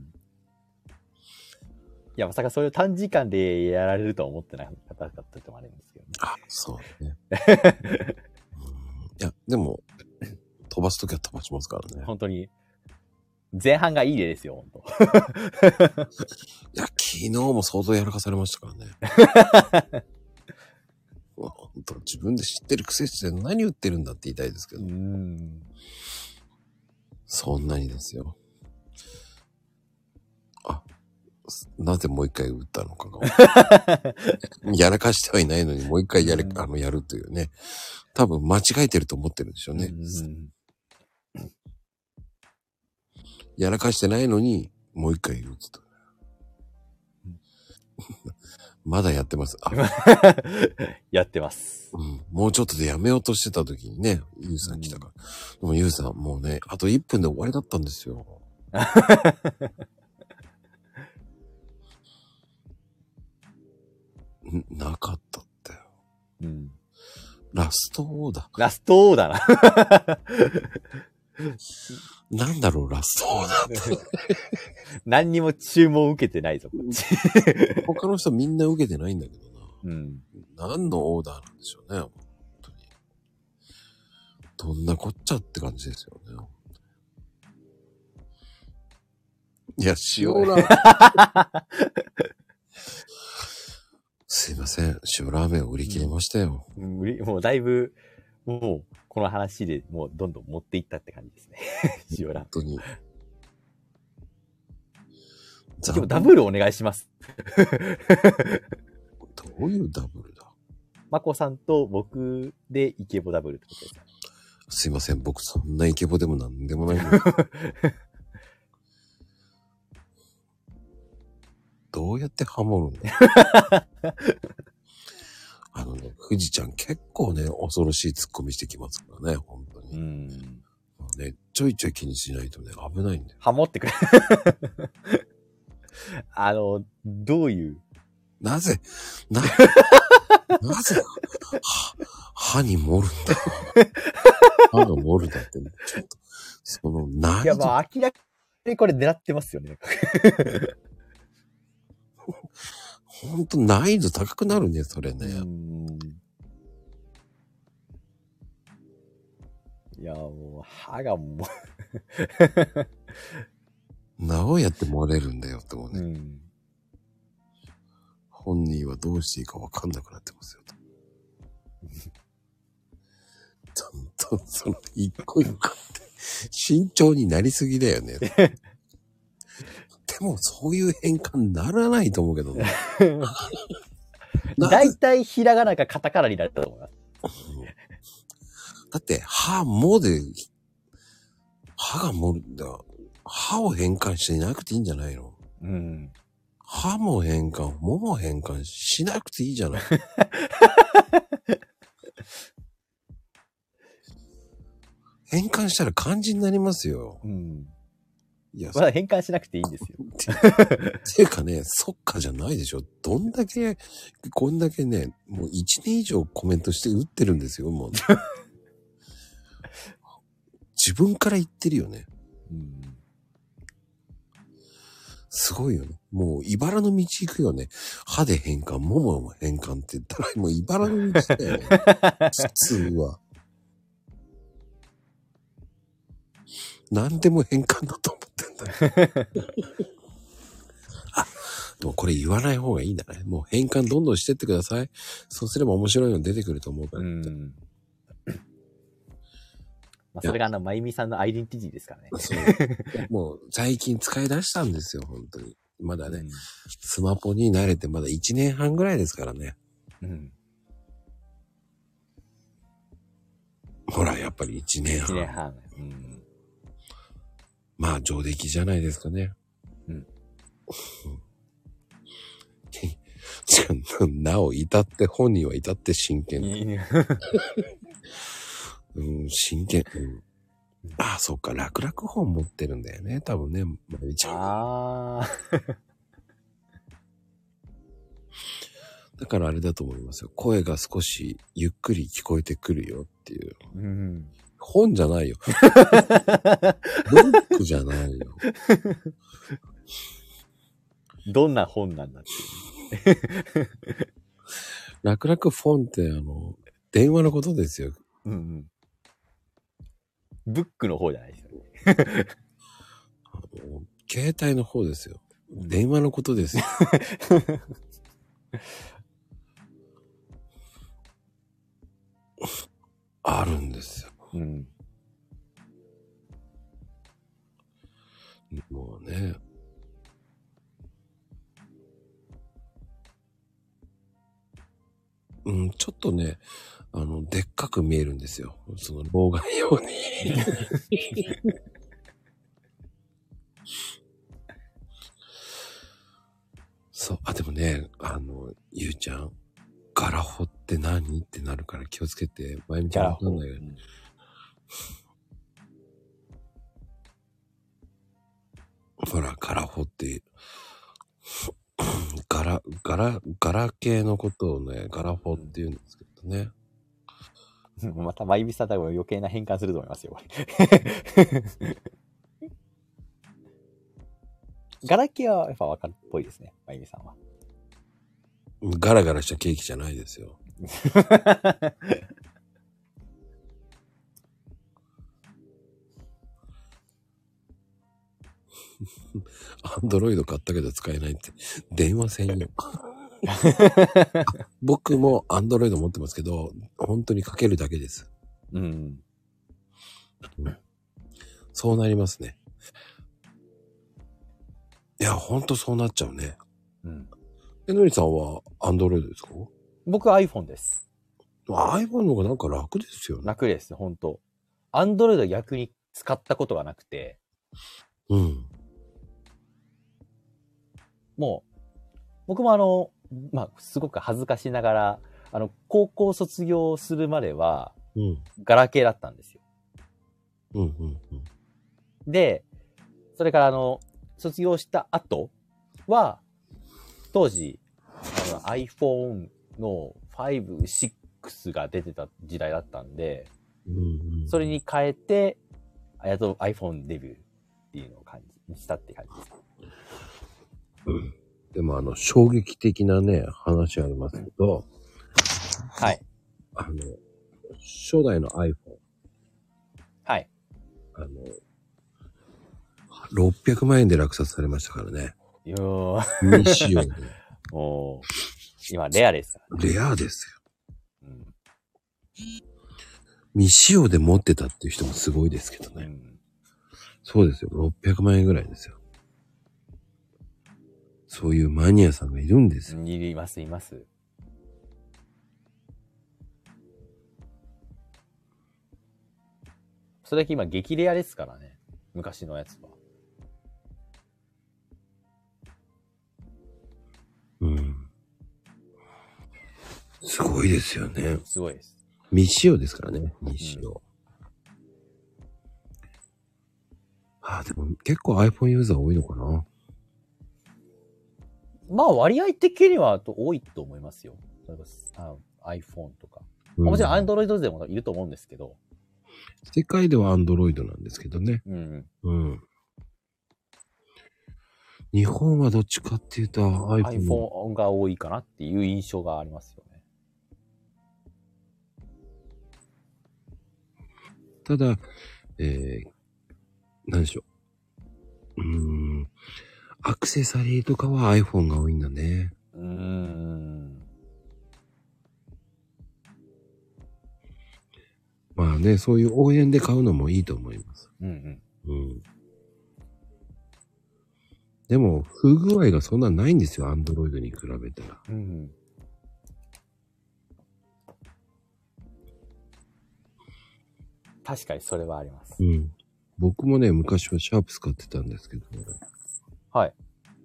や、まさかそういう短時間でやられるとは思ってなかったともあるんですけどね。 あ、そうね。いや、でも、飛ばすときは飛ばしますからね。 本当に。前半がいい例ですよ、本当。 いや、昨日も相当やらかされましたからね。本当自分で知ってるくせして何言ってるんだって言いたいですけど。そんなにですよ。なぜもう一回打ったのかが。やらかしてはいないのにもう一回やるというね。多分間違えてると思ってるんでしょうね。やらかしてないのにもう一回打つと。まだやってます。 やってます。 もうちょっとでやめようとしてた時にね、ゆうさん来たから。でもゆうさんもうね、あと1分で終わりだったんですよ。なかったってよ。ラストオーダー。 ラストオーダーな。 なんだろう、ラストオーダーって。 何にも注文受けてないぞ。 他の人みんな受けてないんだけどな。何のオーダーなんでしょうね。本当に。どんなこっちゃって感じですよね。いや、塩ラーメン。すいません。塩ラーメンを売り切れましたよ。 もうだいぶ、もう、この話でもうどんどん持っていったって感じですね。塩ラーメン。 本当に。 でもダブルお願いします。 どういうダブルだ？ まこさんと僕でイケボダブルってことですか？ すいません。僕そんなイケボでもなんでもないんです。どうやってハモるんだ？富士ちゃん結構ね、恐ろしいツッコミしてきますからね、本当に。ね、ちょいちょい気にしないとね、危ないんだよ。 ハモってくれ。どういうなぜ、なぜ、歯に盛るんだ。歯が盛るだって、ちょっと、その、 いや、まあ、明らかにこれ狙ってますよね。 ほんと難易度高くなるね、それね。 いや、もう、歯がもう。なおやって漏れるんだよってもうね。本人はどうしていいかわかんなくなってますよ。ちゃんと、その、一個一個って、慎重になりすぎだよね。でも、そういう変換ならないと思うけどね。 だいたいひらがなかカタカナになると思います。 だって、歯もで、歯がもるんだ。歯を変換していなくていいんじゃないの？ うん。 歯も変換、もも変換しなくていいじゃない。変換したら漢字になりますよ。 うん。 いや、 まだ変換しなくていいんですよ。 ていうかね、そっかじゃないでしょ。どんだけ、こんだけね、もう1年以上コメントして打ってるんですよ、もう。自分から言ってるよね。すごいよね。もう、茨の道行くよね。歯で変換、ももも変換って言ったら、もう茨の道だよね。普通は。何でも変換だと思ってんだよ。あ、でもこれ言わない方がいいんだね。もう変換どんどんしてってください。そうすれば面白いの出てくると思うから。 まあ、それがまゆみさんのアイデンティティですからね。 そう。もう最近使い出したんですよ、本当に。まだね、スマホに慣れてまだ1年半ぐらいですからね。ほら、やっぱり1年半。1年半。まあ、上出来じゃないですかね。なお、至って、本人は至って真剣。真剣。ああ、そっか、楽々本持ってるんだよね、多分ね、まゆみちゃん。ああ。だからあれだと思いますよ。声が少しゆっくり聞こえてくるよっていう。本じゃないよ。文句じゃないよ。 どんな本なんだっていう。 楽々フォンって電話のことですよ。 ブックの方じゃないですよね。 携帯の方ですよ。電話のことですよ。あるんですよ。もうね。ちょっとね、でっかく見えるんですよ。その老眼用に。そう。あ、でもね、ゆうちゃん、ガラホって何ってなるから気をつけて、まゆみちゃんわかんないよね。ほら、ガラホって、ガラ系のことをね、ガラホって言うんですけどね。 また、まゆみさん多分余計な変換すると思いますよ。ガラケーはやっぱわかるっぽいですね、まゆみさんは。 ガラガラしたケーキじゃないですよ。アンドロイド買ったけど使えないって。電話専用。僕もアンドロイド持ってますけど、本当にかけるだけです。そうなりますね。いや、ほんとそうなっちゃうね。のりさんはアンドロイドですか？ 僕は iPhone です。 iPhone の方がなんか楽ですよね。 楽です、ほんと。アンドロイド逆に使ったことがなくて。もう、僕もすごく恥ずかしながら、高校卒業するまでは、ガラケーだったんですよ。で、それから卒業した後は、当時、 iPhone の5、6が出てた時代だったんで、それに変えて、iPhone デビューっていうのを感じにしたって感じです。 でも衝撃的なね、話ありますけど、 はい。 初代の iPhone。 はい。 600万円で落札されましたからね。 未使用で。 もう、今、レアですから、 ね。レアですよ。未使用で持ってたっていう人もすごいですけどね。そうですよ。600万円ぐらいですよ。そういうマニアさんがいるんですよ。 います、います。それだけ今、激レアですからね。昔のやつは。 すごいですよね。 すごいです。 未使用ですからね。未使用。でも結構 iPhone ユーザー多いのかな。 まあ割合的には多いと思いますよ。それこそiPhone とか。もちろん Android でもいると思うんですけど。 世界では Android なんですけどね。日本はどっちかっていうと iPhone が多いかなっていう印象がありますよね。 ただ、何でしょう。アクセサリーとかは iPhone が多いんだね。まあね、そういう応援で買うのもいいと思います。でも、不具合がそんなないんですよ、Android に比べたら。 確かにそれはあります。 僕もね、昔はシャープ使ってたんですけどね。 はい。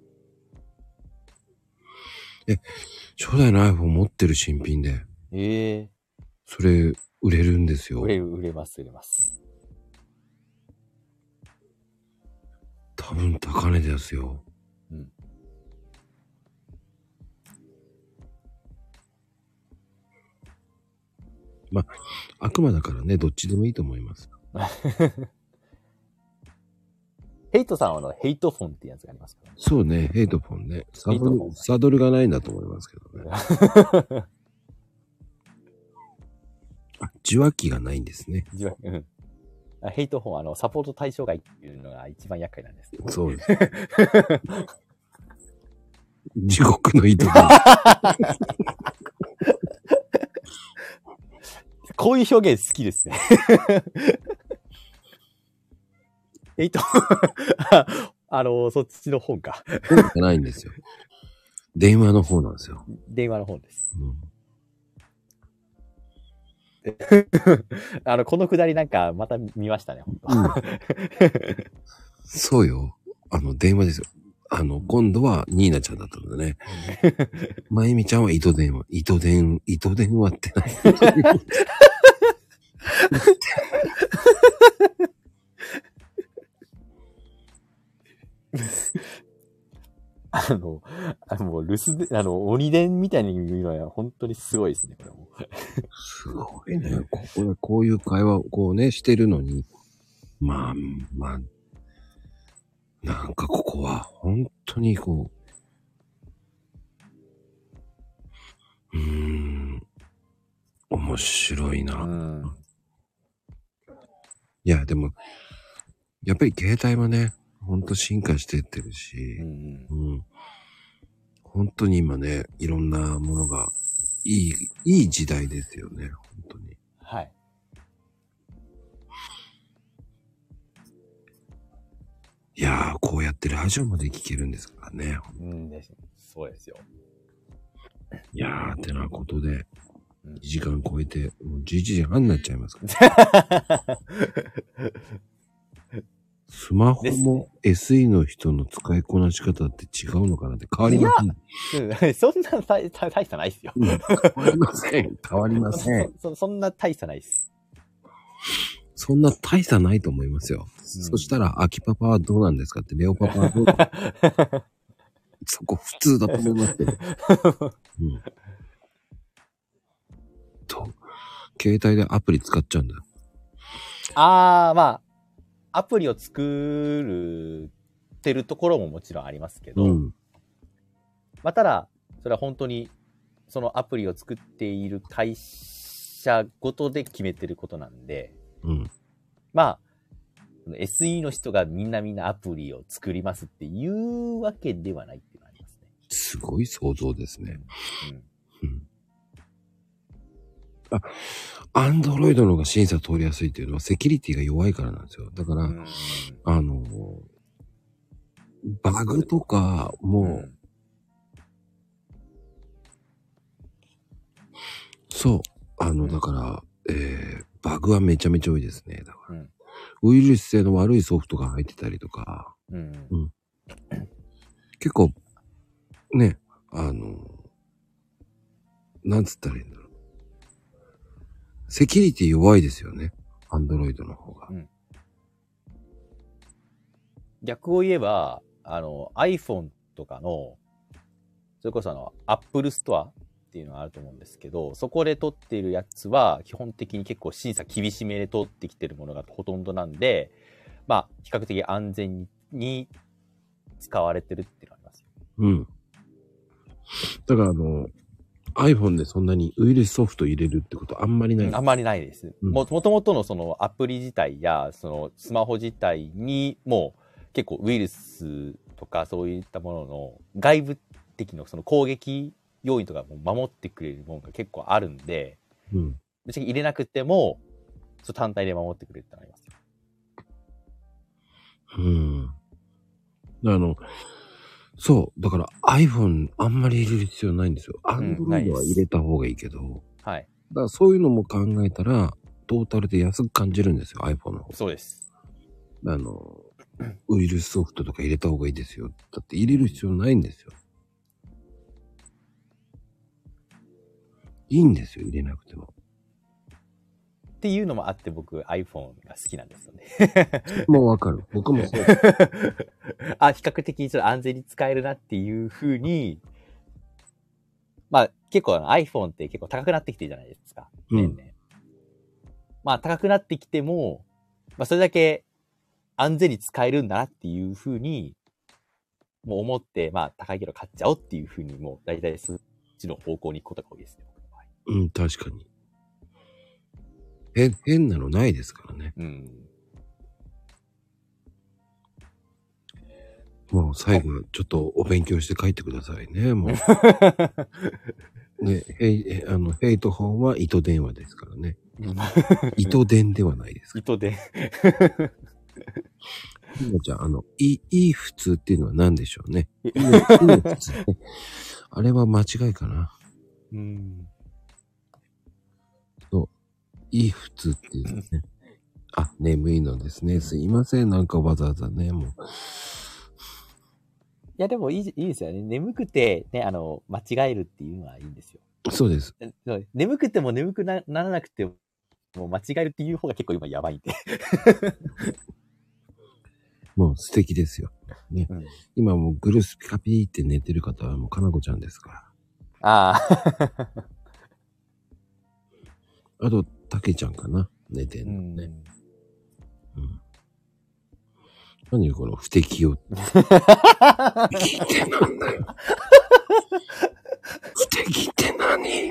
初代の iPhone 持ってる新品で。それ、売れるんですよ。 売れます。 多分高値ですよ。まあ、悪魔だからね、どっちでもいいと思います。 ヘイトさんはヘイトフォンってやつがありますから、ね。 そうね、ヘイトフォンね。サドルがないんだと思いますけどね。受話器がないんですね。 ヘイトフォンサポート対象外っていうのが一番厄介なんですけど。 そうです。地獄の糸こういう表現好きですね。そっちの本か。 本じゃないんですよ。電話の方なんですよ。 電話の本です。このくだりなんかまた見ましたね、本当、 そうよ。電話ですよ。今度はニーナちゃんだったのでね。まゆみちゃんは糸電話ってない。 もう留守で、鬼伝みたいに言うのは本当にすごいですね、これも。 すごいね。こういう会話をこうね、してるのに。まあ、なんかここは本当にこう、面白いな。いや、でも、やっぱり携帯はね、ほんと進化していってるし、本当に今ね、いろんなものがいい時代ですよね、本当に。 はい。 いやー、こうやってラジオまで聞けるんですからね。 そうですよ。 いやー、ってなことで、2時間超えて、もう11時半になっちゃいますから。スマホも SE の人の使いこなし方って違うのかなって変わりません。そんな大差ないっすよ。 変わりません。変わりません。 そんな大差ないっす。 そんな大差ないと思いますよ。そしたら、秋パパはどうなんですかって、レオパパはどうそこ普通だと思いますけど。うん。携帯でアプリ使っちゃうんだよ。 まあ、アプリを作ってるところももちろんありますけど、まあ、ただ、それは本当に、そのアプリを作っている会社ごとで決めてることなんで、まあ、SE の人がみんなアプリを作りますっていうわけではないっていうのがありますね。 すごい想像ですね。アンドロイドの方が審査通りやすいっていうのはセキュリティが弱いからなんですよ。だから、バグとかも、そう、だから、バグはめちゃめちゃ多いですね。だから、ウイルス性の悪いソフトが入ってたりとか、結構、ね、なんつったらいいんだろう。セキュリティ弱いですよね。アンドロイドの方が。 逆を言えば、iPhone とかの、それこそApple Store っていうのがあると思うんですけど、そこで撮っているやつは、基本的に結構審査厳しめで撮ってきてるものがほとんどなんで、まあ、比較的安全に使われてるっていうのがありますよ。 だからiPhone でそんなにウイルスソフト入れるってことあんまりない、 あんまりないです。もともとのそのアプリ自体や、そのスマホ自体にも結構ウイルスとかそういったものの外部的なその攻撃要因とかも守ってくれるものが結構あるんで、別に入れなくても、単体で守ってくれるってのありますよ。そう。だから iPhone あんまり入れる必要ないんですよ。Android は入れた方がいいけど。 はい。 だからそういうのも考えたら、トータルで安く感じるんですよ、iPhone の方。 そうです。 ウイルスソフトとか入れた方がいいですよ。だって入れる必要ないんですよ。いいんですよ、入れなくても。 っていうのもあって僕 iPhone が好きなんですよね。 もうわかる。僕もそう。 比較的ちょっと安全に使えるなっていう風に、まあ結構iPhone って結構高くなってきてるじゃないですか。まあ高くなってきても、まあそれだけ安全に使えるんだなっていう風に、もう思って、まあ高いけど買っちゃおうっていう風にもう大体そっちの方向に行くことが多いですね。 確かに。変なのないですからね。もう最後、ちょっとお勉強して帰ってくださいね、もう。ね、ヘイト本は糸電話ですからね。糸電ではないです。 糸電。 じゃあ、いい普通っていうのは何でしょうね。いい普通ね。あれは間違いかな。いい普通っていうね。眠いのですね。すいません。なんかわざわざね、もう。 いや、でもいいですよね。眠くて、ね、間違えるっていうのはいいんですよ。 そうです。 眠くても眠くならなくても、間違えるっていう方が結構今やばいんで。 もう素敵ですよ。ね。今もうグルスピカピーって寝てる方はもうかなこちゃんですから。あと、たけちゃんかな寝てんのね。何この不適を。不適ってなんだよ。不適って何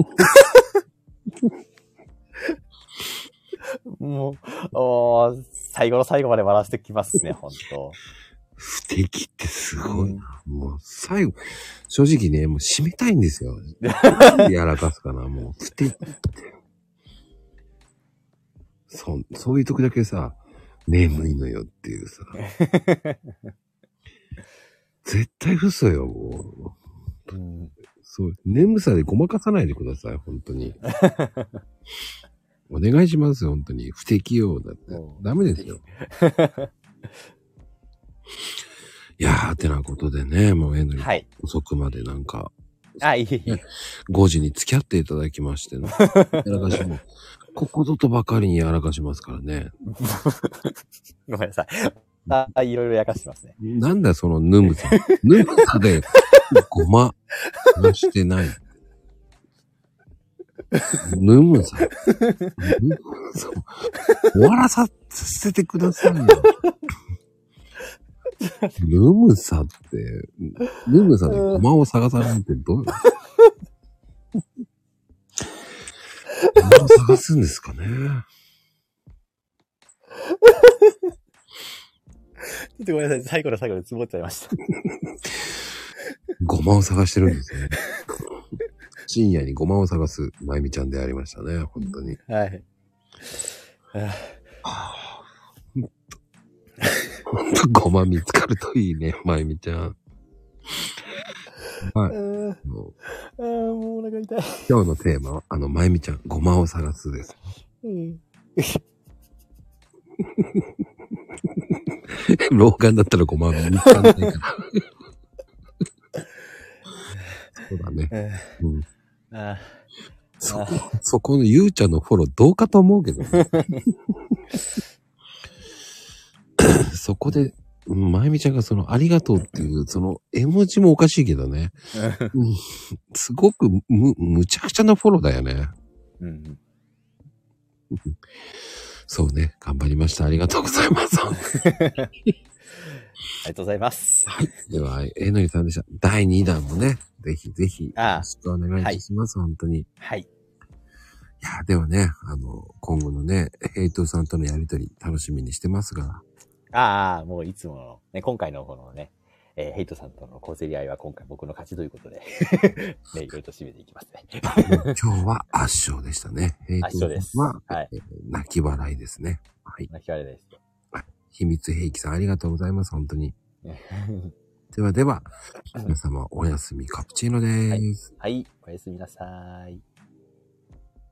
もう、最後の最後まで笑わせてきますね、ほんと。 不適ってすごいな。もう最後、正直ね、もう締めたいんですよ。やらかすかな、もう不適って。そういう時だけさ、眠いのよっていうさ。絶対嘘よ、もう。そう、眠さでごまかさないでください、本当に。お願いしますよ、本当に。不適用だって。ダメですよ。いやー、ってなことでね、もう遅くまでなんか。 いい。 5時に付き合っていただきましての。やらかしも。ここぞとばかりにやらかしますからね。 ごめんなさい。 たいろいろやかしてますね。 なんだよ、そのヌムサ。ヌムサで、ごま、出してない。ヌムサ。ヌムサ。終わらさせてくださいよ。ヌムサって、ヌムサでごまを探さないってどういうごまを探すんですかね。 ちょっとごめんなさい。最後の最後で積もっちゃいました。 ごまを探してるんですね。深夜にごまを探すまゆみちゃんでありましたね。本当に。 はい。 本当ごま見つかるといいね、まゆみちゃん。はい。 もうお腹痛い。 今日のテーマは、まゆみちゃん、ごまを探すです。老眼だったらごま見つかんないから。そうだね。うん。そこのゆうちゃんのフォローどうかと思うけどね。そこで、まゆみちゃんがありがとうっていう、絵文字もおかしいけどね。すごくむちゃくちゃなフォローだよね。そうね。頑張りました。ありがとうございます。 ありがとうございます。 はい。では、えのりさんでした。第2弾もね、ぜひぜひ、よろしくお願いします。本当に。 はい。 いや、ではね、今後のね、ヘイトさんとのやりとり、楽しみにしてますが。 もういつもの、ね、今回のこのね、ヘイトさんとの小競り合いは今回僕の勝ちということで、ね、いろいろと締めていきますね。 今日は圧勝でしたね。 圧勝です。 はい。泣き笑いですね。はい。 泣き笑いです。 秘密兵器さんありがとうございます。本当に。ではでは、皆様おやすみカプチーノです。 はい。おやすみなさい。